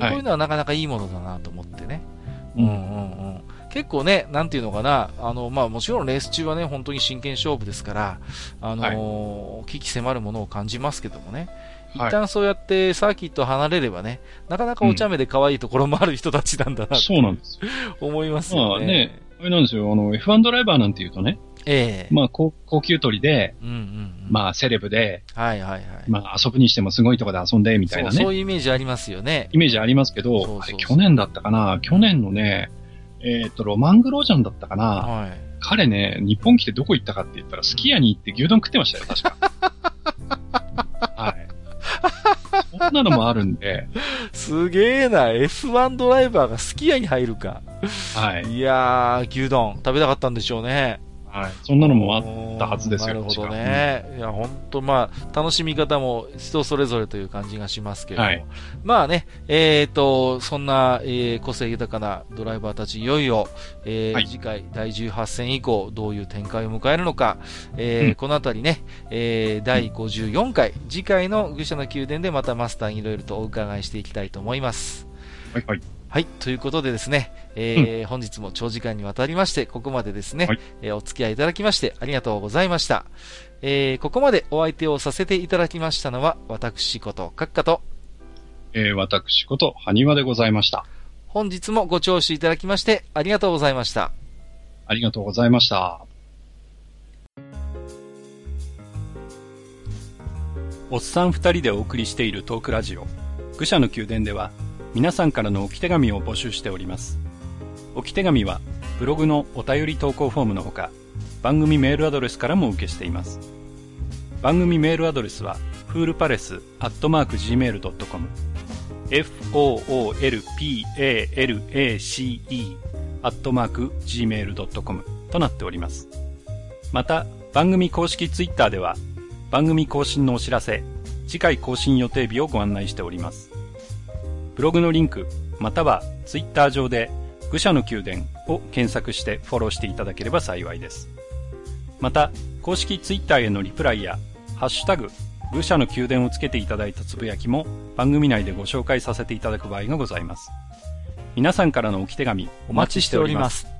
こういうのはなかなかいいものだなと思ってね。結構ね、なんていうのかな、まあもちろんレース中はね、本当に真剣勝負ですから、危機迫るものを感じますけどもね、一旦そうやってサーキット離れればね、なかなかお茶目で可愛いところもある人たちなんだな、 そうなんですよ。 思いますよね。 まあね、あれなんですよ、F1 ドライバーなんて言うとね、まあ高級取りで、まあセレブで、まあ遊ぶにしてもすごいとこで遊んでみたいなね。 そういうイメージありますよね。 イメージありますけど、あれ去年だったかな、去年のね、ロマングロージャンだったかな、彼ね、日本来てどこ行ったかって言ったら、すき家に行って牛丼食ってましたよ、確か。はい。そんなのもあるんで。 すげえな、F1 ドライバーがすき家に入るか。 はい。 いやー、牛丼食べたかったんでしょうね。 はい。そんなのもあったはずですよ。 なるほどね。いや、ほんと、まあ、楽しみ方も人それぞれという感じがしますけれども。まあね、そんな、個性豊かなドライバーたち、いよいよ、次回、第18戦以降、どういう展開を迎えるのか、このあたりね、第54回、次回の愚者の宮殿でまたマスターにいろいろとお伺いしていきたいと思います。はい、ということでですね、本日も長時間にわたりまして、ここまでですね、お付き合いいただきましてありがとうございました。ここまでお相手をさせていただきましたのは、私こと閣下と、 私こと埴輪でございました。 本日もご聴取いただきましてありがとうございました。 ありがとうございました。 おっさん二人でお送りしているトークラジオ、愚者の宮殿では、皆さんからの置き手紙を募集しております。置き手紙はブログのお便り投稿フォームのほか、番組メールアドレスからも受けしています。番組メールアドレスはフールパレス@gmail.com foolpalace@gmail.com となっております。また番組公式ツイッターでは番組更新のお知らせ、次回更新予定日をご案内しております。ブログのリンクまたはツイッター上で愚者の宮殿を検索してフォローしていただければ幸いです。また公式ツイッターへのリプライやハッシュタグ愚者の宮殿をつけていただいたつぶやきも番組内でご紹介させていただく場合がございます。皆さんからの置き手紙お待ちしております。